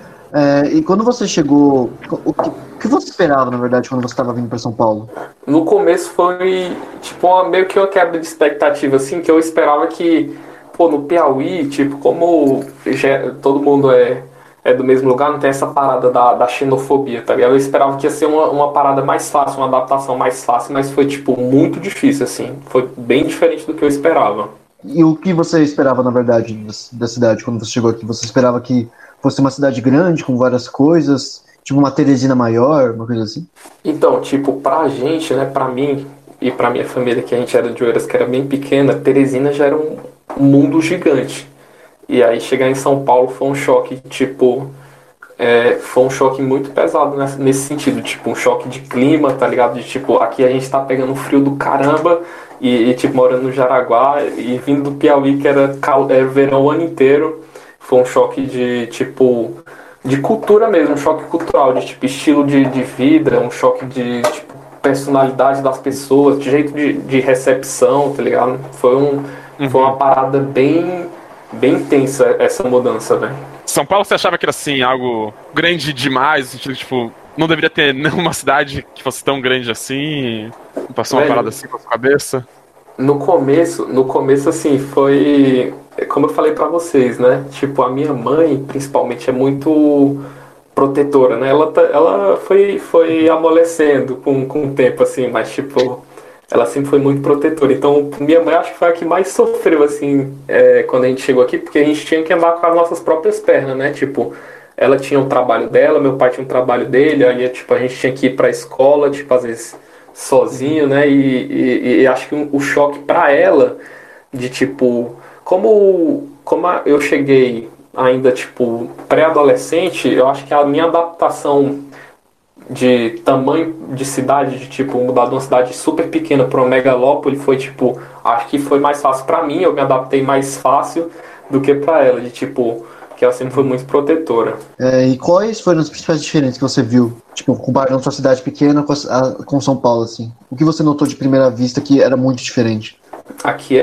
E quando você chegou, o que você esperava, na verdade, quando você estava vindo para São Paulo? No começo foi, tipo, meio que uma quebra de expectativa, assim, que eu esperava que, pô, no Piauí, tipo, como todo mundo é do mesmo lugar, não tem essa parada da xenofobia, tá ligado? Eu esperava que ia ser uma parada mais fácil, uma adaptação mais fácil, mas foi, tipo, muito difícil, assim. Foi bem diferente do que eu esperava. E o que você esperava, na verdade, da cidade, quando você chegou aqui? Você esperava que fosse uma cidade grande, com várias coisas, tipo uma Teresina maior, uma coisa assim? Então, tipo, pra gente, né, pra mim e pra minha família, que a gente era de Oeiras, que era bem pequena, Teresina já era um mundo gigante. E aí chegar em São Paulo foi um choque, tipo, foi um choque muito pesado nesse sentido, tipo, um choque de clima, tá ligado? De tipo, aqui a gente tá pegando um frio do caramba e tipo, morando no Jaraguá e vindo do Piauí, que era verão o ano inteiro, foi um choque de, tipo, de cultura mesmo, um choque cultural, de tipo, estilo de vida, um choque de, tipo, personalidade das pessoas, de jeito de recepção, tá ligado? Foi uma parada bem intensa essa mudança, velho. São Paulo, você achava que era assim, algo grande demais, no sentido, tipo, não deveria ter nenhuma cidade que fosse tão grande assim? Passou uma parada assim com a sua cabeça? No começo, assim, foi como eu falei pra vocês, né? Tipo, a minha mãe, principalmente, é muito protetora, né? Ela foi amolecendo com o tempo, assim, mas, tipo, ela sempre foi muito protetora. Então, minha mãe acho que foi a que mais sofreu, assim, quando a gente chegou aqui, porque a gente tinha que andar com as nossas próprias pernas, né? Tipo, ela tinha o trabalho dela, meu pai tinha o trabalho dele, aí, tipo, a gente tinha que ir pra escola, tipo, às vezes sozinho, né? E acho que o choque pra ela, de, tipo, eu cheguei ainda, tipo, pré-adolescente, eu acho que a minha adaptação de tamanho de cidade, de tipo, mudar de uma cidade super pequena para uma megalópole foi tipo, acho que foi mais fácil para mim, eu me adaptei mais fácil do que para ela, de tipo, que ela sempre foi muito protetora. E quais foram as principais diferenças que você viu, tipo, comparando sua cidade pequena com São Paulo, assim? O que você notou de primeira vista que era muito diferente? Aqui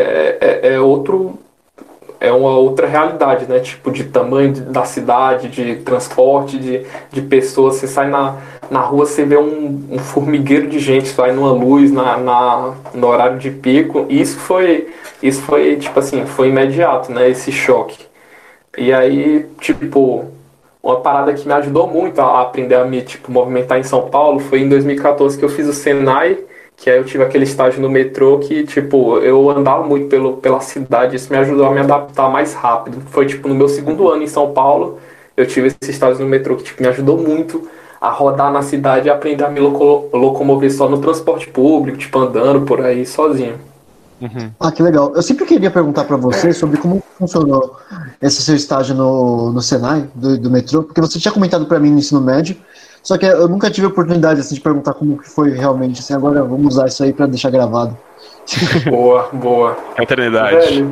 é uma outra realidade, né? Tipo, de tamanho da cidade, de transporte, de pessoas. Você sai na rua, você vê um formigueiro de gente, sai numa luz no horário de pico. E isso foi, tipo assim, foi imediato, né? Esse choque. E aí, tipo, uma parada que me ajudou muito a aprender a me, tipo, movimentar em São Paulo foi em 2014 que eu fiz o Senai, que aí eu tive aquele estágio no metrô que, tipo, eu andava muito pela cidade, isso me ajudou a me adaptar mais rápido. Foi, tipo, no meu segundo ano em São Paulo, eu tive esse estágio no metrô que, tipo, me ajudou muito a rodar na cidade e aprender a me locomover só no transporte público, tipo, andando por aí sozinho. Ah, que legal. Eu sempre queria perguntar pra você sobre como funcionou esse seu estágio no Senai, do metrô, porque você tinha comentado pra mim no ensino médio, só que eu nunca tive a oportunidade assim, de perguntar como que foi realmente. Assim, agora vamos usar isso aí pra deixar gravado. Boa. Eternidade. Velho,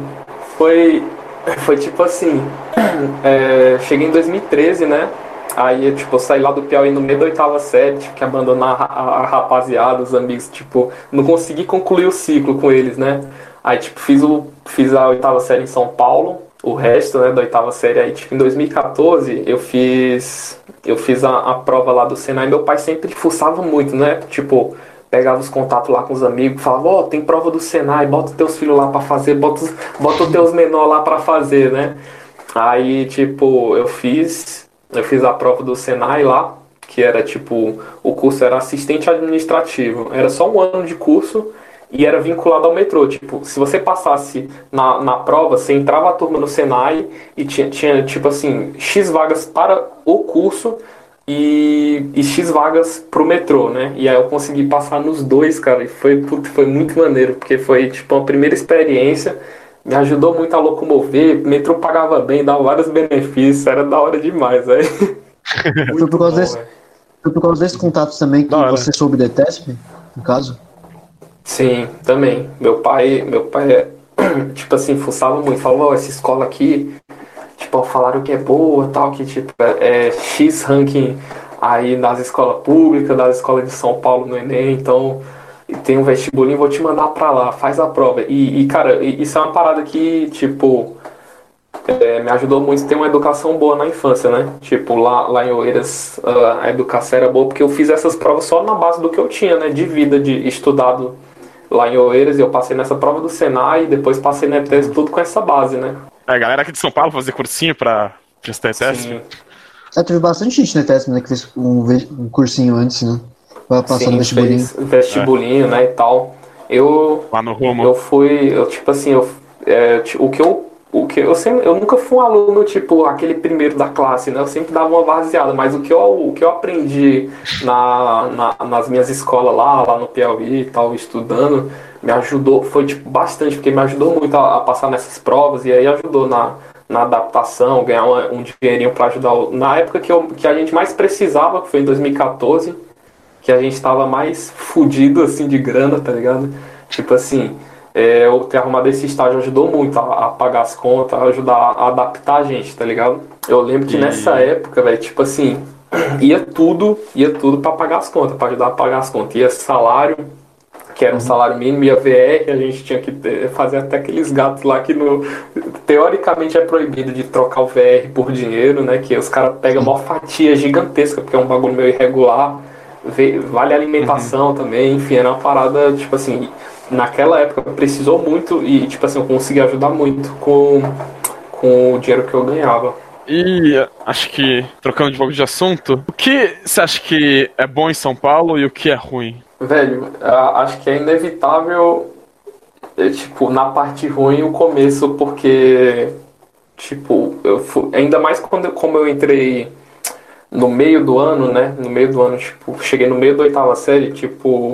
foi tipo assim, cheguei em 2013, né? Aí, tipo, eu saí lá do Piauí no meio da 8ª série, tive que abandonar a rapaziada, os amigos, tipo, não consegui concluir o ciclo com eles, né? Aí, tipo, fiz a 8ª série em São Paulo, o resto, né, da 8ª série. Aí, tipo, em 2014, eu fiz a prova lá do Senai. Meu pai sempre fuçava muito, né? Tipo, pegava os contatos lá com os amigos, falava, ó, tem prova do Senai, bota os teus filhos lá pra fazer, bota os teus menores lá pra fazer, né? Aí, tipo, eu fiz a prova do Senai lá, que era, tipo, o curso era assistente administrativo. Era só um ano de curso e era vinculado ao metrô. Tipo, se você passasse na prova, você entrava a turma no Senai e tinha tipo assim, X vagas para o curso e X vagas pro metrô, né? E aí eu consegui passar nos dois, cara, e foi muito maneiro, porque foi, tipo, uma primeira experiência. Me ajudou muito a locomover, o metrô pagava bem, dava vários benefícios, era da hora demais, velho. Foi por causa desses contatos também que você soube da ETESP, no caso? Sim, também. Meu pai, tipo assim, fuçava muito, falou, essa escola aqui, tipo, falaram que é boa, tal, que tipo, é X ranking aí nas escolas públicas, das escolas de São Paulo no Enem, então tem um vestibulinho, vou te mandar pra lá, faz a prova. Cara, isso é uma parada que, tipo, me ajudou muito a ter uma educação boa na infância, né? Tipo, lá em Oeiras, a educação era boa porque eu fiz essas provas só na base do que eu tinha, né? De vida, de estudado lá em Oeiras. Eu passei nessa prova do Senai e depois passei na ETESP, tudo com essa base, né? A galera aqui de São Paulo fazer cursinho pra prestar ETESP? Sim. Teve bastante gente na ETESP, né? Que fez um cursinho antes, né? Pra passar no vestibulinho. Fez vestibulinho, né, e tal. Lá no Rumo. Eu nunca fui um aluno, tipo, aquele primeiro da classe, né? Eu sempre dava uma vaziada, mas o que eu aprendi nas minhas escolas lá no Piauí e tal, estudando, me ajudou, foi, tipo, bastante, porque me ajudou muito a passar nessas provas, e aí ajudou na adaptação, ganhar um dinheirinho pra ajudar. Na época que a gente mais precisava, que foi em 2014, que a gente tava mais fudido, assim, de grana, tá ligado? Tipo assim, eu ter arrumado esse estágio ajudou muito a pagar as contas, a ajudar a adaptar a gente, tá ligado? Eu lembro que nessa época, velho, tipo assim, ia tudo pra pagar as contas, pra ajudar a pagar as contas. Ia salário, que era um salário mínimo, ia VR, a gente tinha que fazer até aqueles gatos lá que teoricamente é proibido de trocar o VR por dinheiro, né? Que os caras pegam uma fatia gigantesca, porque é um bagulho meio irregular. Vale alimentação também, enfim, era uma parada, tipo assim. naquela época precisou muito e, tipo assim, eu consegui ajudar muito com o dinheiro que eu ganhava. E acho que, trocando de pouco de assunto, o que você acha que é bom em São Paulo e o que é ruim? Velho, acho que é inevitável, tipo, na parte ruim o começo, porque, tipo, ainda mais como eu entrei no meio do ano, né? No meio do ano, tipo, cheguei no meio da 8ª série, tipo,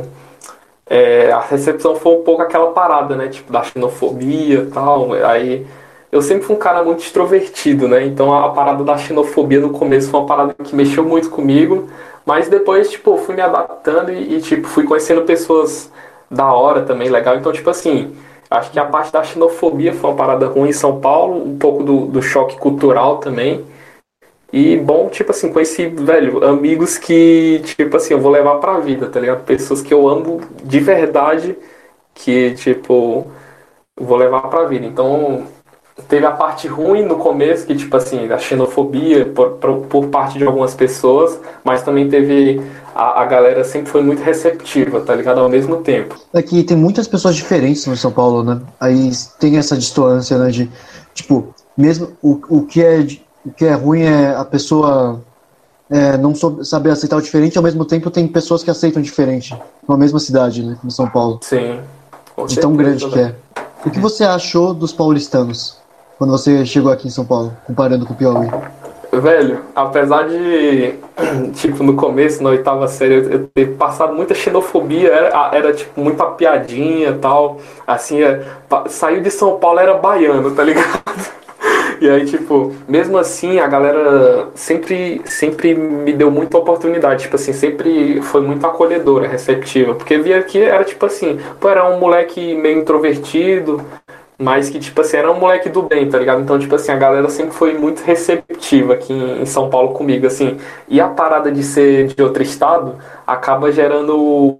a recepção foi um pouco aquela parada, né? Tipo, da xenofobia e tal. Aí eu sempre fui um cara muito extrovertido, né? Então a parada da xenofobia no começo foi uma parada que mexeu muito comigo. Mas depois, tipo, eu fui me adaptando tipo, fui conhecendo pessoas da hora também, legal. Então, tipo assim, acho que a parte da xenofobia foi uma parada ruim em São Paulo, um pouco do choque cultural também. E bom, tipo assim, conheci, velho, amigos que, tipo assim, eu vou levar pra vida, tá ligado? Pessoas que eu amo de verdade, que, tipo, vou levar pra vida. Então, teve a parte ruim no começo, que, tipo assim, a xenofobia por parte de algumas pessoas, mas também teve. A galera sempre foi muito receptiva, tá ligado? Ao mesmo tempo. É que tem muitas pessoas diferentes no São Paulo, né? Aí tem essa distância, né? De, tipo, mesmo o que é ruim é a pessoa não saber aceitar o diferente, ao mesmo tempo tem pessoas que aceitam diferente na mesma cidade, né? Como São Paulo. Sim. Com De tão certeza, grande que é. O que você achou dos paulistanos quando você chegou aqui em São Paulo, comparando com o Piauí? Velho, apesar de, tipo, no começo, na 8ª série, eu ter passado muita xenofobia, era tipo, muita piadinha e tal, assim, saiu de São Paulo, era baiano, tá ligado? E aí, tipo, mesmo assim, a galera sempre me deu muita oportunidade, tipo assim, sempre foi muito acolhedora, receptiva, porque via que era, tipo assim, pô, era um moleque meio introvertido, mas que, tipo assim, era um moleque do bem, tá ligado? Então, tipo assim, a galera sempre foi muito receptiva aqui em São Paulo comigo, assim. E a parada de ser de outro estado acaba gerando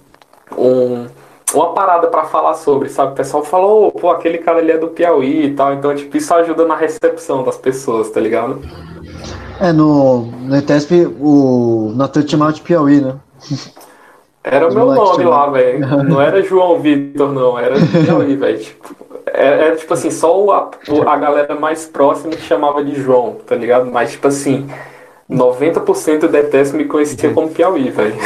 uma parada pra falar sobre, sabe? O pessoal falou, pô, aquele cara ali é do Piauí e tal. Então, tipo, isso ajuda na recepção das pessoas, tá ligado? No ETESP, o Natan te chamava de Piauí, né? Era o Os meu moleques nome chamavam. lá, velho. Não era João Vitor, não. Era Piauí, velho. Tipo, era tipo assim, só a galera mais próxima que chamava de João, tá ligado? Mas, tipo assim, 90% da ETES me conhecia como Piauí, velho.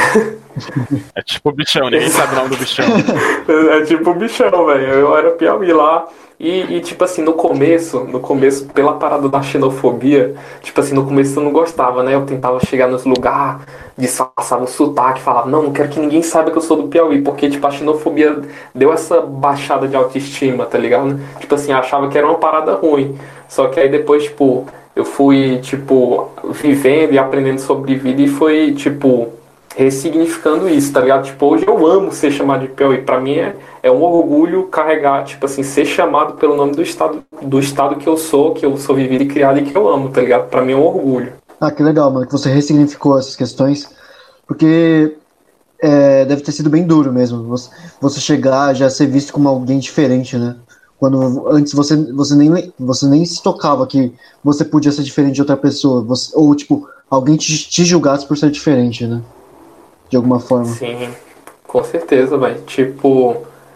É tipo o bichão, ninguém sabe o nome do bichão. É tipo o bichão, velho. Eu era Piauí lá. E, tipo assim, no começo, pela parada da xenofobia, tipo assim, no começo eu não gostava, né? Eu tentava chegar nos lugares, disfarçava o sotaque, falava, não quero que ninguém saiba que eu sou do Piauí, porque, tipo, a xenofobia deu essa baixada de autoestima, tá ligado? Tipo assim, achava que era uma parada ruim. Só que aí depois, tipo, eu fui, tipo, vivendo e aprendendo sobre vida e foi, tipo, ressignificando isso, tá ligado? Tipo, hoje eu amo ser chamado de Piauí. Pra mim é um orgulho carregar, tipo assim, ser chamado pelo nome do estado que eu sou vivido e criado e que eu amo, tá ligado? Pra mim é um orgulho. Ah, que legal, mano, que você ressignificou essas questões, porque deve ter sido bem duro mesmo, você chegar já ser visto como alguém diferente, né? Quando antes você nem se tocava que você podia ser diferente de outra pessoa, ou tipo, alguém te julgasse por ser diferente, né? De alguma forma. Sim, com certeza, velho. Tipo,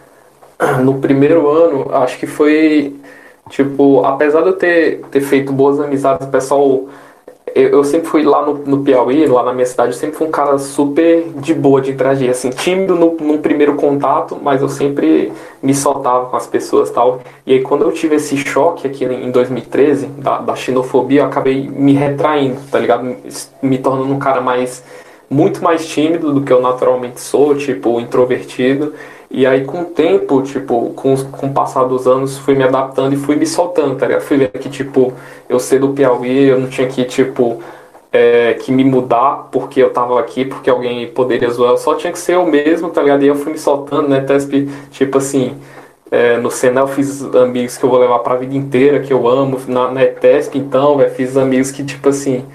no primeiro ano, acho que foi, tipo, apesar de eu ter feito boas amizades, o pessoal, eu sempre fui lá no Piauí, lá na minha cidade, eu sempre fui um cara super de boa de interagir, assim, tímido no primeiro contato, mas eu sempre me soltava com as pessoas e tal. E aí quando eu tive esse choque aqui em 2013, da xenofobia, eu acabei me retraindo, tá ligado? Me tornando um cara muito mais tímido do que eu naturalmente sou, tipo, introvertido. E aí, com o tempo, tipo, com o passar dos anos, fui me adaptando e fui me soltando, tá ligado? Fui vendo que, tipo, eu ser do Piauí, eu não tinha que, tipo, que me mudar porque eu tava aqui, porque alguém poderia zoar. Eu só tinha que ser eu mesmo, tá ligado? E eu fui me soltando, né? Tesp, tipo assim, no Senai eu fiz amigos que eu vou levar pra vida inteira, que eu amo. Na ETESP, então, fiz amigos que, tipo assim,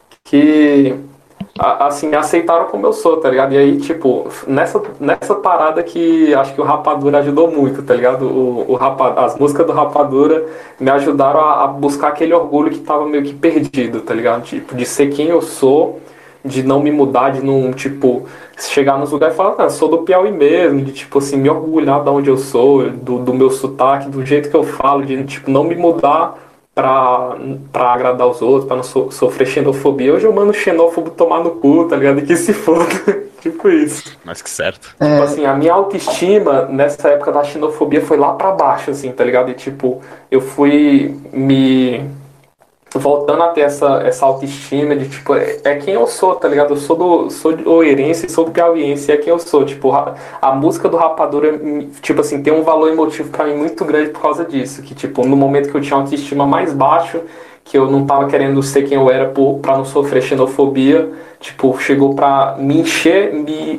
que assim, aceitaram como eu sou, tá ligado? E aí, tipo, nessa parada que acho que o Rapadura ajudou muito, tá ligado? As músicas do Rapadura me ajudaram a buscar aquele orgulho que tava meio que perdido, tá ligado? Tipo, de ser quem eu sou de não me mudar, de não, tipo, chegar nos lugares e falar, ah, sou do Piauí mesmo, de, tipo assim, me orgulhar de onde eu sou, do meu sotaque, do jeito que eu falo, de, tipo, não me mudar pra agradar os outros, pra não sofrer xenofobia. Hoje eu mando xenófobo tomar no cu, tá ligado? E que se foda. Tipo isso. Mas que certo. Tipo assim, a minha autoestima nessa época da xenofobia foi lá pra baixo, assim, tá ligado? E tipo, eu fui me voltando a ter essa autoestima de tipo, é quem eu sou, tá ligado? Eu sou de oeirense, sou piauiense, é quem eu sou. Tipo, a música do Rapadura, tipo assim, tem um valor emotivo pra mim muito grande por causa disso. Que tipo, no momento que eu tinha uma autoestima mais baixo, que eu não tava querendo ser quem eu era pra não sofrer xenofobia, tipo, chegou pra me encher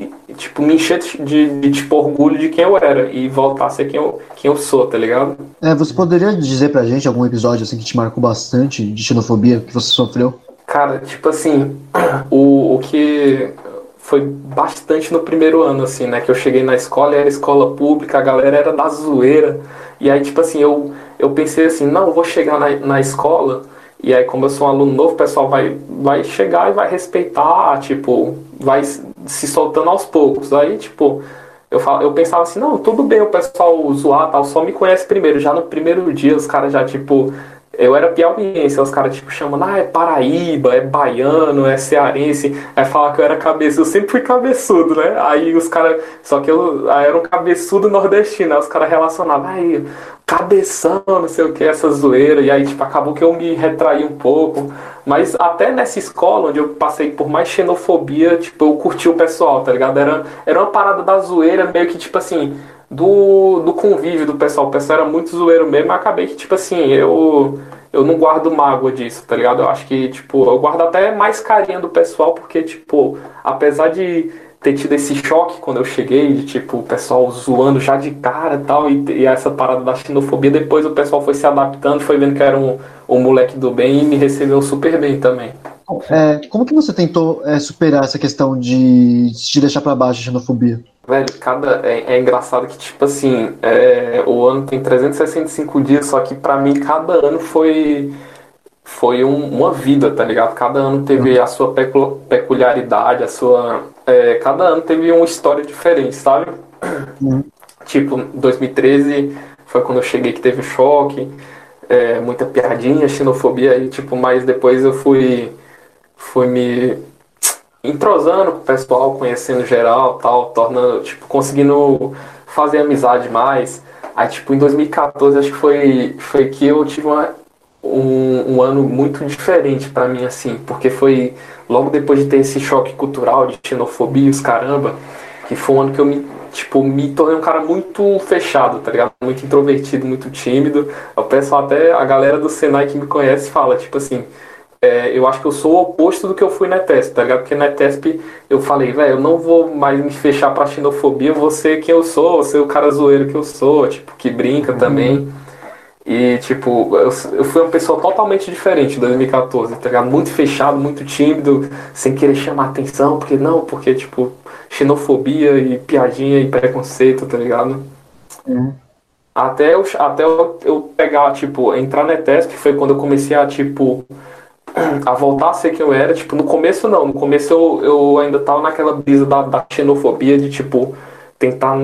de tipo, orgulho de quem eu era e voltar a ser quem eu sou, tá ligado? Você poderia dizer pra gente algum episódio assim que te marcou bastante de xenofobia que você sofreu? Cara, tipo assim, o que foi bastante no primeiro ano, assim, né? Que eu cheguei na escola, era escola pública, a galera era da zoeira. E aí, tipo assim, eu pensei assim, não, eu vou chegar na escola, e aí como eu sou um aluno novo, o pessoal vai chegar e vai respeitar, tipo, vai se soltando aos poucos. Aí, tipo, eu pensava assim, não, tudo bem o pessoal zoar, tal, só me conhece primeiro. Já no primeiro dia, os caras já, tipo... Eu era piauiense, os caras tipo chamando, é Paraíba, é baiano, é cearense, aí falar que eu era cabeçudo, eu sempre fui cabeçudo, né? Aí os caras, só que eu era um cabeçudo nordestino, aí os caras relacionavam, aí, cabeção, não sei o que, essa zoeira, e aí tipo, acabou que eu me retraí um pouco, mas até nessa escola, onde eu passei por mais xenofobia, tipo, eu curti o pessoal, tá ligado? Era uma parada da zoeira, meio que tipo assim... Do convívio do pessoal. O pessoal era muito zoeiro mesmo, mas acabei que, tipo assim, eu não guardo mágoa disso, tá ligado? Eu acho que, tipo, eu guardo até mais carinho do pessoal, porque, tipo, apesar de ter tido esse choque quando eu cheguei, de, tipo, o pessoal zoando já de cara e tal, e essa parada da xenofobia, depois o pessoal foi se adaptando, foi vendo que era um moleque do bem e me recebeu super bem também. Como que você tentou superar essa questão de te deixar pra baixo a xenofobia? Velho, é engraçado que, tipo assim, o ano tem 365 dias, só que pra mim cada ano foi uma vida, tá ligado? Cada ano teve a sua peculiaridade, cada ano teve uma história diferente, sabe? Tipo, 2013 foi quando eu cheguei que teve o choque, muita piadinha, xenofobia, e tipo, mas depois eu fui me entrosando com o pessoal, conhecendo geral, tal, tornando, tipo, conseguindo fazer amizade mais. Aí, tipo, em 2014, acho que foi que eu tive um ano muito diferente pra mim, assim, porque foi logo depois de ter esse choque cultural de xenofobia, os caramba, que foi um ano que eu me tornei um cara muito fechado, tá ligado? Muito introvertido, muito tímido. O pessoal, até a galera do Senai que me conhece fala, tipo assim, eu acho que eu sou o oposto do que eu fui na ETESP, tá ligado? Porque na ETESP eu falei, velho, eu não vou mais me fechar pra xenofobia, eu vou ser quem eu sou, vou ser o cara zoeiro que eu sou, tipo, que brinca também. E, tipo, eu fui uma pessoa totalmente diferente em 2014, tá ligado? Muito fechado, muito tímido, sem querer chamar atenção, porque, tipo, xenofobia e piadinha e preconceito, tá ligado? Até eu pegar, tipo, entrar na ETESP, que foi quando eu comecei a, tipo... a voltar a ser quem eu era, tipo, no começo não, no começo eu ainda tava naquela brisa da xenofobia, de tipo, tentar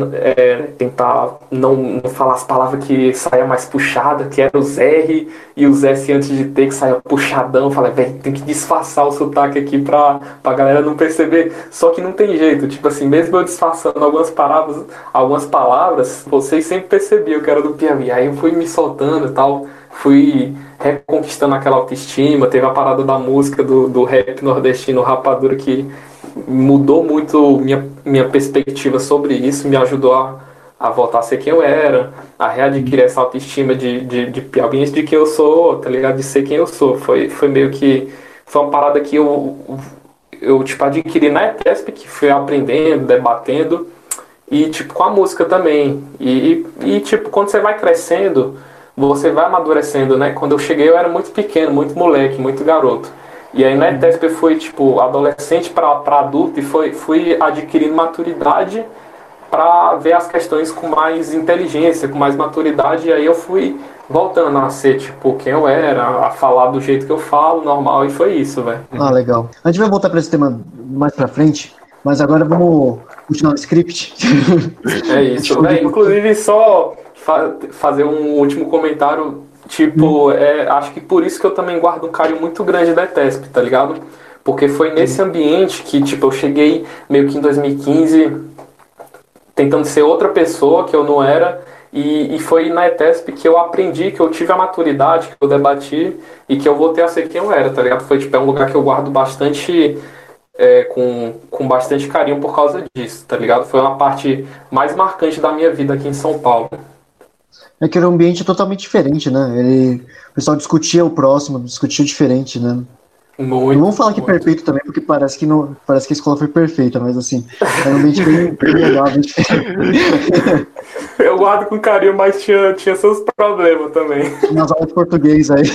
não falar as palavras que saia mais puxada, que era os R e os S antes de ter, que saia puxadão. Eu falei, velho, tem que disfarçar o sotaque aqui pra galera não perceber, só que não tem jeito, tipo assim, mesmo eu disfarçando algumas palavras, vocês sempre percebiam que era do Piauí, aí eu fui me soltando e tal, fui reconquistando aquela autoestima. Teve a parada da música do rap nordestino, Rapadura, que mudou muito minha perspectiva sobre isso, me ajudou a voltar a ser quem eu era, a readquirir essa autoestima de piauiense, de quem eu sou, tá ligado? De ser quem eu sou. Foi meio que... Foi uma parada que eu tipo, adquiri na ETESP, que fui aprendendo, debatendo, e tipo, com a música também. E tipo, quando você vai crescendo, você vai amadurecendo, né? Quando eu cheguei eu era muito pequeno, muito moleque, muito garoto. E aí na ETESP eu fui, tipo, adolescente para adulto e fui adquirindo maturidade para ver as questões com mais inteligência, com mais maturidade, e aí eu fui voltando a ser, tipo, quem eu era, a falar do jeito que eu falo, normal, e foi isso, velho. Ah, legal. A gente vai voltar pra esse tema mais pra frente, mas agora vamos continuar o script. É isso, velho. Inclusive, só fazer um último comentário, tipo, acho que por isso que eu também guardo um carinho muito grande da ETESP, tá ligado? Porque foi nesse ambiente que, tipo, eu cheguei meio que em 2015 tentando ser outra pessoa que eu não era, e foi na ETESP que eu aprendi, que eu tive a maturidade, que eu debati e que eu voltei a ser quem eu era, tá ligado? Foi, tipo, é um lugar que eu guardo bastante, com bastante carinho por causa disso, tá ligado? Foi uma parte mais marcante da minha vida aqui em São Paulo. É que era um ambiente totalmente diferente, né? O pessoal discutia o próximo, discutia o diferente, né? Muito, não vamos falar que muito. perfeito também, porque parece que a escola foi perfeita, mas assim, era um ambiente bem legal, bem diferente. Eu guardo com carinho, mas tinha seus problemas também. Nas aulas de português aí.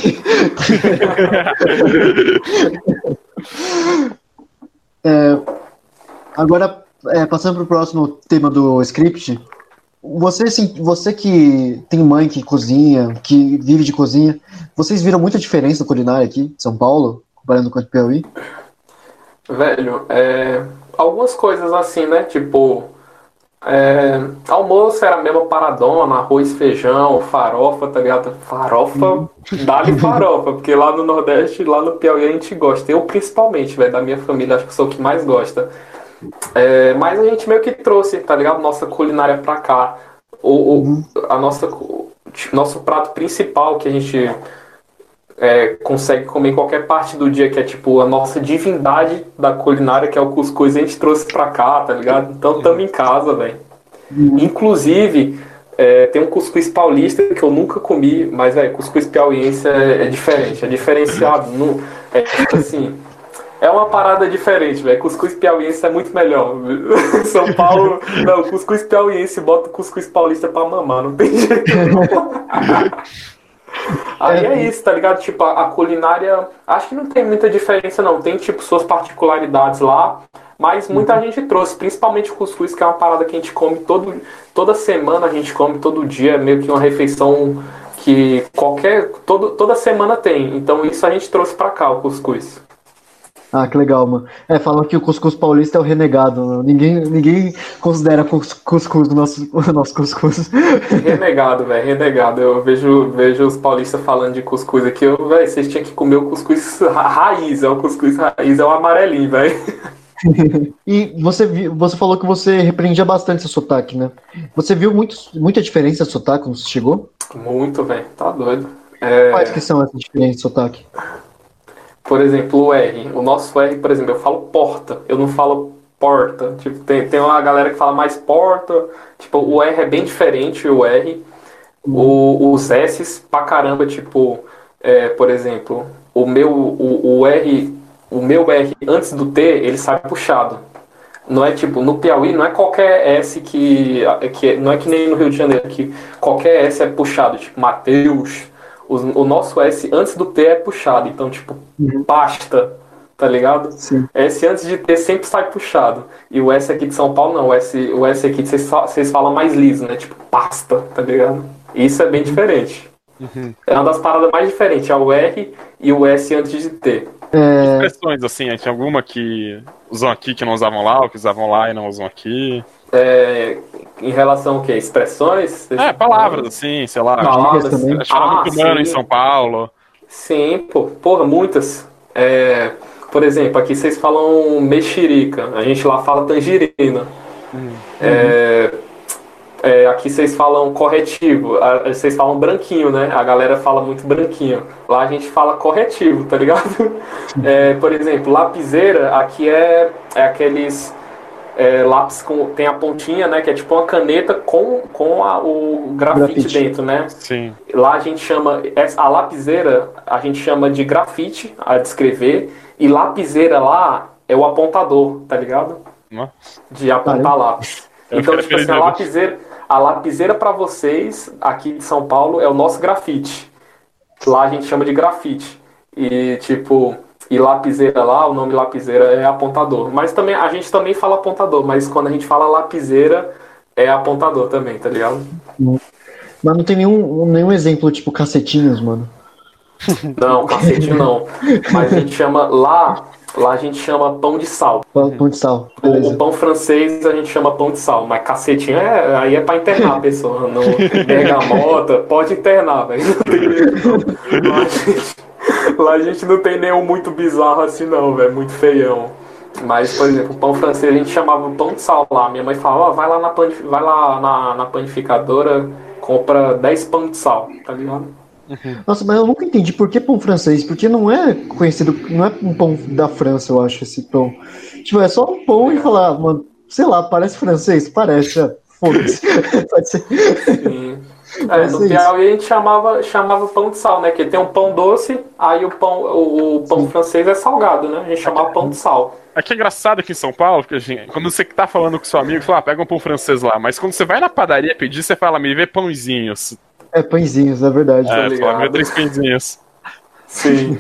Agora, passando para o próximo tema do script, você que tem mãe que cozinha, que vive de cozinha, vocês viram muita diferença na culinária aqui em São Paulo, comparando com o Piauí? Velho, algumas coisas assim, né? Tipo, almoço era a mesma paradona, arroz, feijão, farofa, tá ligado? Farofa, dá-lhe farofa, porque lá no Nordeste, lá no Piauí a gente gosta. Eu principalmente, velho, da minha família, acho que sou o que mais gosta. Mas a gente meio que trouxe, tá ligado? Nossa culinária pra cá. Nosso prato principal que a gente consegue comer em qualquer parte do dia, que é tipo a nossa divindade da culinária, que é o cuscuz, a gente trouxe pra cá, tá ligado? Então tamo em casa, velho. Inclusive, tem um cuscuz paulista que eu nunca comi, mas, velho, cuscuz piauiense é diferente, é diferenciado. Tipo assim, é uma parada diferente, velho. Cuscuz piauiense é muito melhor. São Paulo, não, cuscuz piauiense bota cuscuz paulista pra mamar, não tem jeito. Aí é isso, tá ligado? Tipo, a culinária, acho que não tem muita diferença não, tem tipo suas particularidades lá, mas muita gente trouxe, principalmente o cuscuz, que é uma parada que a gente come toda semana, a gente come todo dia, é meio que uma refeição que toda semana tem, então isso a gente trouxe pra cá, o cuscuz. Ah, que legal, mano. Falam que o cuscuz paulista é o renegado, né? Ninguém considera cuscuz o nosso cuscuz. Renegado, velho, renegado. Eu vejo os paulistas falando de cuscuz aqui, velho, vocês tinham que comer o cuscuz raiz, o cuscuz raiz é o amarelinho, velho. E você falou que você repreendia bastante seu sotaque, né? Você viu muita diferença de sotaque quando você chegou? Muito, velho, tá doido. Quais que são essas diferenças de sotaque? Por exemplo, o R. O nosso R, por exemplo, eu falo porta, eu não falo porta. Tipo, tem uma galera que fala mais porta. Tipo, o R é bem diferente, o R. Os S's pra caramba, tipo, por exemplo, o meu R antes do T, ele sai puxado. Não é tipo, no Piauí não é qualquer S não é que nem no Rio de Janeiro, que qualquer S é puxado, tipo Mateus. O nosso S antes do T é puxado, então tipo, pasta, tá ligado? Sim. S antes de T sempre sai puxado. E o S aqui de São Paulo não, o S aqui vocês falam mais liso, né? Tipo, pasta, tá ligado? E isso é bem diferente. É uma das paradas mais diferentes, é o R e o S antes de T. Expressões assim, tem alguma que usam aqui que não usavam lá, ou que usavam lá e não usam aqui? Em relação ao quê? Expressões? Palavras, assim, sei lá. Palavras. Acho que era muito humano em São Paulo. Sim, porra, muitas. Por exemplo, aqui vocês falam mexerica, a gente lá fala tangerina. Aqui vocês falam corretivo, vocês falam branquinho, né? A galera fala muito branquinho. Lá a gente fala corretivo, tá ligado? Por exemplo, lapiseira, aqui é aqueles lápis tem a pontinha, né? Que é tipo uma caneta com o grafite dentro, né? Sim. Lá a gente chama, a lapiseira, a gente chama de grafite, a de escrever, e lapiseira lá é o apontador, tá ligado? De apontar lápis. Então, tipo assim, a lapiseira pra vocês, aqui de São Paulo, é o nosso grafite. Lá a gente chama de grafite. E, tipo, lapiseira lá, o nome lapiseira é apontador. Mas também, a gente também fala apontador, mas quando a gente fala lapiseira, é apontador também, tá ligado? Mas não tem nenhum exemplo, tipo, cacetinhos, mano. Não, cacetinho não. Mas a gente chama lá a gente chama pão de sal. Pão de sal. O Beleza. pão francês a gente chama pão de sal, mas cacetinho aí é pra internar a pessoa. No bergamota, pode internar, velho. Não tem medo, não. Lá a gente não tem nenhum muito bizarro assim, não, velho. Muito feião. Mas, por exemplo, o pão francês a gente chamava pão de sal lá. Minha mãe falava, ó, vai lá na panificadora, compra 10 pão de sal, tá ligado? Nossa, mas eu nunca entendi por que pão francês, porque não é conhecido, não é um pão da França, eu acho, esse pão. Tipo, é só um pão e falar, mano, sei lá, parece francês? Parece, foda-se. Pode ser. Sim. No Piauí a gente chamava pão de sal, né? Que tem um pão doce, aí o pão francês é salgado, né? A gente chamava pão de sal. Aqui é engraçado aqui em São Paulo, porque quando você tá falando com seu amigo, você fala, pega um pão francês lá. Mas quando você vai na padaria pedir, você fala, me vê pãozinhos. É, pãezinhos, é verdade. Fala, me vê 3 pãezinhos. Sim.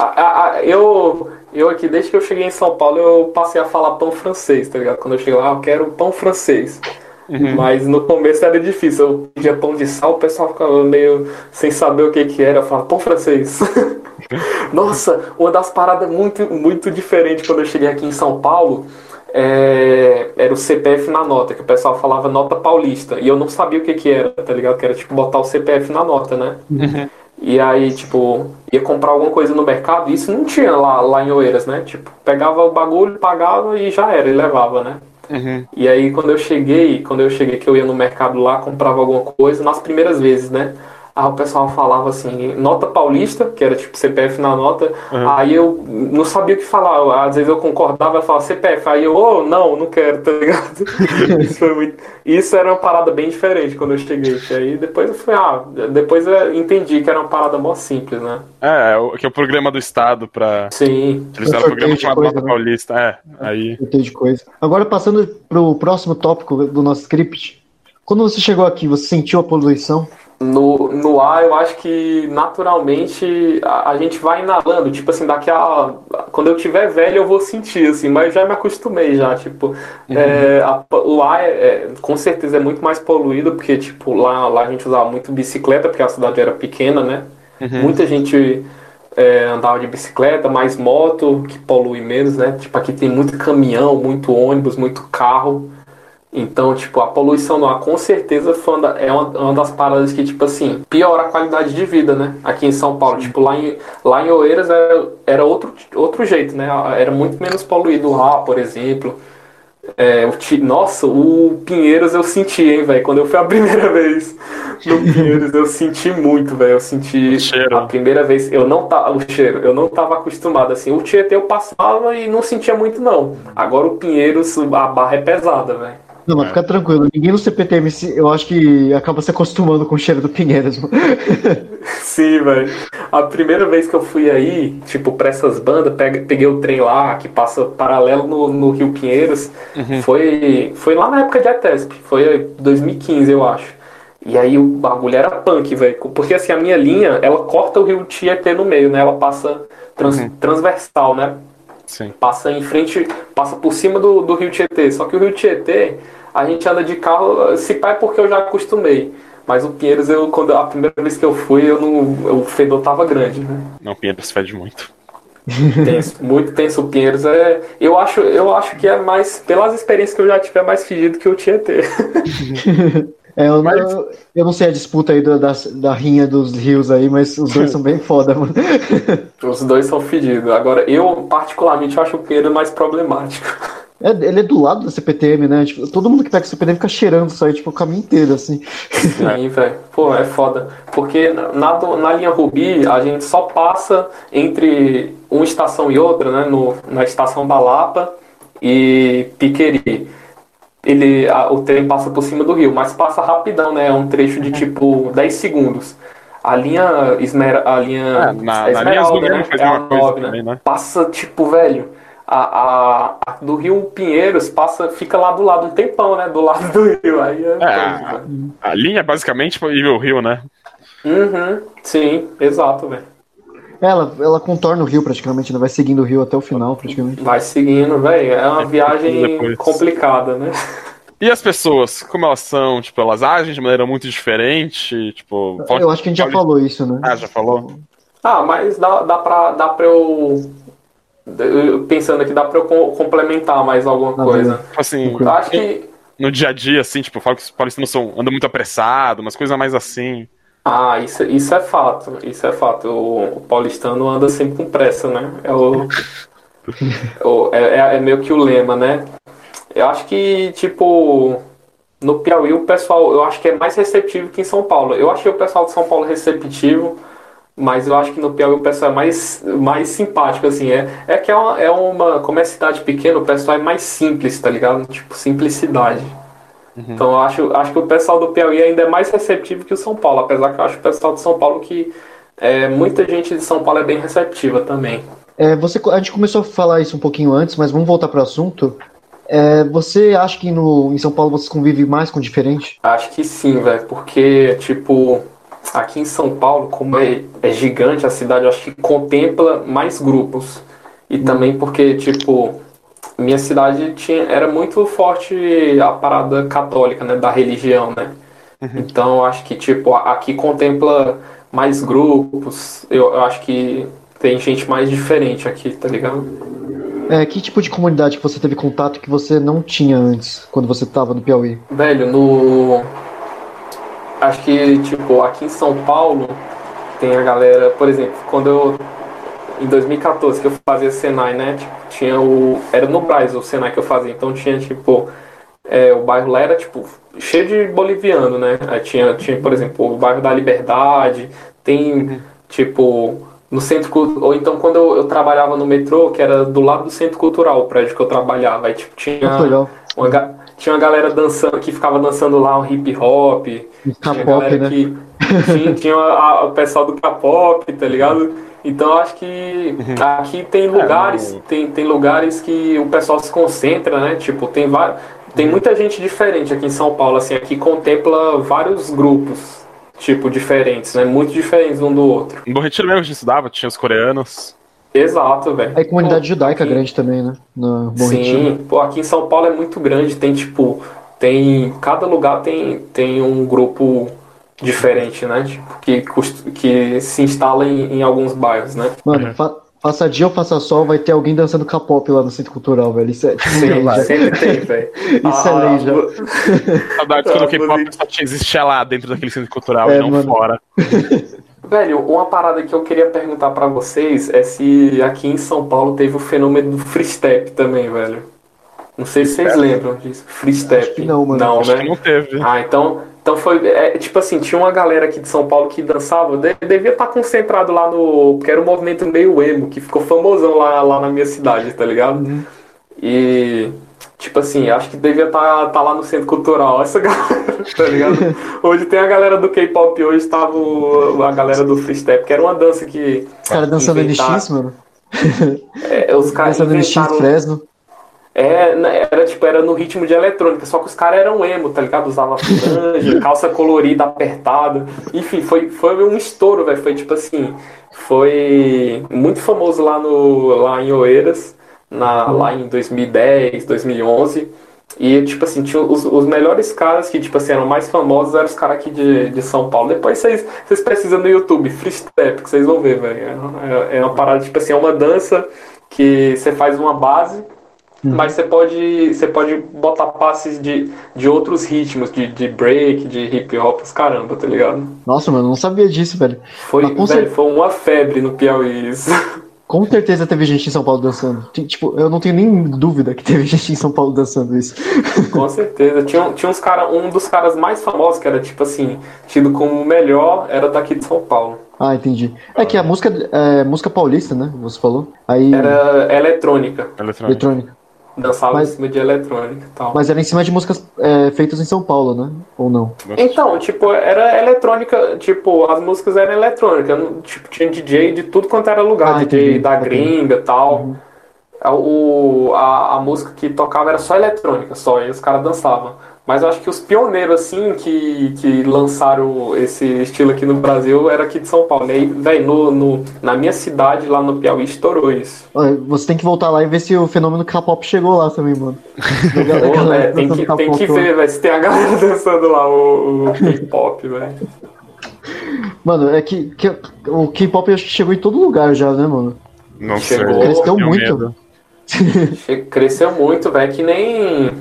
Eu aqui, desde que eu cheguei em São Paulo, eu passei a falar pão francês, tá ligado? Quando eu cheguei lá, eu quero pão francês. Mas no começo era difícil. Eu pedia pão de sal, o pessoal ficava meio sem saber o que era. Eu falava, pão francês. Nossa, uma das paradas muito, muito diferentes quando eu cheguei aqui em São Paulo era o CPF na nota, que o pessoal falava nota paulista. E eu não sabia o que era, tá ligado? Que era tipo botar o CPF na nota, né? E aí, tipo, ia comprar alguma coisa no mercado, e isso não tinha lá em Oeiras, né? Tipo, pegava o bagulho, pagava e já era, e levava, né? E aí quando eu cheguei que eu ia no mercado lá, comprava alguma coisa, nas primeiras vezes, né? Aí o pessoal falava assim, nota paulista, que era tipo CPF na nota, aí eu não sabia o que falar, às vezes eu concordava, eu falava CPF, aí eu, não quero, tá ligado? Isso era uma parada bem diferente quando eu cheguei, aí depois eu fui, depois eu entendi que era uma parada mó simples, né? Que é o programa do Estado pra... Sim. Eles fizeram o programa chamado Nota né? Paulista, aí... De coisa. Agora, passando pro próximo tópico do nosso script, quando você chegou aqui, você sentiu a poluição? No ar, eu acho que naturalmente a gente vai inalando, tipo assim, quando eu tiver velho eu vou sentir, assim, mas já me acostumei já, tipo, o ar com certeza é muito mais poluído, porque tipo, lá a gente usava muito bicicleta, porque a cidade era pequena, né? Muita gente andava de bicicleta, mais moto, que polui menos, né? Tipo, aqui tem muito caminhão, muito ônibus, muito carro. Então, tipo, a poluição no ar com certeza é uma das paradas que, tipo assim, piora a qualidade de vida, né? Aqui em São Paulo. Tipo, lá em Oeiras era outro jeito, né? Era muito menos poluído o ar, por exemplo. Nossa, o Pinheiros eu senti, hein, velho? Quando eu fui a primeira vez no Pinheiros, eu senti muito, velho. Eu senti a primeira vez, o cheiro, eu não tava acostumado, assim. O Tietê eu passava e não sentia muito, não. Agora o Pinheiros, a barra é pesada, velho. Não, mas fica tranquilo, ninguém no CPTM, eu acho que acaba se acostumando com o cheiro do Pinheiros. Sim, velho. A primeira vez que eu fui aí, tipo, pra essas bandas, peguei o trem lá, que passa paralelo no Rio Pinheiros, foi lá na época de ETESP, foi 2015, eu acho. E aí o bagulho era punk, velho, porque assim, a minha linha, ela corta o Rio Tietê no meio, né, ela passa transversal, né? Sim. Passa em frente, passa por cima do Rio Tietê. Só que o Rio Tietê, a gente anda de carro, se pá é porque eu já acostumei. Mas o Pinheiros, a primeira vez que eu fui, o fedor tava grande, né? Não, o Pinheiros fede muito. Tenso, muito tenso. O Pinheiros eu acho que é mais, pelas experiências que eu já tive, é mais fedido que o Tietê. Eu não sei a disputa aí da rinha dos rios aí, mas os dois são bem foda, mano. Os dois são fedidos. Agora, eu particularmente acho o Pinheiros mais problemático. Ele é do lado da CPTM, né? Tipo, todo mundo que pega o CPTM fica cheirando isso aí, tipo, o caminho inteiro, assim. Sim, velho. Pô, é foda. Porque na linha Rubi, a gente só passa entre uma estação e outra, né? Na estação da Lapa e Piqueri. O trem passa por cima do rio, mas passa rapidão, né? É um trecho de tipo 10 segundos. A linha Esmeralda, né? É a 9, também, né? Passa tipo, velho. A do Rio Pinheiros fica lá do lado um tempão, né? Do lado do rio. Aí a linha basicamente o rio, né? Sim, exato, velho. Ela contorna o rio praticamente, né? Vai seguindo o rio até o final, praticamente. Vai seguindo, velho. É uma viagem complicada, né? E as pessoas, como elas são? Tipo, elas agem de maneira muito diferente? Tipo, Eu acho que a gente já falou isso, né? Ah, já falou? Ah, mas dá pra pensando aqui, dá pra eu complementar mais alguma coisa. Tipo assim, Eu acho que. no dia a dia, assim, tipo, eu falo que os paulistanos andam muito apressado, umas coisas mais assim. Ah, isso é fato. Isso é fato. O paulistano anda sempre com pressa, né? É meio que o lema, né? Eu acho que, tipo, no Piauí o pessoal, eu acho que é mais receptivo que em São Paulo. Eu achei o pessoal de São Paulo receptivo, mas eu acho que no Piauí o pessoal é mais simpático, assim. É que como é cidade pequena, o pessoal é mais simples, tá ligado? Tipo, simplicidade. Então eu acho que o pessoal do Piauí ainda é mais receptivo que o São Paulo, apesar que eu acho o pessoal de São Paulo que muita gente de São Paulo é bem receptiva também. A gente começou a falar isso um pouquinho antes, mas vamos voltar pro assunto. Você acha que em São Paulo você convive mais com o diferente? Acho que sim, velho, porque, tipo, aqui em São Paulo, como é gigante a cidade, eu acho que contempla mais grupos. E também porque, tipo, minha cidade era muito forte a parada católica, né, da religião, né? Então, eu acho que, tipo, aqui contempla mais grupos, eu acho que tem gente mais diferente aqui, tá ligado? Que tipo de comunidade que você teve contato que você não tinha antes, quando você estava no Piauí? Velho, acho que, tipo, aqui em São Paulo tem a galera, por exemplo, em 2014 que eu fazia Senai, né? Tipo, era no Brás o Senai que eu fazia, então tinha, tipo, o bairro lá era, tipo, cheio de boliviano, né? Aí tinha, por exemplo, o bairro da Liberdade, tem, tipo, no centro cultural, ou então quando eu trabalhava no metrô, que era do lado do centro cultural, o prédio que eu trabalhava, aí, tipo, Legal. tinha uma galera dançando, que ficava dançando lá um hip hop, tinha galera né? que tinha o pessoal do K-pop, tá ligado? Então eu acho que aqui tem lugares, tem lugares que o pessoal se concentra, né? Tipo, tem muita gente diferente aqui em São Paulo, assim, aqui contempla vários grupos, tipo, diferentes, né? Muito diferentes um do outro. No Bom Retiro mesmo a gente estudava, tinha os coreanos. Exato, velho. Aí comunidade judaica aqui, grande também, né? No Bom Retiro. sim, pô, aqui em São Paulo é muito grande, tem tipo, cada lugar tem um grupo diferente, né? Tipo, que se instala em alguns bairros, né? Mano, faça dia ou faça sol, vai ter alguém dançando K-pop lá no Centro Cultural, velho. Isso é tipo, Sim, lei já. sempre tem, velho. Isso é lei já. Saudades quando o K-pop só existia lá dentro daquele centro cultural e não mano. fora. Velho, uma parada que eu queria perguntar pra vocês é se aqui em São Paulo teve o fenômeno do free step também, velho. Não sei se vocês lembram disso. Free step. Acho que não, mano. Não, Acho né? que não teve. Ah, então foi. Tipo assim, tinha uma galera aqui de São Paulo que dançava, devia estar concentrado lá no. Porque era um movimento meio emo, que ficou famosão lá na minha cidade, tá ligado? E. Tipo assim, acho que devia estar lá no centro cultural, essa galera, tá ligado? Hoje tem a galera do K-pop, hoje tava a galera do freestep, que era uma dança que. Os caras dançando NX, mano. Os caras Dançando NX inventaram. Fresno. Era no ritmo de eletrônica, só que os caras eram emo, tá ligado? Usava franja, calça colorida, apertada. Enfim, foi um estouro, velho. Foi tipo assim, foi muito famoso lá em Oeiras, lá em 2010, 2011. E tipo assim, tinha os melhores caras que tipo assim, eram mais famosos, eram os caras aqui de São Paulo. Depois vocês pesquisam no YouTube, Free Step, que vocês vão ver, velho. É uma parada, tipo assim, é uma dança que você faz uma base. Mas você pode botar passes de outros ritmos, de break, de hip hop, os caramba, tá ligado? Nossa, mano, não sabia disso, velho. Foi uma febre no Piauí isso. Com certeza teve gente em São Paulo dançando. Tipo, eu não tenho nem dúvida que teve gente em São Paulo dançando isso. Com certeza. Tinha uns caras, um dos caras mais famosos, que era tipo assim, tido como o melhor, era daqui de São Paulo. Ah, entendi. É que a música é música paulista, né? Você falou. Aí. Era eletrônica. Eletrônica. Dançava em cima de eletrônica e tal. Mas era em cima de músicas feitas em São Paulo, né? Ou não? Então, tipo, era eletrônica, tipo, as músicas eram eletrônicas, tipo, tinha DJ de tudo quanto era lugar, DJ entendi. da gringa e tal. A música que tocava era só eletrônica, só, e os caras dançavam. Mas eu acho que os pioneiros, assim, que lançaram esse estilo aqui no Brasil era aqui de São Paulo. E aí, velho, na minha cidade, lá no Piauí, estourou isso. Olha, você tem que voltar lá e ver se o fenômeno K-pop chegou lá também, mano. Pô, né, tem que ver, velho, se tem a galera dançando lá o K-pop, velho. Mano, é que o K-pop acho que chegou em todo lugar já, né, mano? Não Chegou. sei. Cresceu tenho muito. medo. Cresceu muito, velho, que nem...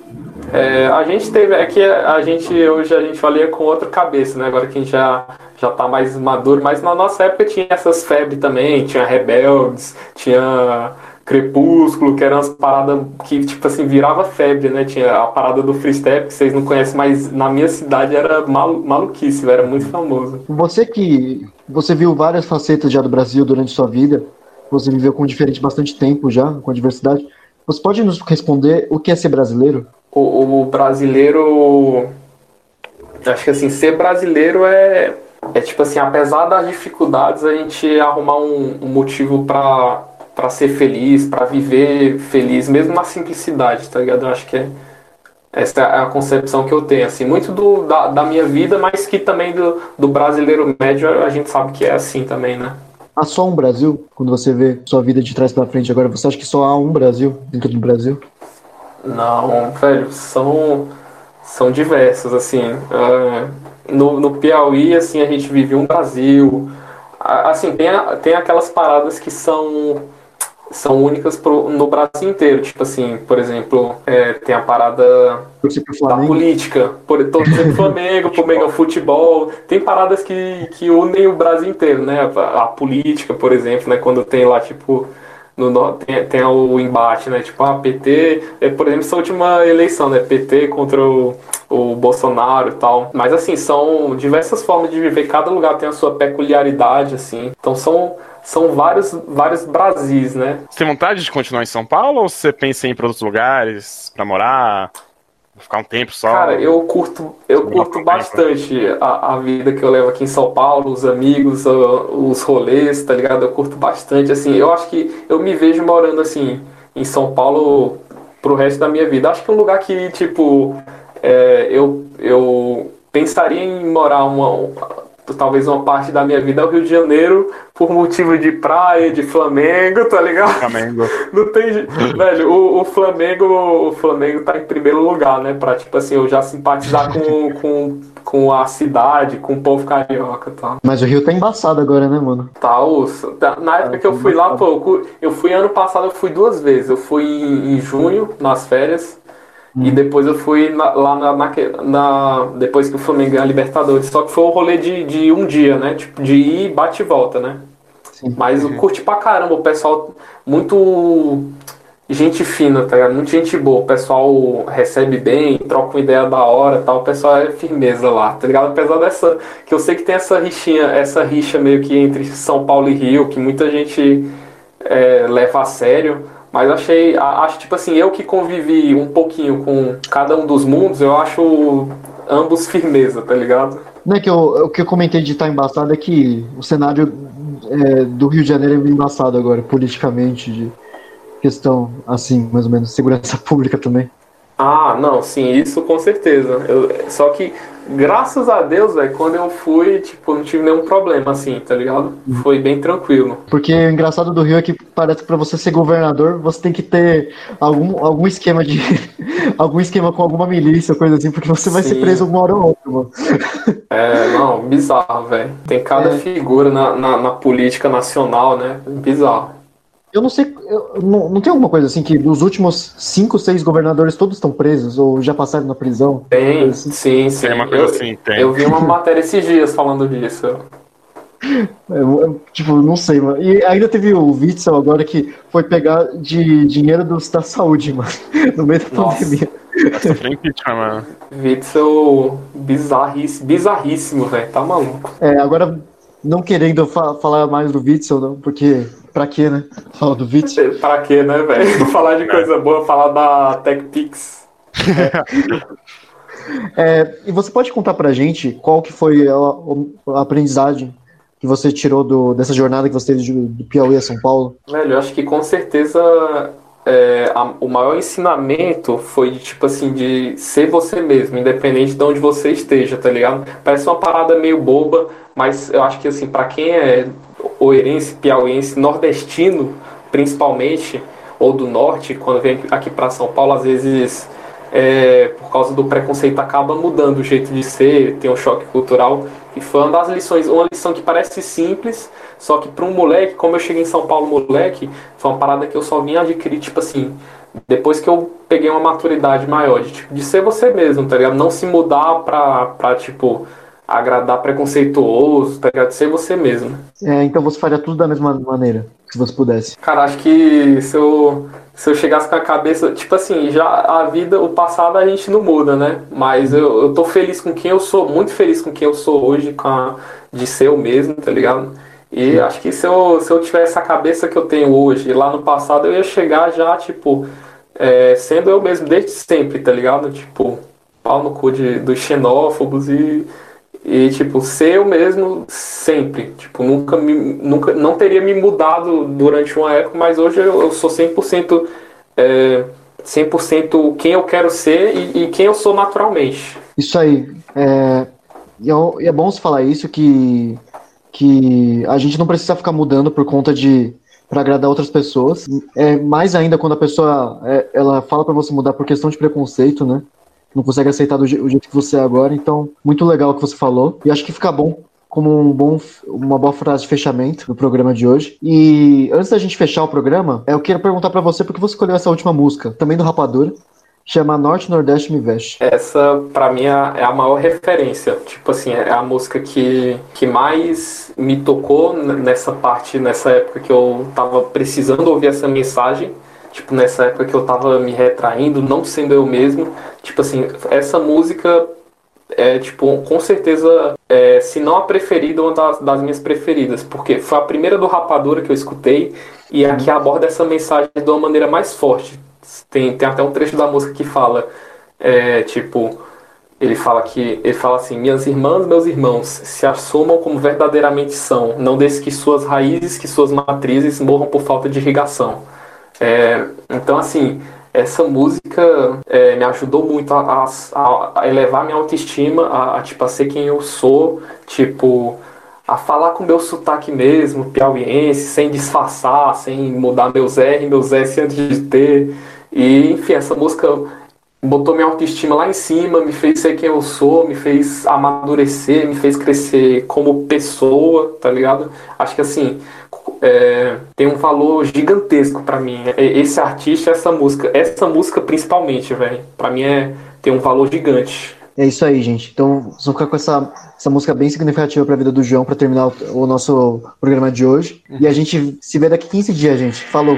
a gente teve... É que hoje a gente valia com outra cabeça, né? Agora que a gente já tá mais maduro, mas na nossa época tinha essas febres também, tinha Rebeldes, tinha Crepúsculo, que eram as paradas que, tipo assim, virava febre, né? Tinha a parada do freestyle, que vocês não conhecem, mas na minha cidade era maluquice, velho, era muito famoso. Você viu várias facetas já do Brasil durante sua vida, você viveu com diferente bastante tempo já, com a diversidade. Você pode nos responder o que é ser brasileiro? O brasileiro... Acho que assim, ser brasileiro é tipo assim, apesar das dificuldades, a gente arrumar um motivo pra ser feliz, pra viver feliz, mesmo na simplicidade, tá ligado? Eu acho que essa é a concepção que eu tenho, assim, muito da minha vida, mas que também do brasileiro médio a gente sabe que é assim também, né? Há só um Brasil? Quando você vê sua vida de trás pra frente agora, você acha que só há um Brasil dentro do Brasil? Não, velho, são diversos, assim. No Piauí, assim, a gente vive um Brasil. Assim, tem aquelas paradas que são únicas no Brasil inteiro. Tipo assim, por exemplo, tem a parada da política. Torcer pro Flamengo, pro Mengão Futebol. Tem paradas que unem o Brasil inteiro, né? A política, por exemplo, né? Quando tem lá, tipo... Tem o embate, né? Tipo, PT, por exemplo, essa última eleição, né? PT contra o Bolsonaro e tal. Mas, assim, são diversas formas de viver. Cada lugar tem a sua peculiaridade, assim. Então, são vários Brasis, né? Você tem vontade de continuar em São Paulo ou você pensa em ir para outros lugares pra morar? Ficar um tempo só? Cara, eu curto bastante a vida que eu levo aqui em São Paulo, os amigos, os rolês, tá ligado? Eu curto bastante, assim, eu acho que eu me vejo morando, assim, em São Paulo pro resto da minha vida. Acho que é um lugar que, tipo, eu pensaria em morar talvez uma parte da minha vida é o Rio de Janeiro por motivo de praia, de Flamengo, tá ligado? Flamengo. Não tem... Velho, o Flamengo tá em primeiro lugar, né? Pra, tipo assim, eu já simpatizar com a cidade, com o povo carioca e tal. Mas o Rio tá embaçado agora, né, mano? Na época que eu fui lá, pô, eu fui ano passado, eu fui 2 vezes. Eu fui em junho, nas férias, e depois eu fui depois que o Flamengo ganhou a Libertadores. Só que foi um rolê de um dia, né? Tipo, de ir, bate e volta, né? Sim. Mas eu curti pra caramba, o pessoal muito gente fina, tá ligado? Muito gente boa, o pessoal recebe bem, troca uma ideia da hora e tal, o pessoal é firmeza lá, tá ligado? Apesar que eu sei que tem essa rixa meio que entre São Paulo e Rio, que muita gente leva a sério, mas acho tipo assim, eu que convivi um pouquinho com cada um dos mundos, eu acho ambos firmeza, tá ligado? Não é que o que eu comentei de estar embaçado é que o cenário do Rio de Janeiro é meio embaçado agora, politicamente, de questão, assim, mais ou menos, segurança pública também. Ah, não, sim, isso com certeza. Só que, graças a Deus, velho, quando eu fui, tipo, não tive nenhum problema, assim, tá ligado? Foi bem tranquilo. Porque o engraçado do Rio é que parece que pra você ser governador, você tem que ter algum esquema de... algum esquema com alguma milícia, coisa assim, porque você vai ser preso uma hora ou outra, mano. Não, bizarro, velho. Tem cada figura na política nacional, né? Bizarro. Eu não sei, não tem alguma coisa assim que dos últimos 5, 6 governadores todos estão presos ou já passaram na prisão? Tem, assim? sim. Tem uma coisa assim, tem. Eu vi uma matéria esses dias falando disso. Tipo, não sei, mano. E ainda teve o Witzel agora que foi pegar de dinheiro da saúde, mano, no meio da pandemia. Essa foi impeachment, mano. Witzel bizarríssimo, velho, tá maluco. Agora, não querendo falar mais do Witzel, não, porque... Pra quê, né? Falar do Witzel. Pra quê, né, velho? Falar de coisa boa, falar da TechPix. E você pode contar pra gente qual que foi a aprendizagem que você tirou dessa jornada que você teve do Piauí a São Paulo? Velho, eu acho que com certeza o maior ensinamento foi de, tipo assim, de ser você mesmo, independente de onde você esteja, tá ligado? Parece uma parada meio boba, mas eu acho que, assim, pra quem é oeirense, piauiense, nordestino, principalmente, ou do norte, quando vem aqui pra São Paulo, às vezes, por causa do preconceito, acaba mudando o jeito de ser, tem um choque cultural. E foi uma das lições, uma lição que parece simples, só que para um moleque, como eu cheguei em São Paulo moleque, foi uma parada que eu só vim adquirir, tipo assim, depois que eu peguei uma maturidade maior, de ser você mesmo, tá ligado? Não se mudar pra tipo, agradar preconceituoso, tá ligado? Ser você mesmo. Então você faria tudo da mesma maneira, se você pudesse. Cara, acho que se eu chegasse com a cabeça, tipo assim, já a vida, o passado a gente não muda, né? Mas eu tô feliz com quem eu sou, muito feliz com quem eu sou hoje, de ser eu mesmo, tá ligado? E acho que se eu tivesse a cabeça que eu tenho hoje, lá no passado, eu ia chegar já, tipo, sendo eu mesmo desde sempre, tá ligado? Tipo, pau no cu dos xenófobos e tipo, ser eu mesmo sempre. Tipo, nunca não teria me mudado durante uma época, mas hoje eu sou 100% quem eu quero ser e quem eu sou naturalmente. Isso aí. E é bom você falar isso, que a gente não precisa ficar mudando por conta para agradar outras pessoas. Mais ainda quando a pessoa ela fala para você mudar por questão de preconceito, né? Não consegue aceitar o jeito que você é agora. Então, muito legal o que você falou. E acho que fica bom como uma boa frase de fechamento do programa de hoje. E antes da gente fechar o programa, eu quero perguntar pra você por que você escolheu essa última música, também do Rapadura, chama Norte Nordeste Me Veste. Essa, pra mim, é a maior referência. Tipo assim, é a música que mais me tocou nessa época que eu tava precisando ouvir essa mensagem. Tipo, nessa época que eu tava me retraindo, não sendo eu mesmo. Tipo assim, essa música tipo, com certeza, se não a preferida, uma das minhas preferidas. Porque foi a primeira do Rapadura que eu escutei e a que aborda essa mensagem de uma maneira mais forte. Tem até um trecho da música que fala, tipo, ele fala assim: minhas irmãs, meus irmãos, se assumam como verdadeiramente são. Não deixe que suas raízes, que suas matrizes morram por falta de irrigação. Então, assim, essa música me ajudou muito a elevar minha autoestima, a ser quem eu sou, tipo, a falar com meu sotaque mesmo, piauiense, sem disfarçar, sem mudar meus R e meus S antes de ter. E, enfim, essa música botou minha autoestima lá em cima, me fez ser quem eu sou, me fez amadurecer, me fez crescer como pessoa, tá ligado? Acho que, assim, tem um valor gigantesco pra mim. Esse artista, essa música principalmente, velho, pra mim tem um valor gigante. É isso aí, gente. Então, vamos ficar com essa música bem significativa pra vida do João pra terminar o nosso programa de hoje. E a gente se vê daqui 15 dias, gente. Falou!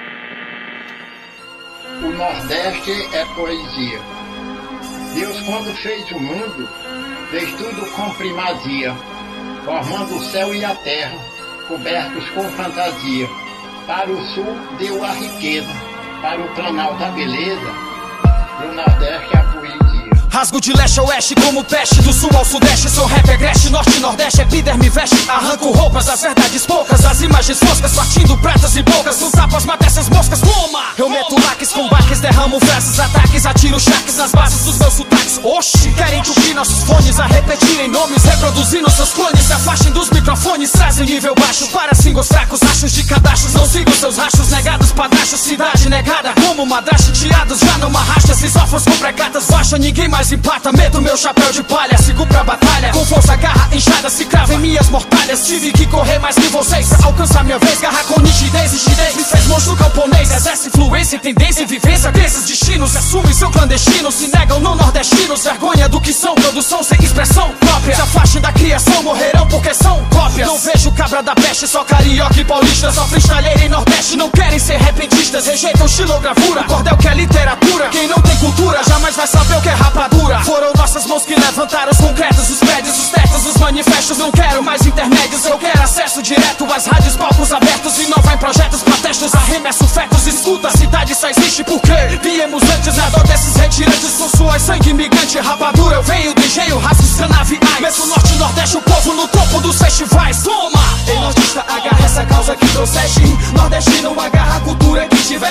O Nordeste é poesia. Deus, quando fez o mundo, fez tudo com primazia, formando o céu e a terra, cobertos com fantasia. Para o sul deu a riqueza, para o planalto a beleza, pro Nordeste a poesia. Rasgo de leste a oeste como peste, do sul ao sudeste sou rap agreste, norte e nordeste epiderme veste. Arranco roupas, as verdades poucas, as imagens foscas, partindo pratas e bocas. Nos tapas mata essas moscas, toma! Eu meto laques com baques, derramo versos, ataques, atiro chaques nas bases dos meus sotaques. Oxi! Querem entupir nossos fones, a repetirem nomes, reproduzindo seus clones. Se afastem dos microfones, trazem nível baixo para singles fracos, achos de cadastros. Não sigo seus rachos, negados padachos, cidade negada como madrasta, tiados já não arrasta. Esses órfãos com pregatas baixa, ninguém mais empata, meto meu chapéu de palha, sigo pra batalha, com força, garra, enxada, se crava em minhas mortalhas. Tive que correr mais que vocês pra alcançar minha vez, garra com nitidez e chidez, me fez monstro camponês, exerce influência, tendência e vivência desses destinos, assumem seu clandestino, se negam no nordestinos, vergonha do que são, produção sem expressão própria, se afastem da criação, morrerão porque são cópias. Não vejo cabra da peste, só carioca e paulista, só freestyleira em nordeste, não querem ser repentistas, rejeitam xilogravura, cordel que é literatura, quem não tem cultura jamais vai saber o que é rapadura. Foram nossas mãos que levantaram os concretos, os prédios, os tetos, os manifestos. Não quero mais intermédios, eu quero acesso direto às rádios, palcos abertos. Inovar em projetos, protestos, arremesso fetos. Escuta, a cidade só existe porque viemos antes na dor desses retirantes. Com suor, sangue imigrante, rapadura. Eu venho do engenho, rasgos, canaviais. Meto norte e nordeste, o povo no topo dos festivais. Toma! Ei, nordista, agarra essa causa que trouxeste. Nordestino, agarra a cultura que tiveste.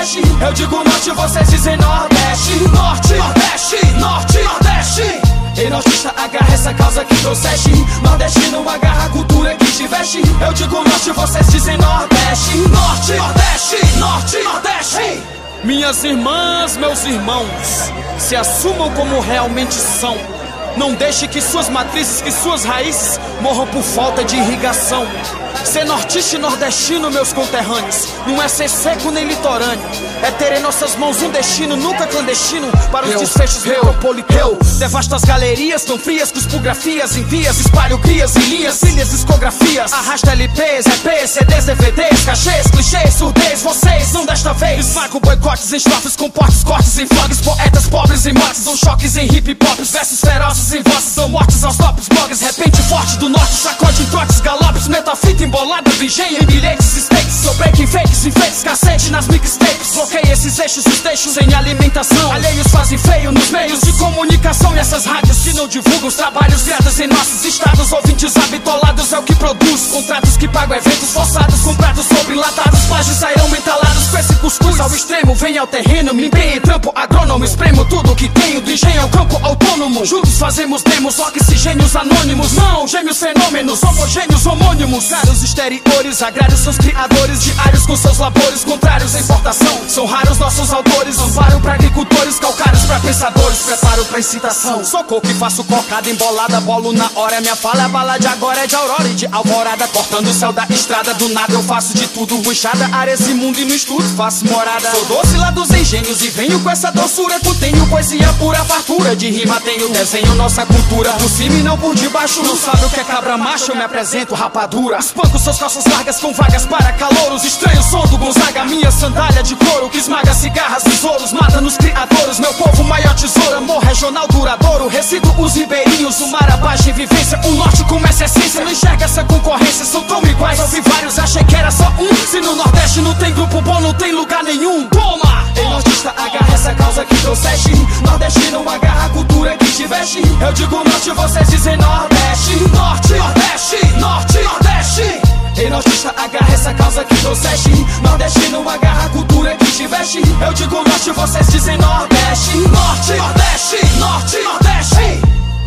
Nordeste. Eu digo norte, vocês dizem nordeste. Norte, nordeste, norte, nordeste. E nortista agarra essa causa que trouxeste. Nordestino agarra a cultura que te veste. Eu digo norte, vocês dizem nordeste. Norte, nordeste, norte, nordeste. Minhas irmãs, meus irmãos, se assumam como realmente são. Não deixe que suas matrizes, que suas raízes morram por falta de irrigação. Ser nortista e nordestino, meus conterrâneos, não é ser seco nem litorâneo. É ter em nossas mãos um destino nunca clandestino para os desfechos metropolitanos. Devasto as galerias tão frias, cuspografias, envias, espalho crias em linhas, ilhas, discografias. Arrasta LPs, EPs, CDs, DVDs, cachês, clichês, surdez. Vocês não desta vez. Esmago boicotes em estrofes com portes, cortes em vlogs. Poetas pobres em motes, dão choques em hip hops. Versos ferozes em vozes, dão mortes aos tops blogs. Repente forte do norte, sacode em trotes, galopes. Metafita embolada do engenho em bilhetes, stakes. Sou breaking fakes, enfeites, cacete nas mixtapes. Bloqueei esses eixos, os deixos sem alimentação. Alheios fazem feio nos meios de comunicação. E essas rádios que não divulgam os trabalhos criados em nossos estados. Ouvintes habitolados é o que produz. Contratos que pagam eventos forçados com pratos sobrelatados. Plágios sairão mentalados com esse cuscuz ao extremo. Vem ao terreno, me empenho em trampo agrônomo. Espremo tudo que tenho do engenho ao campo autônomo. Juntos fazemos demos, oxigênios anônimos. Não, gêmeos fenômenos, homogêneos homônimos. Caros exteriores, agrários seus criadores. Diários com seus labores, contrários à importação. São raros nossos autores, amparo pra agricultores. Calcários pra pensadores, preparo pra incitação. Sou coco e faço cocada embolada, bolo na hora. Minha fala é a bala de agora, é de aurora e de alvorada. Cortando o céu da estrada, do nada eu faço de tudo. Buchada, áreas imundo e no estudo faço morada. Sou doce lá dos engenhos e venho com essa doçura. Contenho poesia pura, fartura de rima. Tenho desenho, nossa cultura. Por cima e não por debaixo. Não sabe o que é cabra macho, eu me apresento rapadura. Espanco suas calças largas com vagas para calouros. Estranho som do Gonzaga, minha sandália de couro. Que esmaga cigarras, tesouros, mata nos criadores. Meu povo, maior tesouro, amor regional duradouro. Resido os ribeirinhos, o mar abaixo em vivência. O norte começa a essência, não enxerga essa concorrência. São tão iguais, ouvi vários, achei que era só um. Se no Nordeste não tem grupo bom, não tem lugar nenhum. Toma! Ei, nortista, agarra essa causa que trouxeste. Nordestino agarra a cultura que te veste. Eu digo norte, vocês dizem nordeste. Norte, nordeste, norte, nordeste. Ei, nortista, agarra essa causa que trouxeste. Nordestino agarra a cultura que te veste. Eu digo norte, vocês dizem nordeste. Norte, nordeste, norte, nordeste.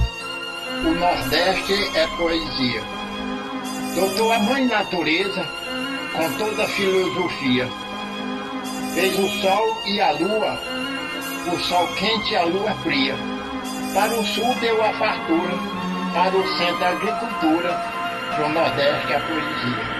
O Nordeste é poesia. Doutor a mãe natureza, com toda a filosofia, fez o sol e a lua, o sol quente e a lua fria. Para o sul deu a fartura, para o centro a agricultura, para o Nordeste a poesia.